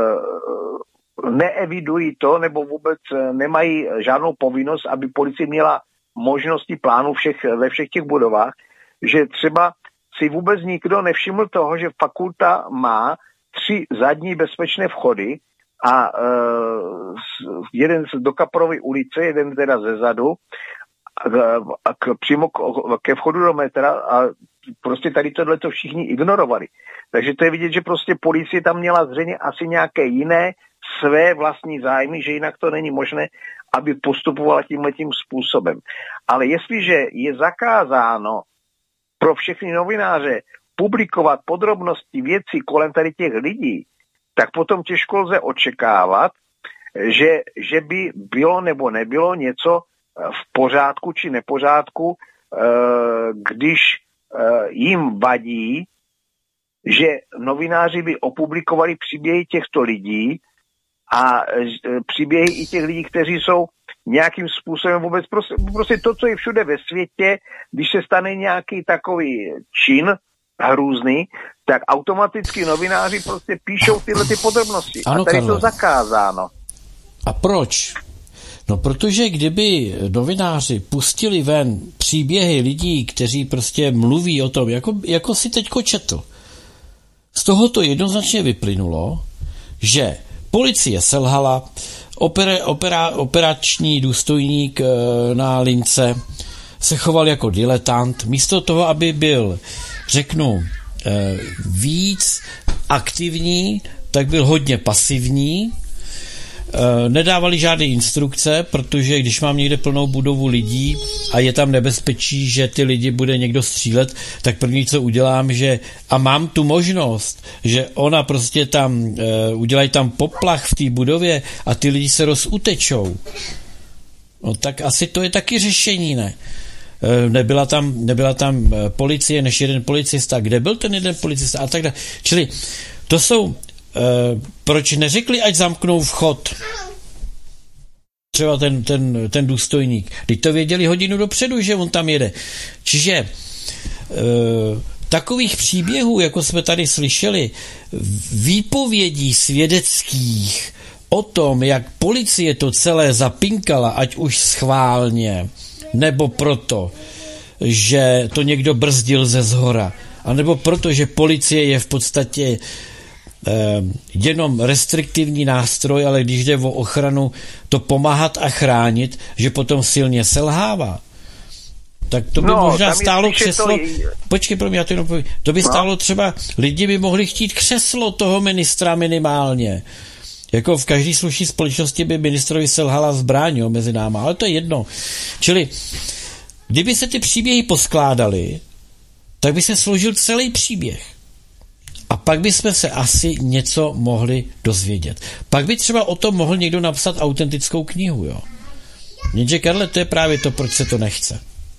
neevidují to, nebo vůbec nemají žádnou povinnost, aby policie měla možnosti plánu všech, ve všech těch budovách, že třeba si vůbec nikdo nevšiml toho, že fakulta má tři zadní bezpečné vchody a uh, jeden do Kaporovy ulice, jeden teda ze zadu a k, přímo k, ke vchodu do metra a prostě tady tohle to všichni ignorovali. Takže to je vidět, že prostě policie tam měla zřejmě asi nějaké jiné své vlastní zájmy, že jinak to není možné, aby postupovala tímhletím způsobem. Ale jestliže je zakázáno pro všechny novináře publikovat podrobnosti věcí kolem tady těch lidí, tak potom těžko lze očekávat, že, že by bylo nebo nebylo něco v pořádku či nepořádku, když jim vadí, že novináři by opublikovali příběhy těchto lidí a příběhy i těch lidí, kteří jsou nějakým způsobem vůbec prostě, prostě to, co je všude ve světě, když se stane nějaký takový čin hrůzný, tak automaticky novináři prostě píšou tyhle ty podrobnosti. Ano, a tady Karle. To zakázáno. A proč? No, protože kdyby novináři pustili ven příběhy lidí, kteří prostě mluví o tom, jako, jako si teďko četl, z toho to jednoznačně vyplynulo, že policie selhala, opera, opera, operační důstojník e, na lince se choval jako diletant, místo toho, aby byl, řeknu, e, víc aktivní, tak byl hodně pasivní, e, nedávali žádné instrukce, protože když mám někde plnou budovu lidí a je tam nebezpečí, že ty lidi bude někdo střílet, tak první, co udělám, že a mám tu možnost, že ona prostě tam e, udělají tam poplach v té budově a ty lidi se rozutečou. No tak asi to je taky řešení, ne? E, nebyla tam, nebyla tam policie než jeden policista. Kde byl ten jeden policista? A tak dále. Čili to jsou e, proč neřekli, ať zamknou vchod? Třeba ten, ten, ten důstojník. Teď to věděli hodinu dopředu, že on tam jede. Čiže e, takových příběhů, jako jsme tady slyšeli, výpovědí svědeckých o tom, jak policie to celé zapinkala, ať už schválně, nebo proto, že to někdo brzdil ze zhora, anebo proto, že policie je v podstatě eh, jenom restriktivní nástroj, ale když jde o ochranu, to pomáhat a chránit, že potom silně selhává. Tak to by no, možná stálo křeslo... Je... Počkej, pro mě, já to jenom povím. To by no. stálo třeba... Lidi by mohli chtít křeslo toho ministra minimálně. Jako v každé slušné společnosti by ministrovi selhala zbraň, jo, mezi náma, ale to je jedno. Čili, kdyby se ty příběhy poskládaly, tak by se složil celý příběh. A pak bychom se asi něco mohli dozvědět. Pak by třeba o tom mohl někdo napsat autentickou knihu, jo. Jenže, Karle, to je právě to, proč se to nechce.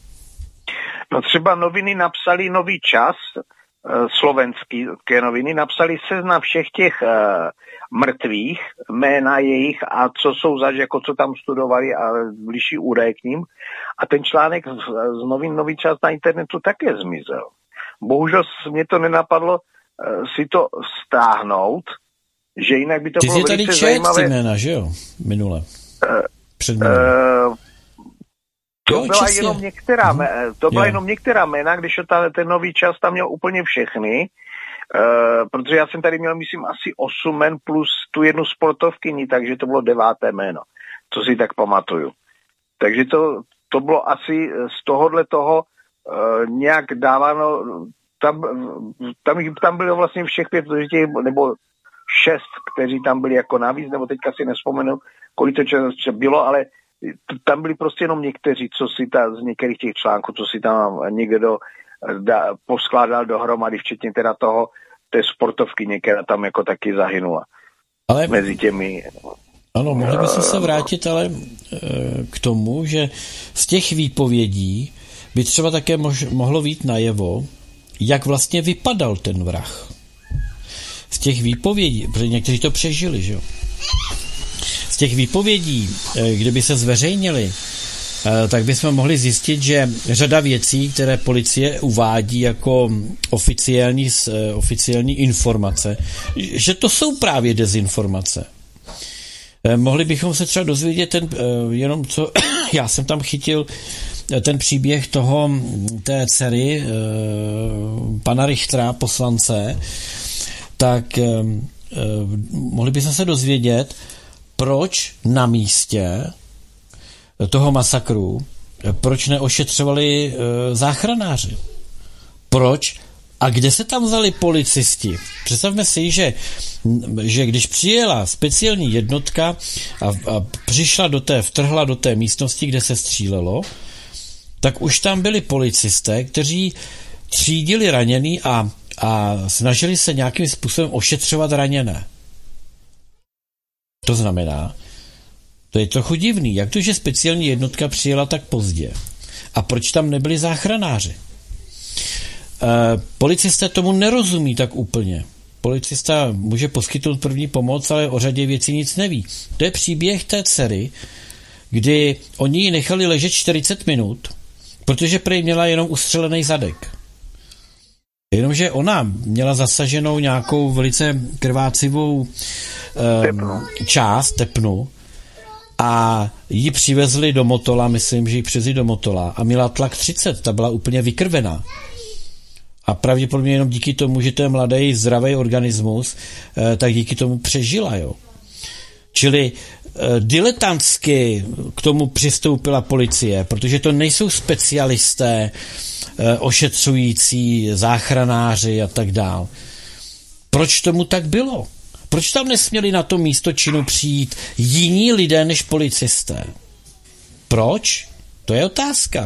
No třeba noviny napsali Nový čas, slovenský noviny, napsali seznam všech těch uh, mrtvých, jména jejich a co jsou zač, jako co tam studovali a blížší údaje k ním. A ten článek z, z novin Nový čas na internetu také zmizel. Bohužel mě to nenapadlo uh, si to stáhnout, že jinak by to ty bylo velice zajímavé. Ty jsi tady čet ty jména, že jo? Minule. Uh, Před uh, To jo, byla čistě. jenom některá, hmm. to byla jo. jenom některá jména, když ta, ten Nový čas tam měl úplně všechny, uh, protože já jsem tady měl, myslím, asi osm jmen plus tu jednu sportovkyni, takže to bylo deváté jméno, co si tak pamatuju. Takže to, to bylo asi z tohohle toho uh, nějak dáváno, tam, tam, tam bylo vlastně všech pět, těch, nebo šest, kteří tam byli jako navíc, nebo teďka si nespomenu, kolik to čas bylo, ale tam byli prostě jenom někteří, co si ta, z některých těch článků, co si tam někdo da, poskládal dohromady, včetně teda toho, té sportovky některá tam jako taky zahynula. Ale mezi těmi... Ano, mohli bychom se vrátit ale k tomu, že z těch výpovědí by třeba také mož, mohlo vít najevo, jak vlastně vypadal ten vrah. Z těch výpovědí, protože někteří to přežili, že jo? Z těch výpovědí, kdyby se zveřejnili, tak bychom mohli zjistit, že řada věcí, které policie uvádí jako oficiální, oficiální informace, že to jsou právě dezinformace. Mohli bychom se třeba dozvědět ten, jenom co, já jsem tam chytil ten příběh toho, té dcery pana Richtera, poslance, tak mohli bychom se dozvědět, proč na místě toho masakru, proč neošetřovali záchranáři. Proč a kde se tam vzali policisti? Představme si, že, že když přijela speciální jednotka a, a přišla do té, vtrhla do té místnosti, kde se střílelo, tak už tam byli policisté, kteří třídili raněný a, a snažili se nějakým způsobem ošetřovat raněné. To znamená, to je trochu divný, jak to, že speciální jednotka přijela tak pozdě a proč tam nebyli záchranáři? E, policisté tomu nerozumí tak úplně. Policista může poskytnout první pomoc, ale o řadě věcí nic neví. To je příběh té dcery, kdy oni ji nechali ležet čtyřicet minut, protože prý měla jenom ustřelený zadek. Jenomže ona měla zasaženou nějakou velice krvácivou e, část, tepnu, a ji přivezli do Motola, myslím, že ji přivezli do Motola a měla tlak třicet, ta byla úplně vykrvená. A pravděpodobně jenom díky tomu, že to je mladý, zdravý organismus, tak díky tomu přežila, jo. Čili diletantsky k tomu přistoupila policie, protože to nejsou specialisté, ošetřující, záchranáři a tak dál. Proč tomu tak bylo? Proč tam nesměli na to místo činu přijít jiní lidé než policisté? Proč? To je otázka.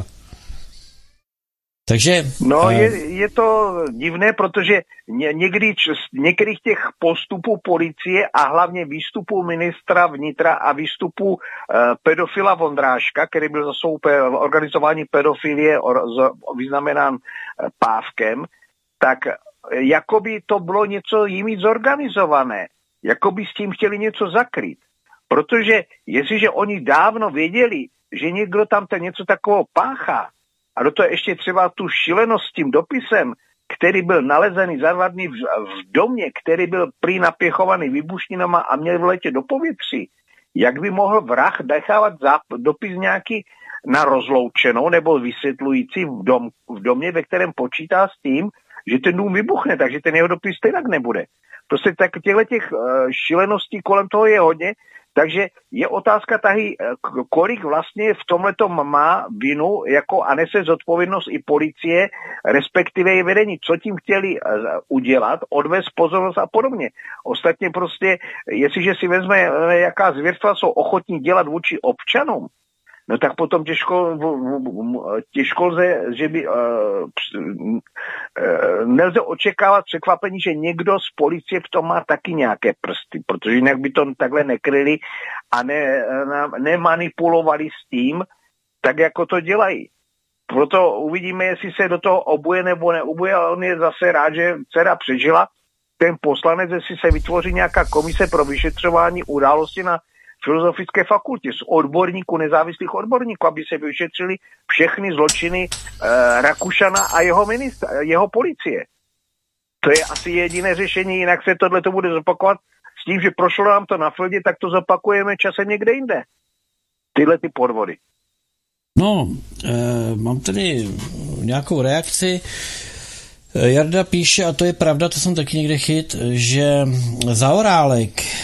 Takže... No, uh... je, je to divné, protože ně, někdy z některých těch postupů policie a hlavně výstupů ministra vnitra a výstupů uh, pedofila Vondráška, který byl za svou pe, organizování pedofilie or, z, vyznamenán uh, Pávkem, tak jakoby to bylo něco jimi zorganizované. Jakoby s tím chtěli něco zakrýt. Protože jestliže oni dávno věděli, že někdo tam ten něco takového páchá, a do toho ještě třeba tu šílenost s tím dopisem, který byl nalezený za dva dny v, v domě, který byl prý napěchovaný výbušninama a měl vletět do povětří, jak by mohl vrah nechávat záp- dopis nějaký na rozloučenou nebo vysvětlující v, dom, v domě, ve kterém počítá s tím, že ten dům vybuchne, takže ten jeho dopis stejnak nebude. Prostě tak těchto těch uh, šíleností kolem toho je hodně, takže je otázka tahy, kolik vlastně v tomhletom má vinu jako a nese zodpovědnost i policie, respektive je vedení, co tím chtěli udělat, odvést pozornost a podobně. Ostatně prostě, jestliže si vezme, jaká zvěrstva jsou ochotní dělat vůči občanům, no tak potom těžko, těžko lze, že by, uh, uh, nelze očekávat překvapení, že někdo z policie v tom má taky nějaké prsty, protože jinak by to takhle nekryli a ne, nemanipulovali s tím, tak jako to dělají. Proto uvidíme, jestli se do toho obuje nebo neubuje, ale on je zase rád, že dcera přežila. Ten poslanec, jestli se vytvoří nějaká komise pro vyšetřování události na Filozofické fakultě z odborníků, nezávislých odborníků, aby se vyšetřili všechny zločiny uh, Rakušana a jeho ministra, jeho policie. To je asi jediné řešení, jinak se tohle to bude zopakovat s tím, že prošlo nám to na Fildě, tak to zopakujeme časem někde jinde. Tyhle ty podvody. No, e, mám tady nějakou reakci. Jarda píše, a to je pravda, to jsem taky někde chyt, že Zaorálek e,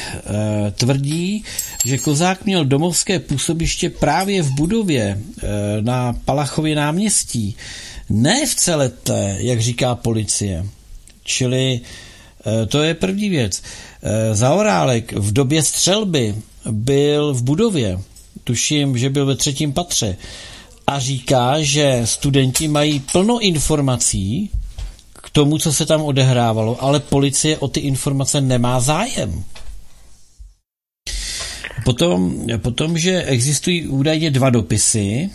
tvrdí, že Kozák měl domovské působiště právě v budově e, na Palachově náměstí. Ne v celé té, jak říká policie. Čili e, to je první věc. E, Zaorálek v době střelby byl v budově. Tuším, že byl ve třetím patře. A říká, že studenti mají plno informací k tomu, co se tam odehrávalo, ale policie o ty informace nemá zájem. Potom, potom že existují údajně dva dopisy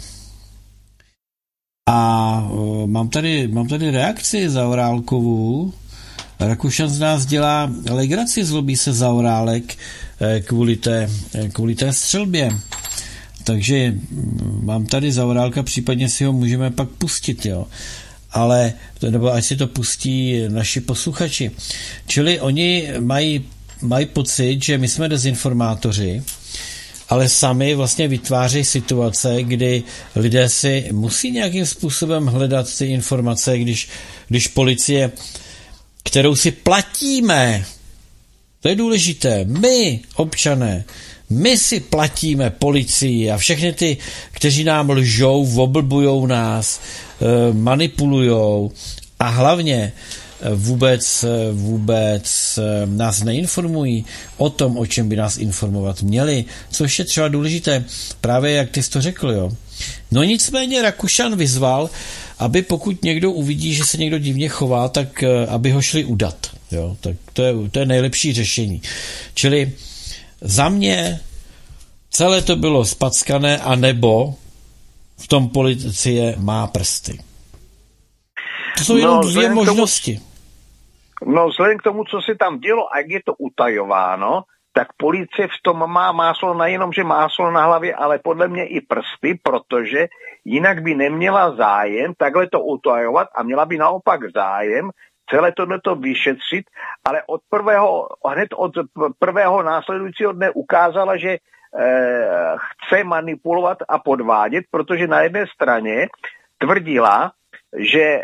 a mám tady, mám tady reakci Zaorálkovou. Rakušan z nás dělá legraci, zlobí se Zaorálek kvůli té, kvůli té střelbě. takže mám tady Zaorálka, případně si ho můžeme pak pustit, jo. Ale, nebo ať si to pustí naši posluchači. Čili oni mají, mají pocit, že my jsme dezinformátoři, ale sami vlastně vytvářejí situace, kdy lidé si musí nějakým způsobem hledat ty informace, když, když policie, kterou si platíme, to je důležité, my, občané, my si platíme policii a všechny ty, kteří nám lžou, oblbujou nás, manipulujou a hlavně vůbec, vůbec nás neinformují o tom, o čem by nás informovat měli, což je třeba důležité, právě jak ty jsi to řekl, jo. No nicméně Rakušan vyzval, aby pokud někdo uvidí, že se někdo divně chová, tak aby ho šli udat, jo. Tak to je, to je nejlepší řešení. Čili za mě celé to bylo spackané, anebo v tom policie má prsty. To jsou jenom no, dvě možnosti. Tomu, no vzhledem k tomu, co se tam dělo a jak je to utajováno, tak policie v tom má máslo, nejenom, že máslo na hlavě, ale podle mě i prsty, protože jinak by neměla zájem takhle to utajovat a měla by naopak zájem celé tohleto vyšetřit, ale od prvého, hned od prvého následujícího dne ukázala, že e, chce manipulovat a podvádět, protože na jedné straně tvrdila, že e,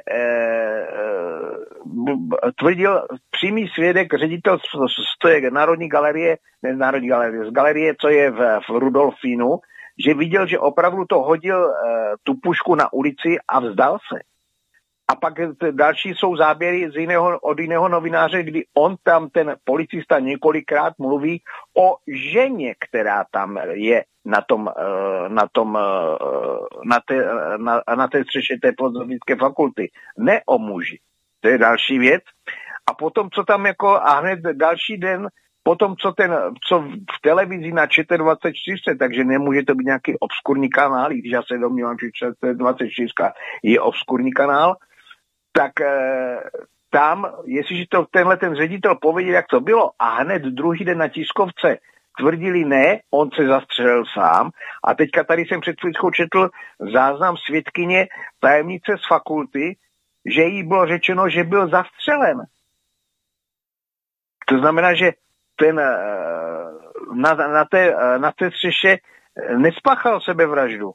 tvrdil přímý svědek ředitel z Národní galerie, ne z Národní galerie, z galerie, co je v, v Rudolfínu, že viděl, že opravdu to hodil e, tu pušku na ulici a vzdal se. A pak další jsou záběry z jiného, od jiného novináře, kdy on tam, ten policista, několikrát mluví o ženě, která tam je na tom, na tom, na té, na, na té střeše té filozofické fakulty. Ne o muži. To je další věc. A potom, co tam jako, a hned další den, potom, co ten, co v televizi na ČT dvacet čtyři, takže nemůže to být nějaký obskurní kanál, i když já se domnívám, že ČT dvacet čtyři je obskurní kanál, tak e, tam, jestliže to tenhle ten ředitel pověděl, jak to bylo, a hned druhý den na tiskovce tvrdili ne, on se zastřelil sám. A teďka tady jsem před chvíličkou četl záznam svědkyně tajemnice z fakulty, že jí bylo řečeno, že byl zastřelen. To znamená, že ten e, na, na, té, na té střeše nespáchal sebevraždu.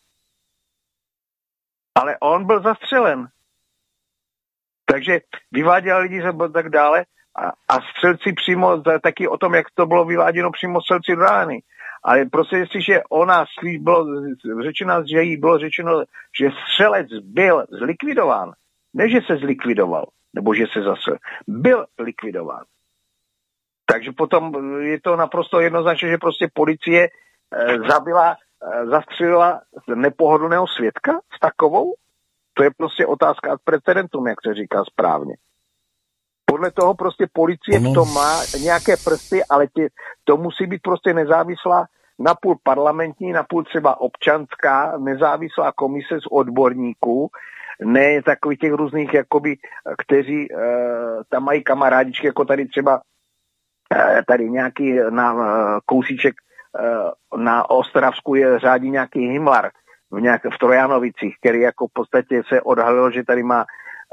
Ale on byl zastřelen. Takže vyváděl lidi a tak dále a, a střelci přímo, taky o tom, jak to bylo vyváděno přímo střelci do rány. Ale prostě jestliže ona bylo řečeno, že jí bylo řečeno, že střelec byl zlikvidován, ne, že se zlikvidoval, nebo že se zase byl likvidován. Takže potom je to naprosto jednoznačné, že prostě policie e, zabila, e, zastřelila nepohodlného svědka s takovou. To je prostě otázka ad precedentum, jak se říká správně. Podle toho prostě policie v tom má nějaké prsty, ale tě, to musí být prostě nezávislá, napůl parlamentní, napůl třeba občanská, nezávislá komise z odborníků, ne takových těch různých, jakoby, kteří e, tam mají kamarádičky, jako tady třeba e, tady nějaký na e, kousíček e, na Ostravsku je řádí nějaký Himmler, v, nějak, v Trojanovicích, který jako v podstatě se odhalil, že tady má,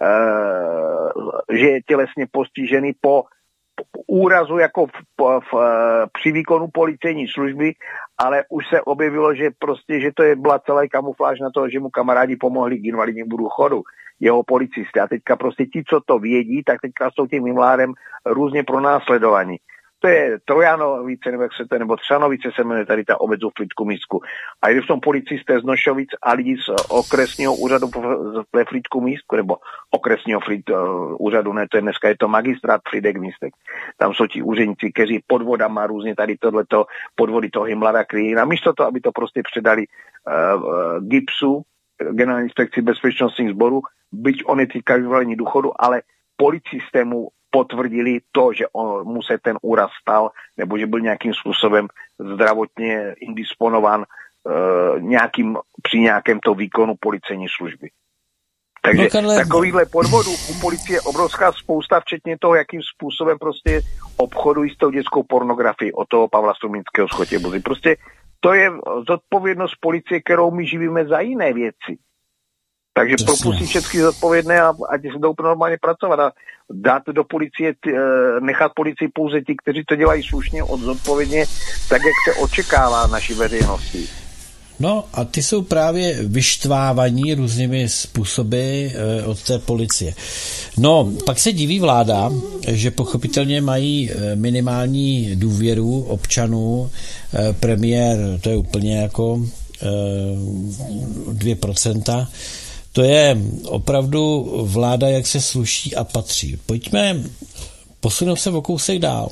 e, že je tělesně postižený po, po úrazu jako v, po, v, při výkonu policejní služby, ale už se objevilo, že prostě, že to je byla celá kamufláž na to, že mu kamarádi pomohli k invalidnímu důchodu, jeho policisty. A teďka prostě ti, co to vědí, tak teďka jsou tím Himmlerem různě pronásledovaní. To je Trojanovice, nebo jak se to, nebo Třanovice se jmenuje tady ta obec v Frýdku-Místku. A jde v tom policisté z Nošovic a lidi z okresního úřadu ve Frýdku-Místku, nebo okresního Frýd, uh, úřadu, ne, to je dneska je to magistrát Frýdek-Místek. Tam jsou ti úředníci, kteří podvodama různě tady tohleto podvody toho Himmlera kryjí. Namísto toho, aby to prostě předali uh, uh, GIBSu, Generální inspekci bezpečnostních sborů, byť on je týká vyvolení důchodu, ale policistému potvrdili to, že on, mu se ten úraz stal, nebo že byl nějakým způsobem zdravotně indisponován e, nějakým, při nějakém to výkonu policejní služby. Takže no, Karle, takovýhle podvodů u policie je obrovská spousta, včetně toho, jakým způsobem prostě obchodují s tou dětskou pornografií od toho Pavla Strumínského z Chotěbuzy. Prostě to je zodpovědnost policie, kterou my živíme za jiné věci. Takže propustí všechny zodpovědné a ať se jdou normálně pracovat a dát do policie, nechat policii pouze ti, kteří to dělají slušně, odzodpovědně, tak jak se očekává naší veřejnosti. No a ty jsou právě vyštvávaní různými způsoby e, od té policie. No, pak se diví vláda, že pochopitelně mají minimální důvěru občanů. E, premiér, to je úplně jako e, dvě procenta. To je opravdu vláda, jak se sluší a patří. Pojďme posunout se o kousek dál.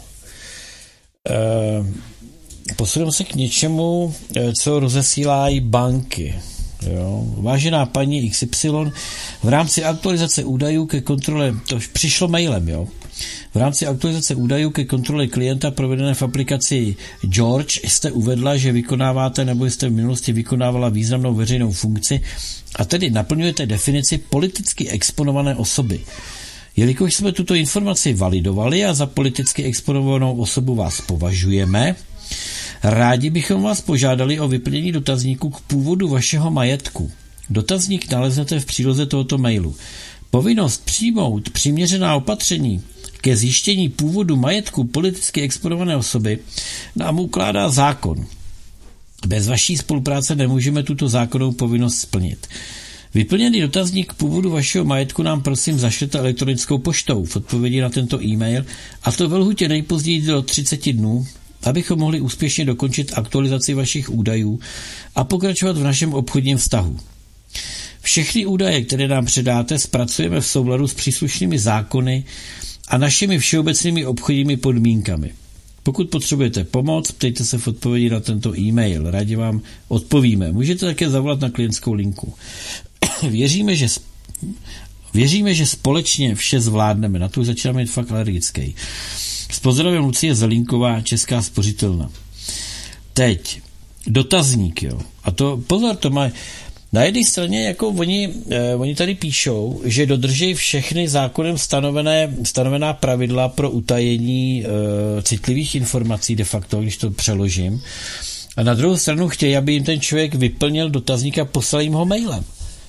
E, Posuneme se k něčemu, co rozesílají banky. Jo. Vážená paní X Y, v rámci aktualizace údajů ke kontrole, to už přišlo mailem, jo. V rámci aktualizace údajů ke kontrole klienta provedené v aplikaci George jste uvedla, že vykonáváte nebo jste v minulosti vykonávala významnou veřejnou funkci a tedy naplňujete definici politicky exponované osoby. Jelikož jsme tuto informaci validovali a za politicky exponovanou osobu vás považujeme, rádi bychom vás požádali o vyplnění dotazníku k původu vašeho majetku. Dotazník naleznete v příloze tohoto mailu. Povinnost přijmout přiměřená opatření ke zjištění původu majetku politicky exponované osoby nám ukládá zákon. Bez vaší spolupráce nemůžeme tuto zákonnou povinnost splnit. Vyplněný dotazník k původu vašeho majetku nám prosím zašlete elektronickou poštou v odpovědi na tento e-mail, a to ve lhůtě nejpozději do třicet dnů, abychom mohli úspěšně dokončit aktualizaci vašich údajů a pokračovat v našem obchodním vztahu. Všechny údaje, které nám předáte, zpracujeme v souladu s příslušnými zákony a našimi všeobecnými obchodními podmínkami. Pokud potřebujete pomoc, ptejte se v odpovědi na tento e-mail. Rádi vám odpovíme. Můžete také zavolat na klientskou linku. Věříme, že věříme, že společně vše zvládneme. Na to už začínáme být fakt alergický. S pozdravem Lucie Zelínková, Česká spořitelna. Teď dotazník, jo. A to, pozor, to má na jedné straně, jako oni, eh, oni tady píšou, že dodrží všechny zákonem stanovené, stanovená pravidla pro utajení eh, citlivých informací de facto, když to přeložím. A na druhou stranu chtějí, aby jim ten člověk vyplnil dotazník a poslal jim ho mailem.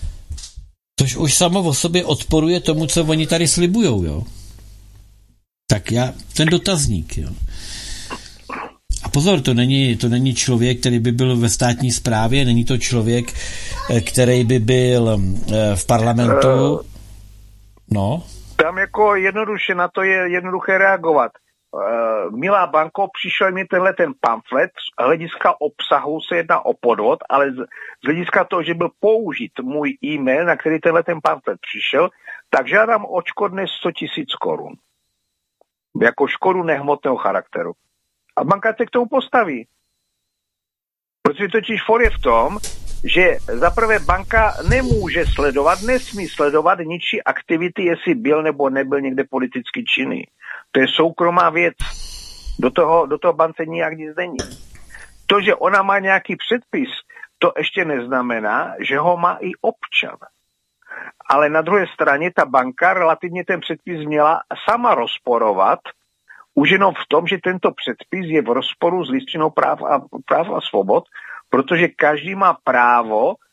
Což už samo o sobě odporuje tomu, co oni tady slibujou, jo. Tak já, ten dotazník, jo. A pozor, to není, to není člověk, který by byl ve státní správě, není to člověk, který by byl v parlamentu. No. Tam jako jednoduše na to je jednoduché reagovat. Milá banko, přišel mi tenhle ten pamflet, z hlediska obsahu se jedná o podvod, ale z, z hlediska toho, že byl použit můj e-mail, na který tenhle ten pamflet přišel, tak žádám odškodné sto tisíc korun. Jako škodu nehmotného charakteru. A banka se k tomu postaví. Protože totiž for je v tom, že zaprvé banka nemůže sledovat, nesmí sledovat ničí aktivity, jestli byl nebo nebyl někde politicky činný. To je soukromá věc. Do toho, do toho bance nijak nic není. To, že ona má nějaký předpis, to ještě neznamená, že ho má i občan. Ale na druhé straně ta banka relativně ten předpis měla sama rozporovat, už jenom v tom, že tento předpis je v rozporu s listinou práv a, práv a svobod, protože každý má právo uh,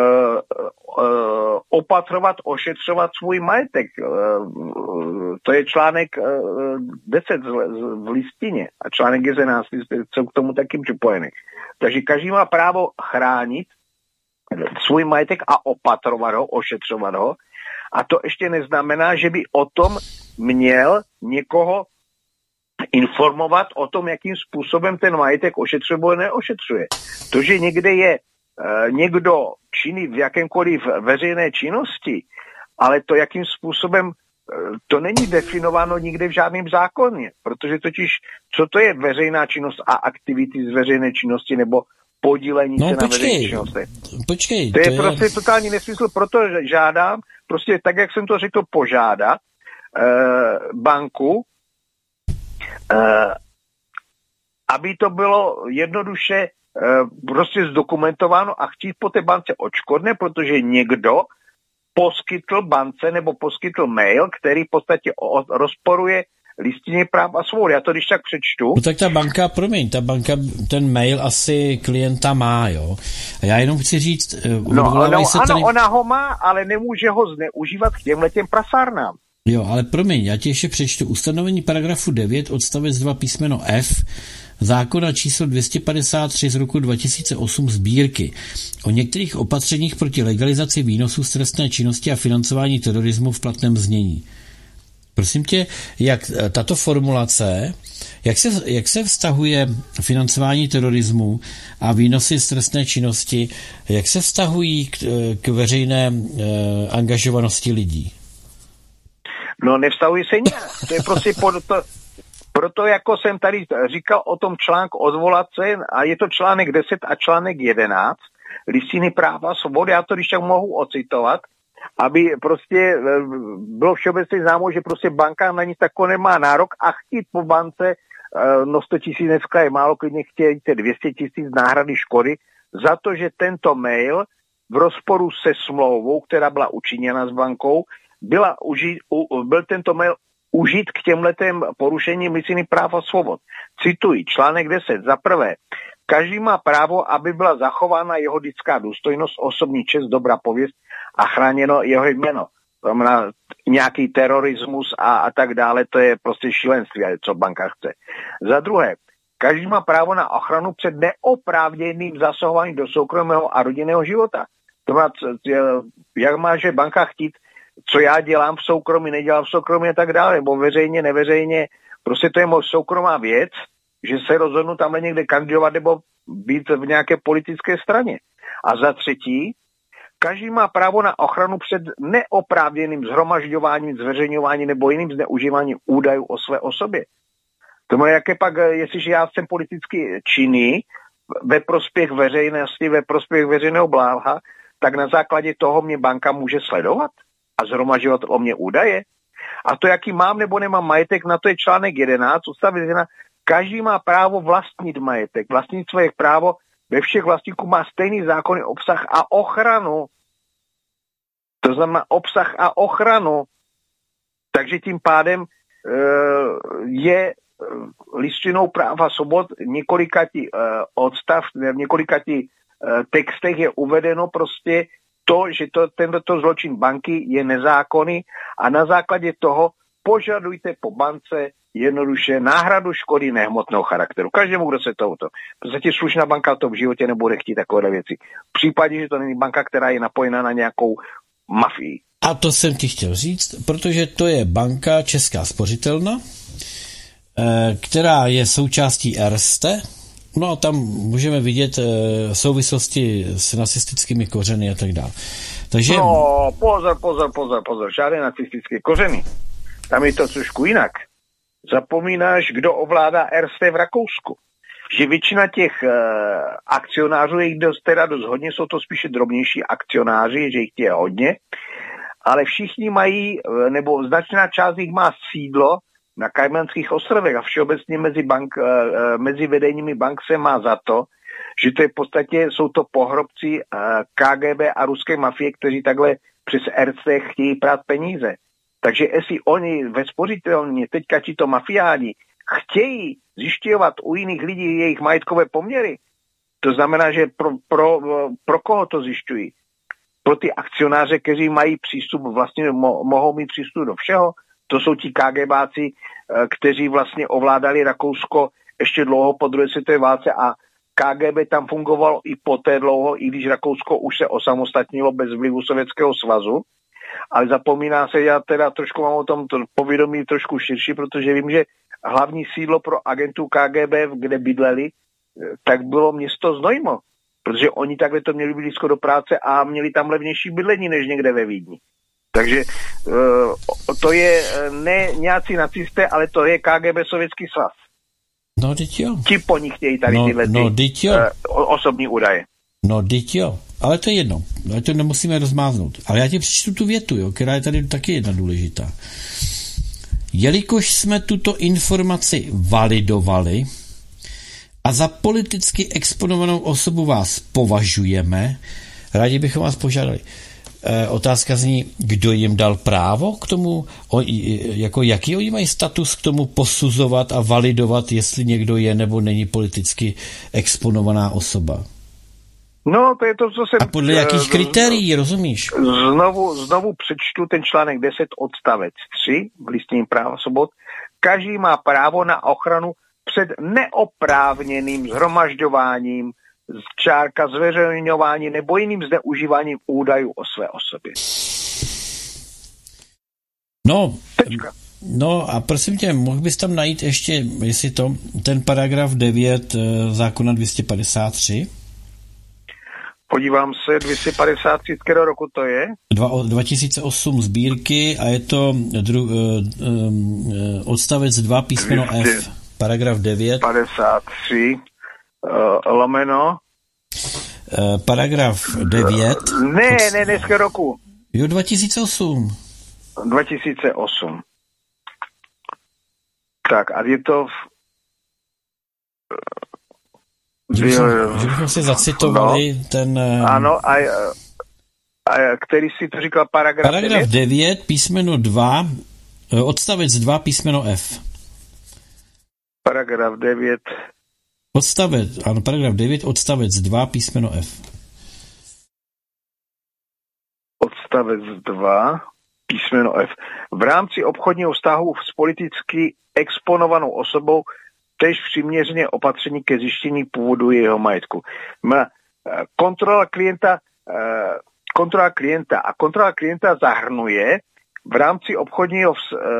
uh, opatrovat, ošetřovat svůj majetek. Uh, to je článek uh, deset v listině a článek jedenáct jsou k tomu taky připojený. Takže každý má právo chránit svůj majetek a opatrovat ho, ošetřovat ho. A to ještě neznamená, že by o tom měl někoho informovat o tom, jakým způsobem ten majetek ošetřuje nebo neošetřuje. To, že někde je e, někdo činný v jakémkoliv veřejné činnosti, ale to, jakým způsobem, e, to není definováno nikde v žádném zákoně, protože totiž, co to je veřejná činnost a aktivity z veřejné činnosti nebo podílení no, se počkej, na veřejné činnosti. Počkej, to je to prostě je... totální nesmysl, proto žádám, prostě tak, jak jsem to řekl, požádat e, banku, Uh, aby to bylo jednoduše uh, prostě zdokumentováno a chtít po té bance odškodné, protože někdo poskytl bance nebo poskytl mail, který v podstatě rozporuje listině práv a svobod. Já to když tak přečtu. No tak ta banka, promiň, ta banka, ten mail asi klienta má, jo. A já jenom chci říct, no, no se ano, tady... ona ho má, ale nemůže ho zneužívat k těmhletěm prasárnám. Jo, ale promiň, já ti ještě přečtu ustanovení paragrafu devět, odstavec dva písmeno F, zákona číslo dvě stě padesát tři z roku dva tisíce osm sbírky o některých opatřeních proti legalizaci výnosů z trestné činnosti a financování terorismu v platném znění. Prosím tě, jak tato formulace, jak se, jak se vztahuje financování terorismu a výnosy z trestné činnosti, jak se vztahují k, k veřejné eh, angažovanosti lidí? No nevztahují se nějak. To je prostě proto, proto, jako jsem tady říkal o tom článku odvolat se, a je to článek deset a článek jedenáct, listiny práva a svobody, já to když tak mohu ocitovat, aby prostě bylo všeobecně známo, že prostě banka na nic takové nemá nárok a chtít po bance, no sto tisíc dneska je málo, klidně chtějí dvě stě tisíc náhrady škody za to, že tento mail v rozporu se smlouvou, která byla učiněna s bankou, byla uži, u, byl tento mail užít k těmhletem porušením listiny práv a svobod. Cituji, článek deset. Za prvé, každý má právo, aby byla zachována jeho lidská důstojnost, osobní čest, dobrá pověst a chráněno jeho jméno. To znamená nějaký terorismus a, a tak dále, to je prostě šílenství, co banka chce. Za druhé, každý má právo na ochranu před neoprávněným zasahováním do soukromého a rodinného života. To má, jak má, že banka chtít, co já dělám v soukromí, nedělám v soukromí a tak dále, nebo veřejně, neveřejně, prostě to je moje soukromá věc, že se rozhodnu tamhle někde kandidovat nebo být v nějaké politické straně. A za třetí, každý má právo na ochranu před neoprávněným shromažďováním, zveřejňováním nebo jiným zneužíváním údajů o své osobě. To je jaké pak, jestliže já jsem politicky činný ve prospěch veřejnosti, ve prospěch veřejného bláha, tak na základě toho mě banka může sledovat a shromažďovat o mě údaje. A to, jaký mám nebo nemám majetek, na to je článek jedenáct, odstavec jedenáct. Každý má právo vlastnit majetek. Vlastnit své právo ve všech vlastníků má stejný zákonný obsah a ochranu. To znamená obsah a ochranu. Takže tím pádem e, je listinou práv a svobod několikati e, odstav, v několikati e, textech je uvedeno prostě to, že to, tento zločin banky je nezákonný a na základě toho požadujte po bance jednoduše náhradu škody nehmotného charakteru. Každému, kdo se tohoto. Prostě slušná banka to v životě nebude chtít takové věci. V případě, že to není banka, která je napojena na nějakou mafii. A to jsem ti chtěl říct, protože to je banka Česká spořitelna, která je součástí Erste. No a tam můžeme vidět souvislosti s nacistickými kořeny a tak dále. Takže... No, pozor, pozor, pozor, pozor. Žádné nacistické kořeny. Tam je to trošku jinak. Zapomínáš, kdo ovládá Erste v Rakousku. Že většina těch uh, akcionářů, jejich dost, teda dost hodně, jsou to spíše drobnější akcionáři, že jich je hodně, ale všichni mají, nebo značná část jich má sídlo na Kajmanských ostrovech a všeobecně mezi, bank, uh, mezi vedeními bank se má za to, že to je v podstatě, jsou to pohrobci uh, K G B a ruské mafie, kteří takhle přes Erste chtějí prát peníze. Takže jestli oni ve spořitelně, teďka či to mafiáni, chtějí zjišťovat u jiných lidí jejich majetkové poměry, to znamená, že pro, pro, pro koho to zjišťují? Pro ty akcionáře, kteří mají přístup, vlastně mo, mohou mít přístup do všeho, to jsou ti KGBáci, kteří vlastně ovládali Rakousko ještě dlouho po druhé světové válce a K G B tam fungovalo i poté dlouho, i když Rakousko už se osamostatnilo bez vlivu Sovětského svazu. Ale zapomíná se, já teda trošku mám o tom povědomí trošku širší, protože vím, že hlavní sídlo pro agentů K G B, kde bydleli, tak bylo město Znojmo, protože oni takhle to měli blízko do práce a měli tam levnější bydlení než někde ve Vídni. Takže to je ne nějací nacisté, ale to je K G B Sovětský svaz. No, teď jo. Ti po nich chtějí tady no, tyhle no, ty, uh, osobní údaje. No, teď jo. Ale to je jedno. Ale to nemusíme rozmáznout. Ale já ti přečtu tu větu, jo, která je tady taky jedna důležitá. Jelikož jsme tuto informaci validovali a za politicky exponovanou osobu vás považujeme, rádi bychom vás požádali. E, otázka zní, kdo jim dal právo k tomu, o, jako jaký oni mají status k tomu posuzovat a validovat, jestli někdo je nebo není politicky exponovaná osoba. No, to je to, co jsem... A podle jakých kritérií, rozumíš? Znovu, znovu přečtu ten článek deset odstavec tři v listině práv a svobod. Každý má právo na ochranu před neoprávněným shromažďováním, čárka zveřejňování nebo jiným zneužíváním údajů o své osobě. No, Tečka. no a prosím tě, mohl bys tam najít ještě, jestli to, ten paragraf devět zákona dvě stě padesát tři? Podívám se, dvě stě padesát tři, z kterého roku to je? dva tisíce osm sbírky a je to dru, uh, um, odstavec dva písmeno F, paragraf devět. padesát tři, uh, lomeno. Uh, paragraf devět. Ne, od... ne, dneska roku. Jo, dva tisíce osm. dva tisíce osm. Tak, a je to... V... Že bychom, že bychom si zacitovali no, ten... Ano, a, a který si to říkal paragraf Paragraf devět, devět písmeno dva, odstavec dva, písmeno F. Paragraf devět. Odstavec, ano, paragraf devět, odstavec dva, písmeno F. Odstavec dva, písmeno F. V rámci obchodního vztahu s politicky exponovanou osobou tež přiměřeně opatření ke zjištění původu jeho majetku. Kontrola klienta, kontrola klienta a kontrola klienta zahrnuje v rámci obchodního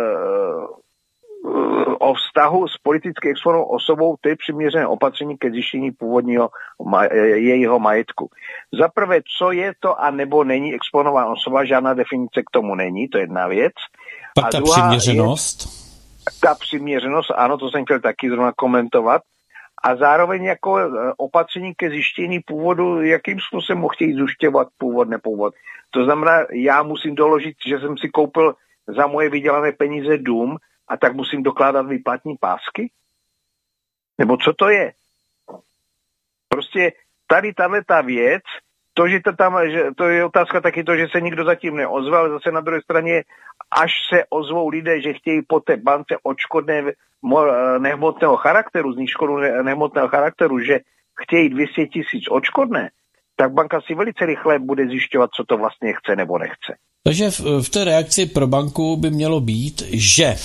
o vztahu s politicky exponovanou osobou tež přiměřené opatření ke zjištění původního jejího majetku. Za prvé, co je to a nebo není exponovaná osoba, žádná definice k tomu není, to je jedna věc. Pak a ta přiměřenost? Je, ta přiměřenost, ano, to jsem chtěl taky zrovna komentovat. A zároveň jako opatření ke zjištění původu, jakým způsobem mu chtějí zjišťovat původ, nepůvod. To znamená, já musím doložit, že jsem si koupil za moje vydělané peníze dům a tak musím dokládat výplatní pásky? Nebo co to je? Prostě tady tato věc, to, že to tam, že to je otázka taky to, že se nikdo zatím neozval, ale zase na druhé straně, až se ozvou lidé, že chtějí po té bance odškodné nehmotného charakteru, z nich škodu nehmotného charakteru, že chtějí dvě stě tisíc odškodné, tak banka si velice rychle bude zjišťovat, co to vlastně chce nebo nechce. Takže v, v té reakci pro banku by mělo být, že e,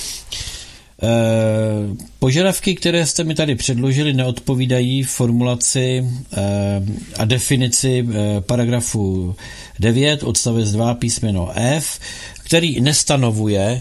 požadavky, které jste mi tady předložili, neodpovídají formulaci e, a definici e, paragrafu devět, odstavec dva, písmeno F, který nestanovuje e,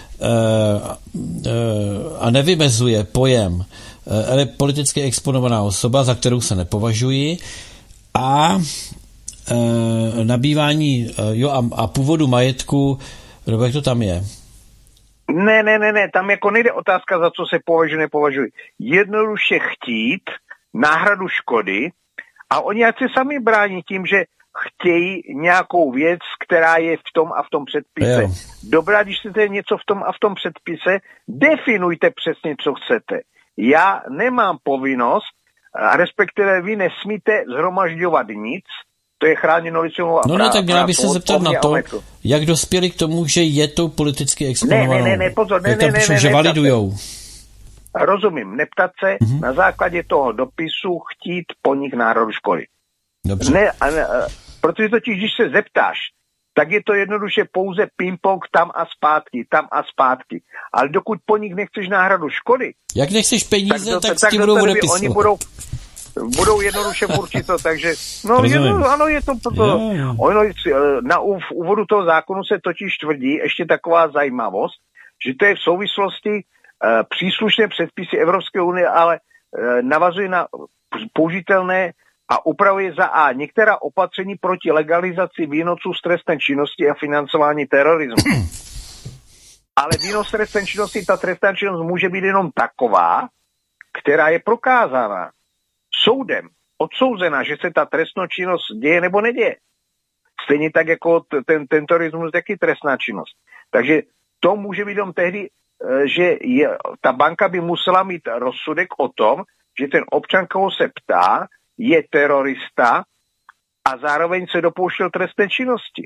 e, a nevymezuje pojem e, politicky exponovaná osoba, za kterou se nepovažuji, a e, nabývání jo, a, a původu majetku, nebo jak to tam je? Ne, ne, ne, ne, tam jako nejde otázka, za co se považuji, nepovažuji. Jednoduše chtít náhradu škody a oni ať se sami brání tím, že chtějí nějakou věc, která je v tom a v tom předpise. Jo. Dobrá, když chcete něco v tom a v tom předpise, definujte přesně, co chcete. Já nemám povinnost, a respektive vy nesmíte zhromažďovat nic, to je chráněno licenou a No ne, tak měla by se zeptat na to, jak dospěli k tomu, že je to politicky exponovanou. Ne, ne, ne, pozor, ne, jak tam ne, píšou, ne, že ne, validujou. Rozumím, neptat se, mm-hmm. na základě toho dopisu chtít po nich náhradu škody. Dobře. Ne, a ne, protože totiž, když se zeptáš, tak je to jednoduše pouze ping-pong tam a zpátky, tam a zpátky. Ale dokud po nich nechceš náhradu škody... Jak nechceš peníze, tak, tak, tak s tím budou odepisovat. Oni budou, budou jednoduše určit to, takže... No, je to, ano, je to... to, to ono, na v úvodu toho zákonu se totiž tvrdí ještě taková zajímavost, že to je v souvislosti uh, příslušné předpisy Evropské unie, ale uh, navazuje na použitelné a upravuje za A některá opatření proti legalizaci výnosů z trestné činnosti a financování terorismu. Ale výnos trestné činnosti, ta trestná činnost může být jenom taková, která je prokázána soudem, odsouzená, že se ta trestná činnost děje nebo neděje. Stejně tak jako ten, ten terorismus, taky trestná činnost. Takže to může být jenom tehdy, že je, ta banka by musela mít rozsudek o tom, že ten občan, koho se ptá, je terorista a zároveň se dopouštěl trestné činnosti,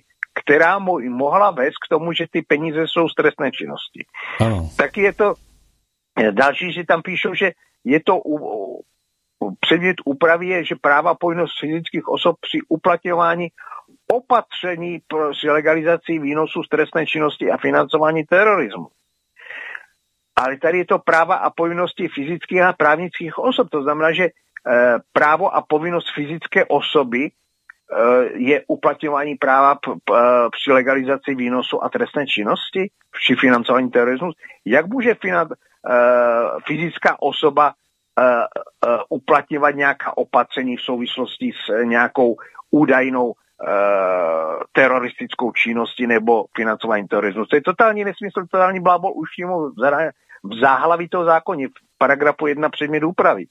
která mo- mohla vést k tomu, že ty peníze jsou z trestné činnosti. Ano. Taky je to, další, že tam píšou, že je to u, u, předmět úpravy je, že práva povinnost fyzických osob při uplatňování opatření pro legalizaci výnosu z trestné činnosti a financování terorismu. Ale tady je to práva a povinnosti fyzických a právnických osob. To znamená, že e, právo a povinnost fyzické osoby e, je uplatňování práva p, p, při legalizaci výnosu a trestné činnosti, při financování terorismu. Jak může finan, e, fyzická osoba e, e, uplatňovat nějaká opatření v souvislosti s nějakou údajnou teroristickou činností nebo financování terorismu. To je totální nesmysl, totální blábol už v záhlaví toho zákoně, v paragrafu jedna předmět úpravy.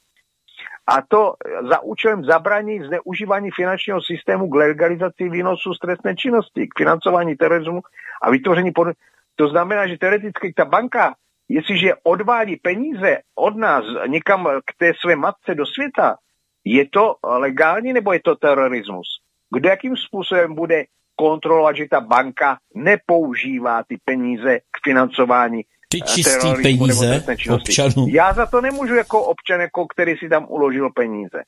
A to za účelem zabrání zneužívání finančního systému k legalizaci výnosu z trestné činnosti, k financování terorismu a vytvoření pod... To znamená, že teoreticky ta banka, jestliže odvádí peníze od nás někam k té své matce do světa, je to legální nebo je to terorismus? Kdo jakým způsobem bude kontrolovat, že ta banka nepoužívá ty peníze k financování ty čistý peníze občanů? Já za to nemůžu jako občan, jako který si tam uložil peníze.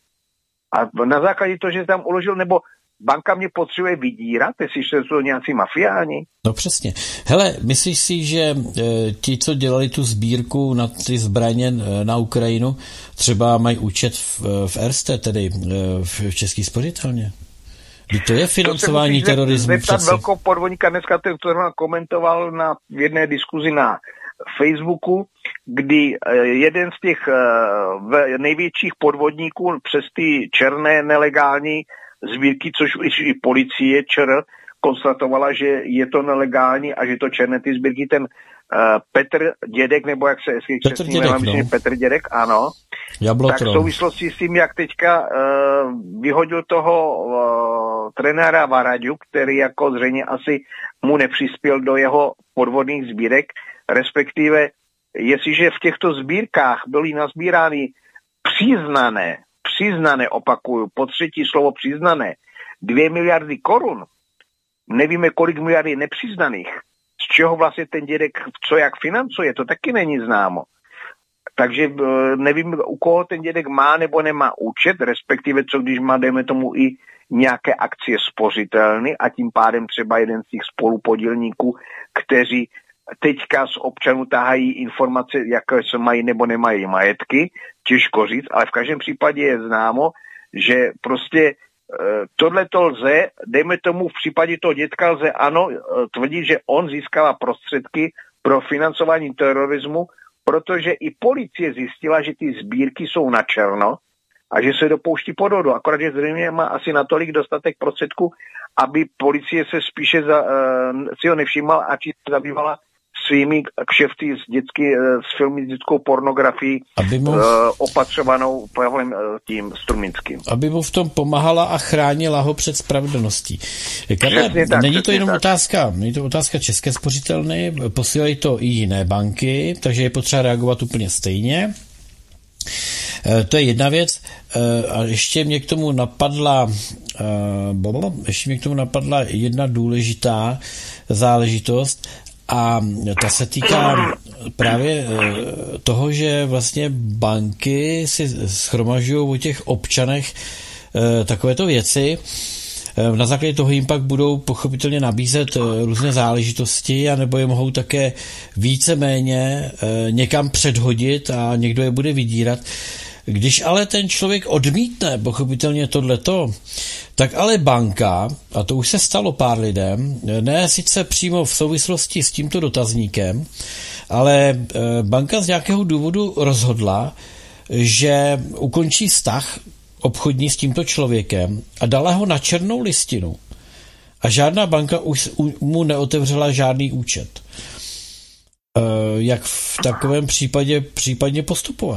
A na základě toho, že tam uložil, nebo banka mě potřebuje vydírat, jestli jsou nějací mafiáni? No přesně. Hele, myslíš si, že e, ti, co dělali tu sbírku na ty zbraně e, na Ukrajinu, třeba mají účet v, v Erste, tedy e, v České spořitelně? To je financování to terorismu. Zeptat velkou podvodníka, dneska to komentoval na v jedné diskuzi na Facebooku, kdy jeden z těch největších podvodníků přes ty černé nelegální sbírky, což už i policie ČR konstatovala, že je to nelegální a že to černé ty sbírky, ten Petr Dědek, nebo jak se Petr Dědek, no. myslím, Petr Dědek, ano. Jablotron. Tak v souvislosti s tím, jak teďka uh, vyhodil toho uh, trenéra Varaďu, který jako zřejmě asi mu nepřispěl do jeho podvodných sbírek, respektive jestliže v těchto sbírkách byly nazbírány přiznané, přiznané, opakuju, po třetí slovo přiznané, dvě miliardy korun, nevíme, kolik miliard je nepřiznaných, z čeho vlastně ten Dědek co jak financuje, to taky není známo. Takže nevím, u koho ten Dědek má nebo nemá účet, respektive co když má, dejme tomu, i nějaké akcie spořitelny a tím pádem třeba jeden z těch spolupodílníků, kteří teďka z občanů tahají informace, jaké se mají nebo nemají majetky, těžko říct, ale v každém případě je známo, že prostě tohle to lze, dejme tomu v případě toho Dědka lze ano tvrdit, že on získává prostředky pro financování terorismu, protože i policie zjistila, že ty sbírky jsou na černo a že se dopouští podvodu. Akorát, že zřejmě má asi natolik dostatek prostředků, aby policie se spíše za, uh, si ho nevšímala a či zabývala svými kšefty z, dětsky, z filmy s dětskou pornografií mu, uh, opatřovanou Pavlem uh, tím Strumínským. Aby mu v tom pomáhala a chránila ho před spravedlností. Karle, tak, není to jenom tak. otázka, není to otázka České spořitelny, posílají to i jiné banky, takže je potřeba reagovat úplně stejně. To je jedna věc. A ještě mě k tomu napadla ještě mě k tomu napadla jedna důležitá záležitost a ta se týká právě toho, že vlastně banky si shromažují o těch občanech takovéto věci. Na základě toho jim pak budou pochopitelně nabízet různé záležitosti, anebo je mohou také víceméně někam předhodit a někdo je bude vydírat. Když ale ten člověk odmítne pochopitelně tohleto, tak ale banka, a to už se stalo pár lidem, ne sice přímo v souvislosti s tímto dotazníkem, ale banka z nějakého důvodu rozhodla, že ukončí vztah obchodní s tímto člověkem a dala ho na černou listinu. A žádná banka už mu neotevřela žádný účet. Jak v takovém případě případně postupovat?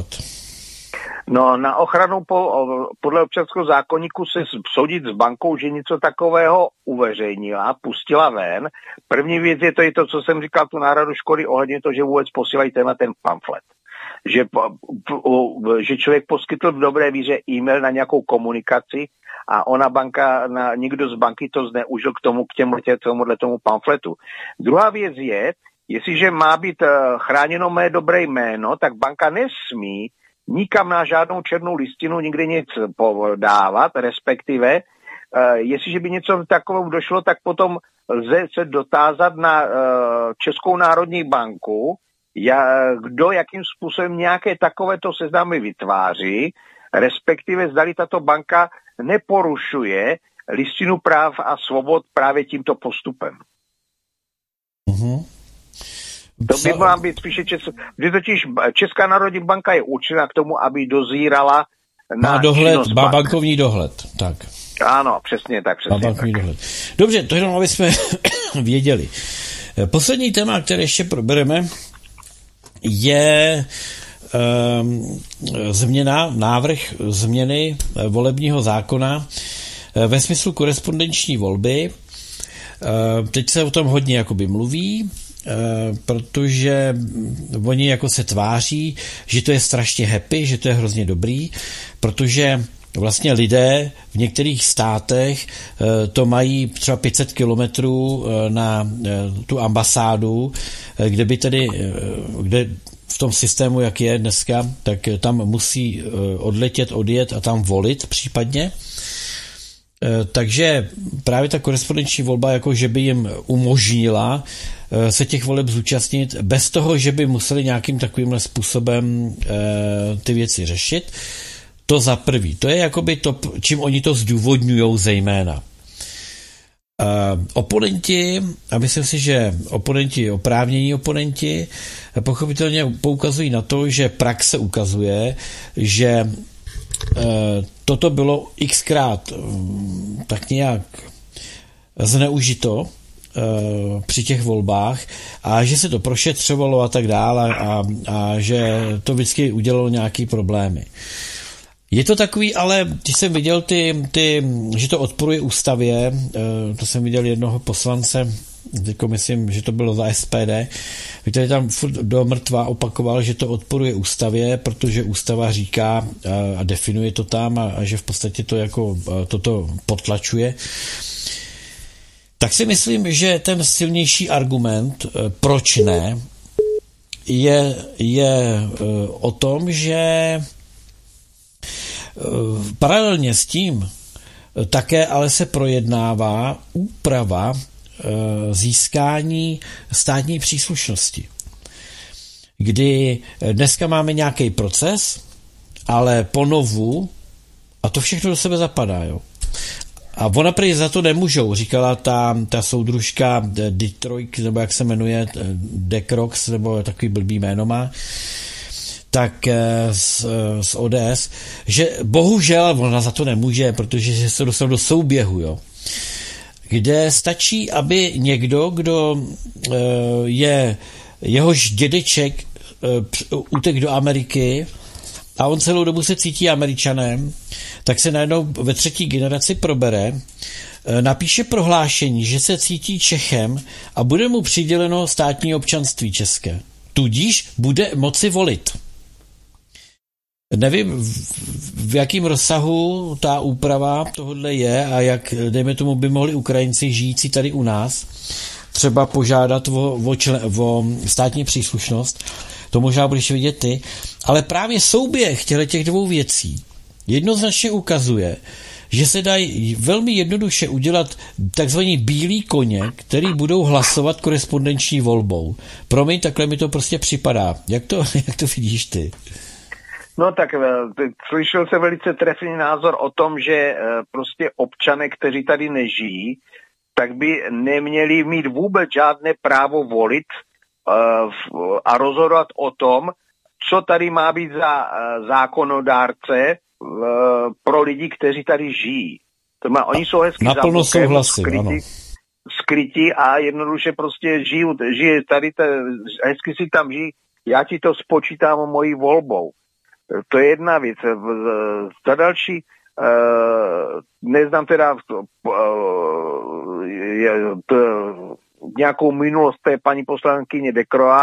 No, na ochranu po, podle občanského zákoníku se soudit s bankou, že něco takového uveřejnila, pustila ven. První věc je to, je to, co jsem říkal tu náhradu škody ohledně toho, že vůbec posílají tenhle ten pamflet. že, že člověk poskytl v dobré víře e-mail na nějakou komunikaci a ona banka, na, někdo z banky to zneužil k tomu, k těmhle, tomuhle tomu pamfletu. Druhá věc je, jestliže má být chráněno mé dobré jméno, tak banka nesmí nikam na žádnou černou listinu nikde nic podávat, respektive jestliže by něco takového došlo, tak potom lze se dotázat na Českou národní banku, kdo jakým způsobem nějaké takovéto seznamy vytváří, respektive zdali tato banka neporušuje listinu práv a svobod právě tímto postupem. Mm-hmm. To by má být spíše Česká, že totiž Česká národní banka je určena k tomu, aby dozírala na má dohled, činnost má bank. bankovní dohled, tak. Ano, přesně tak, přesně má bankovní tak. dohled. Dobře, to jenom, aby jsme věděli. Poslední téma, které ještě probereme, je um, změna, návrh změny volebního zákona ve smyslu korespondenční volby. Uh, teď se o tom hodně jakoby mluví, Uh, protože oni jako se tváří, že to je strašně happy, že to je hrozně dobrý, protože vlastně lidé v některých státech uh, to mají třeba pět set kilometrů uh, na uh, tu ambasádu, uh, kde by tedy, uh, kde v tom systému, jak je dneska, tak tam musí uh, odletět, odjet a tam volit případně. Takže právě ta korespondenční volba, jako že by jim umožnila se těch voleb zúčastnit bez toho, že by museli nějakým takovýmhle způsobem ty věci řešit. To za prvý. To je jakoby to, čím oni to zdůvodňujou zejména. Oponenti, a myslím si, že oponenti, oprávnění oponenti, pochopitelně poukazují na to, že praxe ukazuje, že toto bylo xkrát tak nějak zneužito při těch volbách a že se to prošetřovalo a tak dále a, a že to vždycky udělalo nějaký problémy. Je to takový, ale když jsem viděl ty, ty, že to odporuje ústavě, to jsem viděl jednoho poslance, teďko myslím, že to bylo za S P D, který tam furt do mrtva opakoval, že to odporuje ústavě, protože ústava říká a definuje to tam a, a že v podstatě to jako toto potlačuje. Tak si myslím, že ten silnější argument, proč ne, je, je o tom, že paralelně s tím také ale se projednává úprava získání státní příslušnosti, kdy dneska máme nějaký proces, ale ponovu, a to všechno do sebe zapadá, jo. A ona prý za to nemůžou, říkala ta, ta soudružka Detroit, nebo jak se jmenuje, Decrox, nebo takový blbý jméno má, tak z, z O D S, že bohužel ona za to nemůže, protože se dostal do souběhu, jo. Kde stačí, aby někdo, kdo je jehož dědeček utek do Ameriky a on celou dobu se cítí Američanem, tak se najednou ve třetí generaci probere, napíše prohlášení, že se cítí Čechem a bude mu přiděleno státní občanství české. Tudíž bude moci volit. Nevím, v jakém rozsahu ta úprava tohodle je a jak, dejme tomu, by mohli Ukrajinci žijící tady u nás třeba požádat o, o, člen, o státní příslušnost. To možná budeš vidět ty. Ale právě souběh těch dvou věcí jednoznačně ukazuje, že se dají velmi jednoduše udělat takzvaní bílí koně, který budou hlasovat korespondenční volbou. Promiň, takhle mi to prostě připadá. Jak to, jak to vidíš ty? No tak slyšel jsem velice trefný názor o tom, že prostě občané, kteří tady nežijí, tak by neměli mít vůbec žádné právo volit a rozhodovat o tom, co tady má být za zákonodárce pro lidi, kteří tady žijí. To má, oni jsou hezky naplno souhlasím, skryti, skryti a jednoduše prostě žijou, žije tady, te, hezky si tam žijí, já ti to spočítám mojí volbou. To je jedna věc. Za další, neznám teda nějakou minulost té paní poslankyně Dekroa,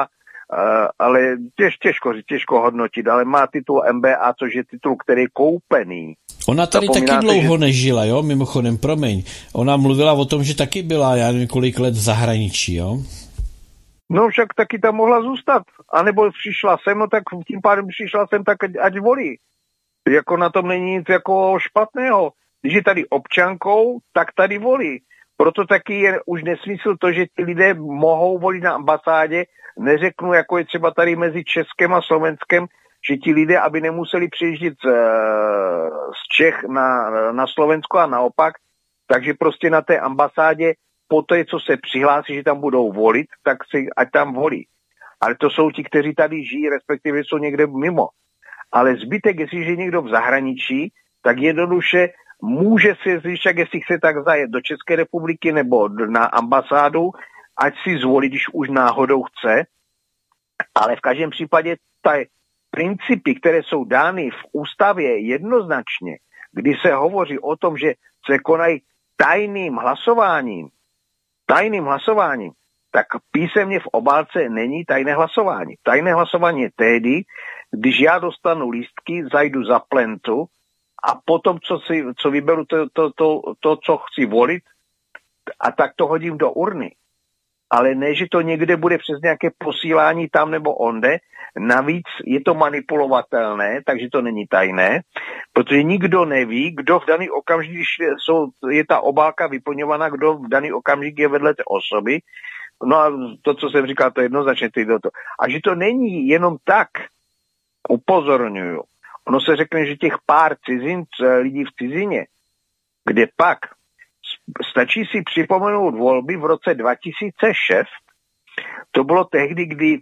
ale těž, těžko, těžko hodnotit, ale má titul M B A, což je titul, který je koupený. Ona tady taky dlouho že... nežila, jo, mimochodem, promiň. Ona mluvila o tom, že taky byla, já nevím, kolik let v zahraničí, jo? No však taky tam mohla zůstat. A nebo přišla sem, no tak tím pádem přišla sem, tak ať volí. Jako na tom není nic jako špatného. Když je tady občankou, tak tady volí. Proto taky je už nesmysl to, že ti lidé mohou volit na ambasádě. Neřeknu, jako je třeba tady mezi Českem a Slovenskem, že ti lidé, aby nemuseli přijíždět z, z Čech na, na Slovensko a naopak, takže prostě na té ambasádě po té, co se přihlásí, že tam budou volit, tak si ať tam volí. Ale to jsou ti, kteří tady žijí, respektive jsou někde mimo. Ale zbytek, jestliže je někdo v zahraničí, tak jednoduše může si zjišťat, jestli chce tak zajet do České republiky nebo na ambasádu, ať si zvolí, když už náhodou chce. Ale v každém případě ty principy, které jsou dány v ústavě jednoznačně, kdy se hovoří o tom, že se konají tajným hlasováním, tajným hlasováním, tak písemně v obálce není tajné hlasování. Tajné hlasování je tehdy, když já dostanu lístky, zajdu za plentu a potom, co, si, co vyberu to, to, to, to, co chci volit, a tak to hodím do urny. Ale ne, že to někde bude přes nějaké posílání tam nebo onde. Navíc je to manipulovatelné, takže to není tajné, protože nikdo neví, kdo v daný okamžik, když jsou, je ta obálka vyplňovaná, kdo v daný okamžik je vedle té osoby. No a to, co jsem říkal, to je jednoznačně to. A že to není jenom tak, upozorňuju. Ono se řekne, že těch pár cizinců, lidí v cizině, kde pak stačí si připomenout volby v roce dva tisíce šest. To bylo tehdy, kdy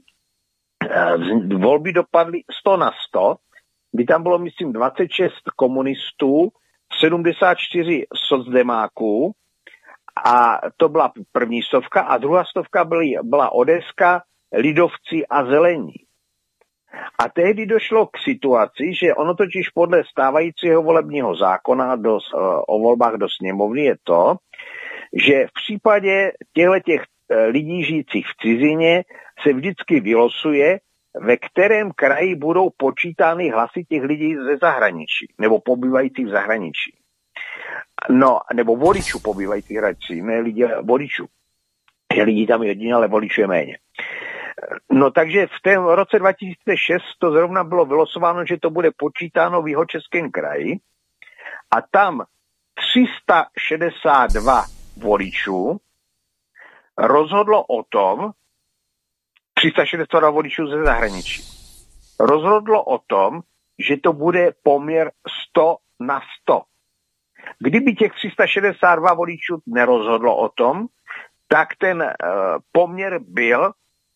volby dopadly sto na sto, kdy tam bylo, myslím, dvacet šest komunistů, sedmdesát čtyři socdemáků a to byla první stovka a druhá stovka byly, byla Odeska, lidovci a zelení. A tehdy došlo k situaci, že ono totiž podle stávajícího volebního zákona do, o volbách do sněmovny je to, že v případě těchto lidí žijících v cizině se vždycky vylosuje, ve kterém kraji budou počítány hlasy těch lidí ze zahraničí, nebo pobývajících v zahraničí. No, nebo voličů pobývajících v zahraničí, ne lidí, voličů. Je lidí tam jedině, ale voličů je méně. No takže v tom roce dva tisíce šest to zrovna bylo vylosováno, že to bude počítáno v Jihočeském kraji a tam tři sta šedesát dva voličů rozhodlo o tom, tři sta šedesát dva voličů ze zahraničí, rozhodlo o tom, že to bude poměr sto na sto. Kdyby těch tři sta šedesát dva voličů nerozhodlo o tom, tak ten uh, poměr byl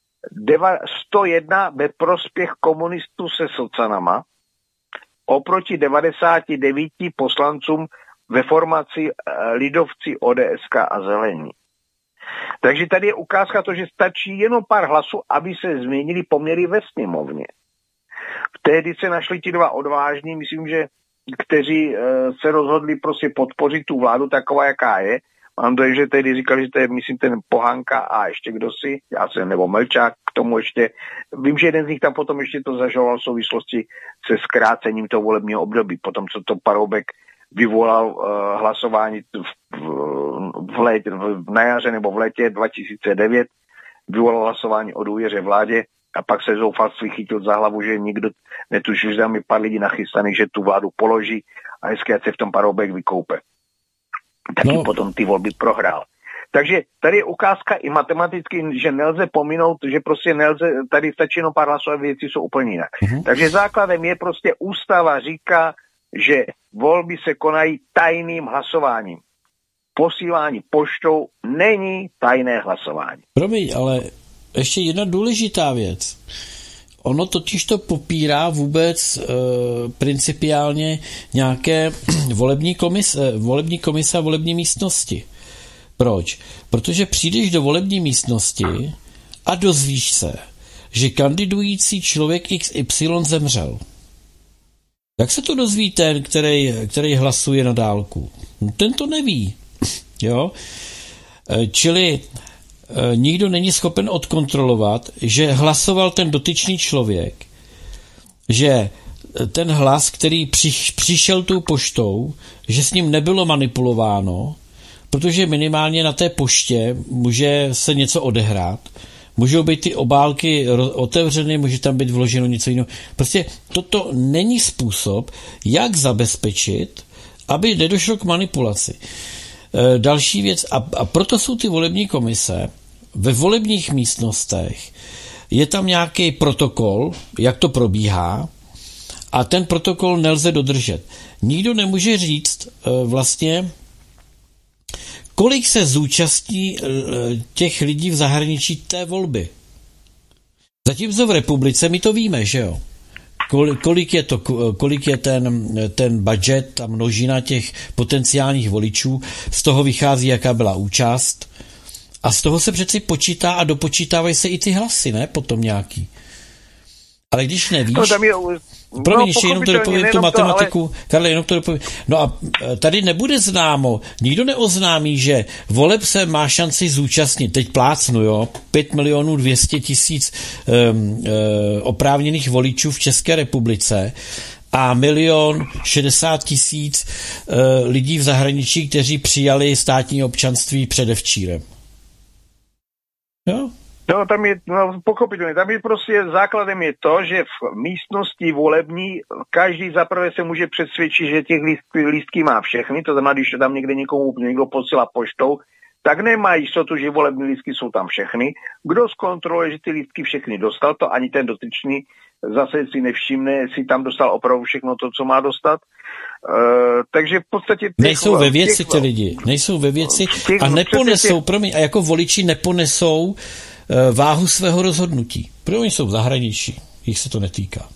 sto jedna ve prospěch komunistů se socanama oproti devadesáti devíti poslancům ve formaci lidovci, O D S K a zelení. Takže tady je ukázka to, že stačí jenom pár hlasů, aby se změnily poměry ve sněmovně. Tehdy se našli ti dva odvážní, myslím, že kteří se rozhodli prostě podpořit tu vládu taková, jaká je. Mám dojem, že tehdy říkali, že to je, myslím, ten Pohanka a ještě kdo si, já jsem, nebo Melčák k tomu ještě. Vím, že jeden z nich tam potom ještě to zažaloval v souvislosti se zkrácením toho volebního období. Potom, co to Paroubek vyvolal uh, hlasování v, v, v létě, v, na jaře nebo v létě dva tisíce devět, vyvolal hlasování o důvěře vládě a pak se zoufalství chytil za hlavu, že nikdo netušil, že tam je pár lidí nachystaných, že tu vládu položí a hezky, ať se v tom Paroubek vykoupe. Taky no. Potom ty volby prohrál. Takže tady je ukázka i matematicky, že nelze pominout, že prostě nelze, tady stačí jenom pár hlasů a věci jsou úplně jinak. Mm-hmm. Takže základem je prostě ústava říká, že volby se konají tajným hlasováním. Posílání poštou není tajné hlasování. Promiň, ale ještě jedna důležitá věc. Ono totiž to popírá vůbec e, principiálně nějaké volební komise, volební komise a volební místnosti. Proč? Protože přijdeš do volební místnosti a dozvíš se, že kandidující člověk X Y zemřel. Jak se to dozví ten, který, který hlasuje na dálku? Ten to neví. Jo? E, čili nikdo není schopen odkontrolovat, že hlasoval ten dotyčný člověk, že ten hlas, který přišel tou poštou, že s ním nebylo manipulováno, protože minimálně na té poště může se něco odehrát, můžou být ty obálky otevřeny, může tam být vloženo něco jiného. Prostě toto není způsob, jak zabezpečit, aby nedošlo k manipulaci. E, další věc, a, a proto jsou ty volební komise ve volebních místnostech, je tam nějaký protokol, jak to probíhá, a ten protokol nelze dodržet. Nikdo nemůže říct e, vlastně, kolik se zúčastní těch lidí v zahraničí té volby. Zatímco v republice my to víme, že jo? Kolik, kolik je to, kolik je ten, ten budget, ta množina těch potenciálních voličů, z toho vychází, jaká byla účast a z toho se přeci počítá a dopočítávají se i ty hlasy, ne? Potom nějaký. Ale když nevíš... No, tam je... Promiň, no, ještě jenom to dopovím tu matematiku. To, ale... Karle, jenom to dopovím. No a tady nebude známo, nikdo neoznámí, že voleb se má šanci zúčastnit. Teď plácnu, jo, pět milionů dvě stě tisíc um, um, oprávněných voličů v České republice a milion šedesát tisíc uh, lidí v zahraničí, kteří přijali státní občanství předevčírem. Jo? No, tam je, no, pochopitelně, tam je prostě základem je to, že v místnosti volební každý zaprvé se může přesvědčit, že těch lístky, lístky má všechny, to znamená, když to tam někde někomu někdo posílá poštou, tak nemá jistotu, že volební lístky jsou tam všechny. Kdo zkontroluje, že ty lístky všechny dostal, to ani ten dotyčný zase si nevšimne, jestli tam dostal opravdu všechno to, co má dostat. Uh, takže v podstatě... Těch, nejsou ve věci těch, ty lidi, nejsou ve věci těch, a neponesou, těch, promiň, a jako voliči neponesou váhu svého rozhodnutí. Protože oni jsou v zahraničí, jich se to netýká.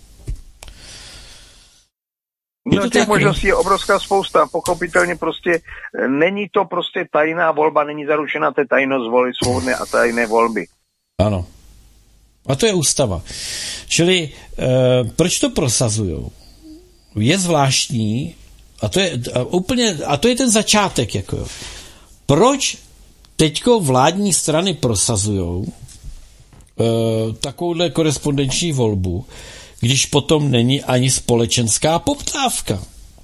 Je no těch možností je obrovská spousta. Pochopitelně prostě není to prostě tajná volba, není zaručena té tajnost volby, svobodné a tajné volby. Ano. A to je ústava. Čili e, proč to prosazujou? Je zvláštní a to je a úplně, a to je ten začátek, jako jo. Proč teďko vládní strany prosazujou e, takovouhle korespondenční volbu, když potom není ani společenská poptávka.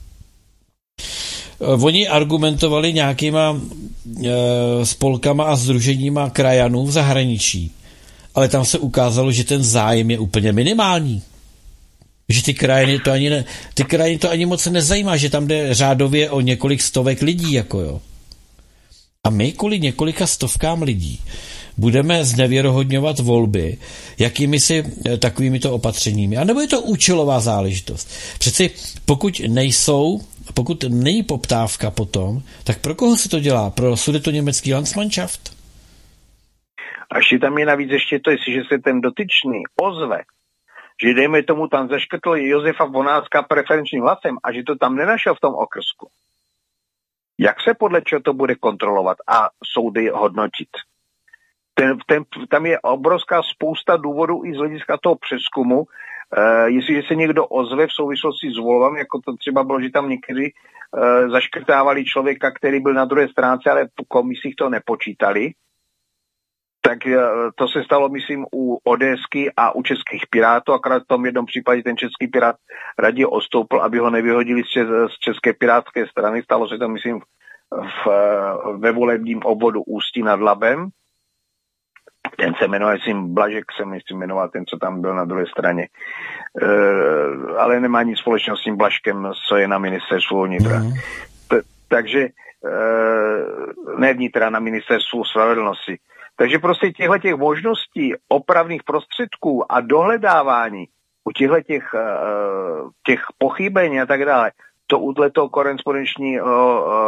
E, oni argumentovali nějakýma e, spolkama a sdruženíma krajanů v zahraničí, ale tam se ukázalo, že ten zájem je úplně minimální. Že ty krajiny to ani, ne, ty krajiny to ani moc nezajímá, že tam jde řádově o několik stovek lidí, jako jo. A my kvůli několika stovkám lidí budeme znevěrohodňovat volby jakými si takovými to opatřeními. A nebo je to účelová záležitost. Přeci pokud nejsou, pokud není poptávka potom, tak pro koho se to dělá? Pro sudetoněmecký Landsmannschaft? A ještě tam je navíc ještě to, jestliže se ten dotyčný ozve, že dejme tomu tam zaškrtl Josefa Vonácka preferenčním hlasem a že to tam nenašel v tom okrsku. Jak se podle čeho to bude kontrolovat a soudy hodnotit? Ten, ten, tam je obrovská spousta důvodů i z hlediska toho přeskumu. E, jestliže se někdo ozve v souvislosti s volbami, jako to třeba bylo, že tam někteří e, zaškrtávali člověka, který byl na druhé stránce, ale v komisích to nepočítali, tak e, to se stalo, myslím, u ODSky a u českých pirátů, akorát v tom jednom případě ten český pirát raději ostoupil, aby ho nevyhodili z, čes, z české pirátské strany. Stalo se to, myslím, v, ve volebním obvodu Ústí nad Labem. Ten se jmenoval, myslím, Blažek se myslím jmenoval, ten, co tam byl na druhé straně. E, ale nemá nic společného s tím Blažkem, co je na ministerstvu vnitra. Mm. T- takže e, ne vnitra, na ministerstvu spravedlnosti. Takže prostě těchto těch možností opravných prostředků a dohledávání u těchto těch, uh, těch pochybení a tak dále, to u toho korespondenční, uh,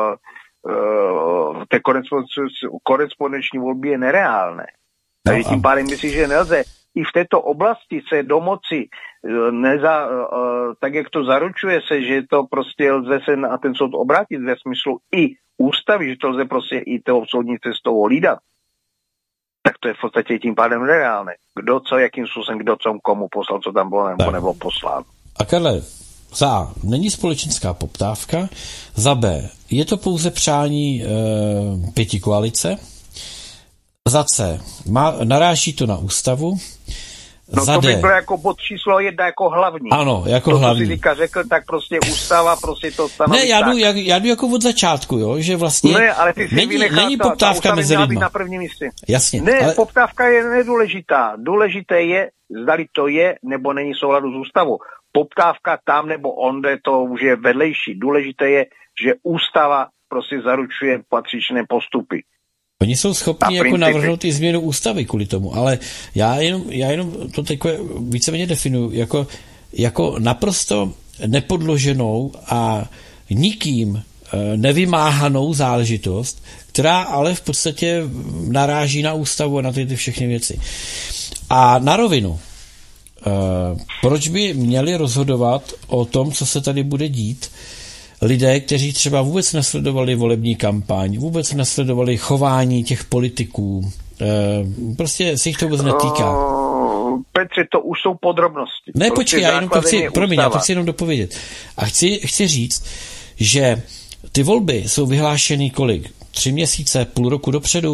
uh, té korespondenční volby je nereálné. Takže tím pádem myslím, že nelze i v této oblasti se domoci, neza, uh, tak jak to zaručuje se, že to prostě lze se na ten soud obrátit ve smyslu i ústavy, že to lze prostě i toho soudní cestou hlídat, tak to je v podstatě tím pádem nereálné. Kdo co, jakým způsobem, kdo co komu poslal, co tam bylo nebo nebylo posláno. A Karle, za A není společenská poptávka, za B je to pouze přání e, pěti koalice, Za C. Má, naráží to na ústavu. No za to by D. bylo jako bod číslo jedna, jako hlavní. Ano, jako to, hlavní. To, co jsi teďka řekl, tak prostě ústava, prostě to stanoví. Ne, já jdu, já, já jdu jako od začátku, jo, že vlastně ne, ale ty není, není ta, poptávka ta mezi lidma. lidma. Na prvním místě. Jasně. Ne, ale... poptávka je nedůležitá. Důležité je, zdali to je, nebo není souladu s ústavou. Poptávka tam nebo onde, to už je vedlejší. Důležité je, že ústava prostě zaručuje patřičné postupy. Oni jsou schopni jako navrhnout i změnu ústavy kvůli tomu, ale já jenom, já jenom to teď víceméně definuju jako, jako naprosto nepodloženou a nikým nevymáhanou záležitost, která ale v podstatě naráží na ústavu a na ty, ty všechny věci. A na rovinu, proč by měli rozhodovat o tom, co se tady bude dít, lidé, kteří třeba vůbec nesledovali volební kampaň, vůbec nesledovali chování těch politiků, prostě si jich to vůbec netýká. Uh, Petře, to už jsou podrobnosti. Ne, prostě počkej, já jenom to chci, promiň, já to chci jenom dopovědět. A chci, chci říct, že ty volby jsou vyhlášeny kolik? Tři měsíce, půl roku dopředu?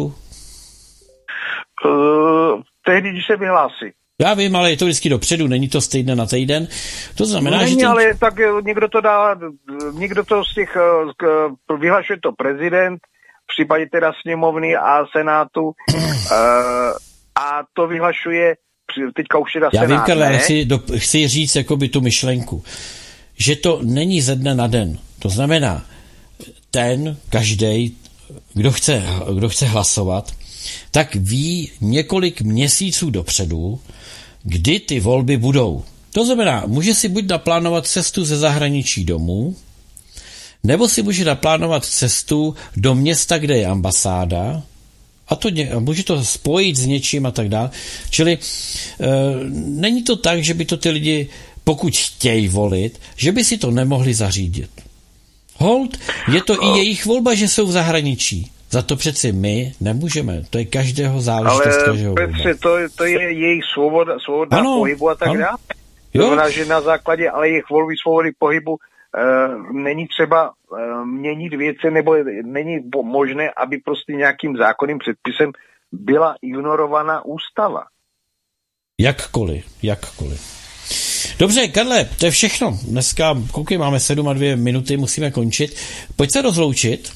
Uh, tehdy, když se vyhlásí. Já vím, ale je to vždycky dopředu, není to z týdne na týden. To znamená, není, že... Ten... ale tak někdo to dá, někdo to z těch, vyhlašuje to prezident, v případě teda sněmovny a senátu, a to vyhlašuje, teďka už teda Já senát, vím, Karle, ne? chci, do, chci říct jakoby tu myšlenku, že to není ze dne na den. To znamená, ten, každej, kdo chce, kdo chce hlasovat, tak ví několik měsíců dopředu, kdy ty volby budou. To znamená, může si buď naplánovat cestu ze zahraničí domů, nebo si může naplánovat cestu do města, kde je ambasáda, a to ně, může to spojit s něčím a tak dále. Čili e, není to tak, že by to ty lidi, pokud chtějí volit, že by si to nemohli zařídit. Hold, je to i jejich volba, že jsou v zahraničí. Za to přeci my nemůžeme. To je každého záležitost, každého volba. Ale Petře, to, to je jejich svoboda, svoboda ano, pohybu a tak ano. dále. To znamená, že na základě ale jejich volby svobody pohybu e, není třeba e, měnit věci, nebo není možné, aby prostě nějakým zákonným předpisem byla ignorovaná ústava. Jakkoliv, jakkoliv. Dobře, Karle, to je všechno. Dneska, koukej, máme sedm a dvě minuty, musíme končit. Pojď se rozloučit.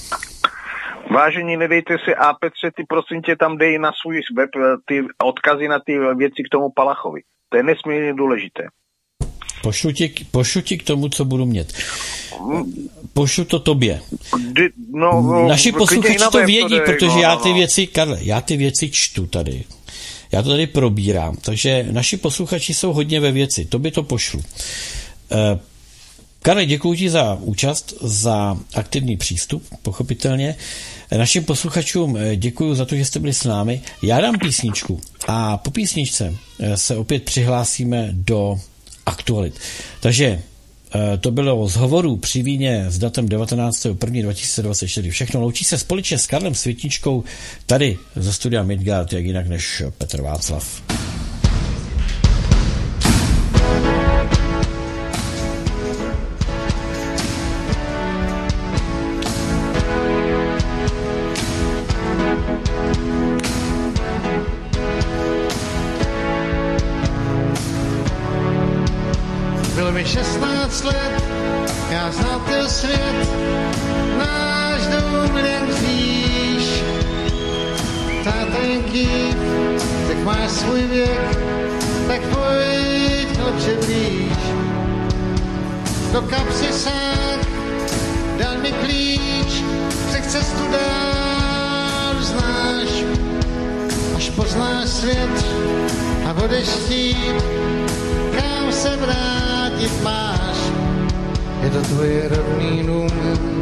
Vážení, nedejte si, a Petře, ty prosím tě tam dej na svůj web ty odkazy na ty věci k tomu Palachovi. To je nesmírně důležité. Pošlu ti, pošlu ti k tomu, co budu mít. Pošlu to tobě. Kdy, no, Naši posluchači to vědí, to dej, protože no, já no. ty věci, Karle, já ty věci čtu tady. Já to tady probírám, takže naši posluchači jsou hodně ve věci. Tobě to pošlu. Eh, Karle, děkuji ti za účast, za aktivní přístup, pochopitelně. Našim posluchačům děkuji za to, že jste byli s námi. Já dám písničku a po písničce se opět přihlásíme do aktualit. Takže to bylo z hovorů při víně s datem devatenáctého prvního dva tisíce dvacet čtyři. Všechno loučí se společně s Karlem Světničkou tady ze studia Midgard, jak jinak než Petr Václav. Bylo mi šestnáct let, já znal ten svět, náš dům jen kříž. Táta jen kýv, tak máš svůj věk, tak pojď chlapče blíž. Do kapsy sák, dal mi klíč, řek cestu dál znáš, až poznáš svět a budeš chtít, kam se vrátit máš, je to tvůj rodný dům.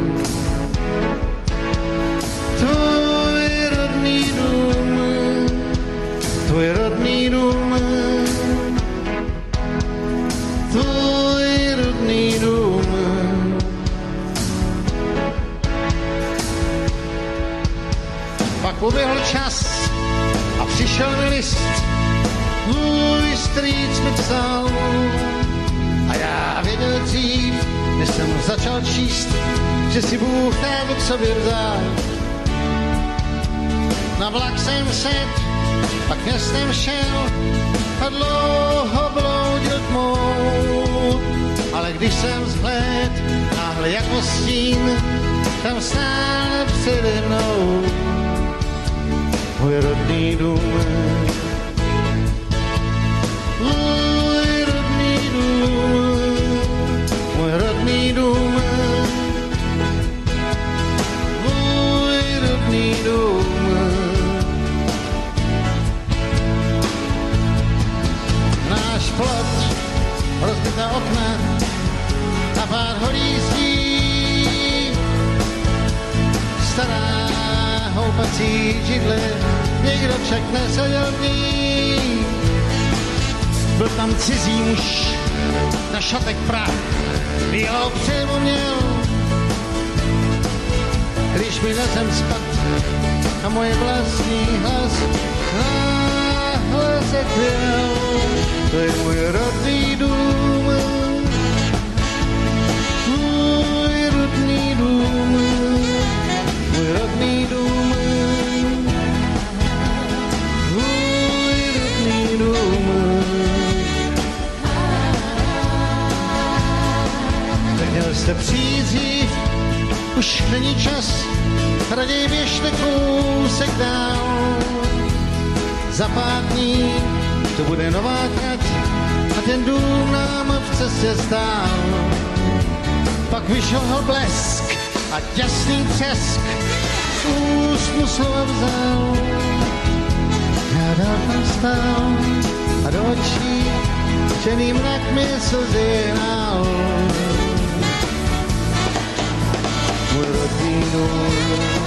Tvůj rodný dům, tvůj rodný dům, tvůj rodný dům. Pak uběhl čas a přišel mi list, můj strýc mi psal a já věděl dřív, než jsem začal číst, že si Bůh ten k sobě vzal. Na vlak jsem sedl, pak městem šel a dlouho bloudil tmou. Ale když jsem vzhled, náhle jako stín, tam stál přede mnou můj rodný dům. Můj rodný dům, můj rodný dům, můj rodný dům. Náš plot, rozbitá okna a pár holí zdí, stará houpací židle, někdo však neseděl v ní. Byl tam cizí muž, na šatek prach, bílou přilbu měl. Když mi na zem spad a moje vlastní hlas náhle se chvěl, to je můj rodný dům, můj rodný dům, můj rodný dům, můj rodný dům. Neměl jste přízív, už není čas, raději běžte kousek dál. Za pár dní to bude nová trať a ten dům nám v cestě stál. Pak vyšel blesk a děsný třesk, z úst mu slova vzal. Já dál tam stál a do očí černý mrak mi slzy hnal. Můj rodný dům,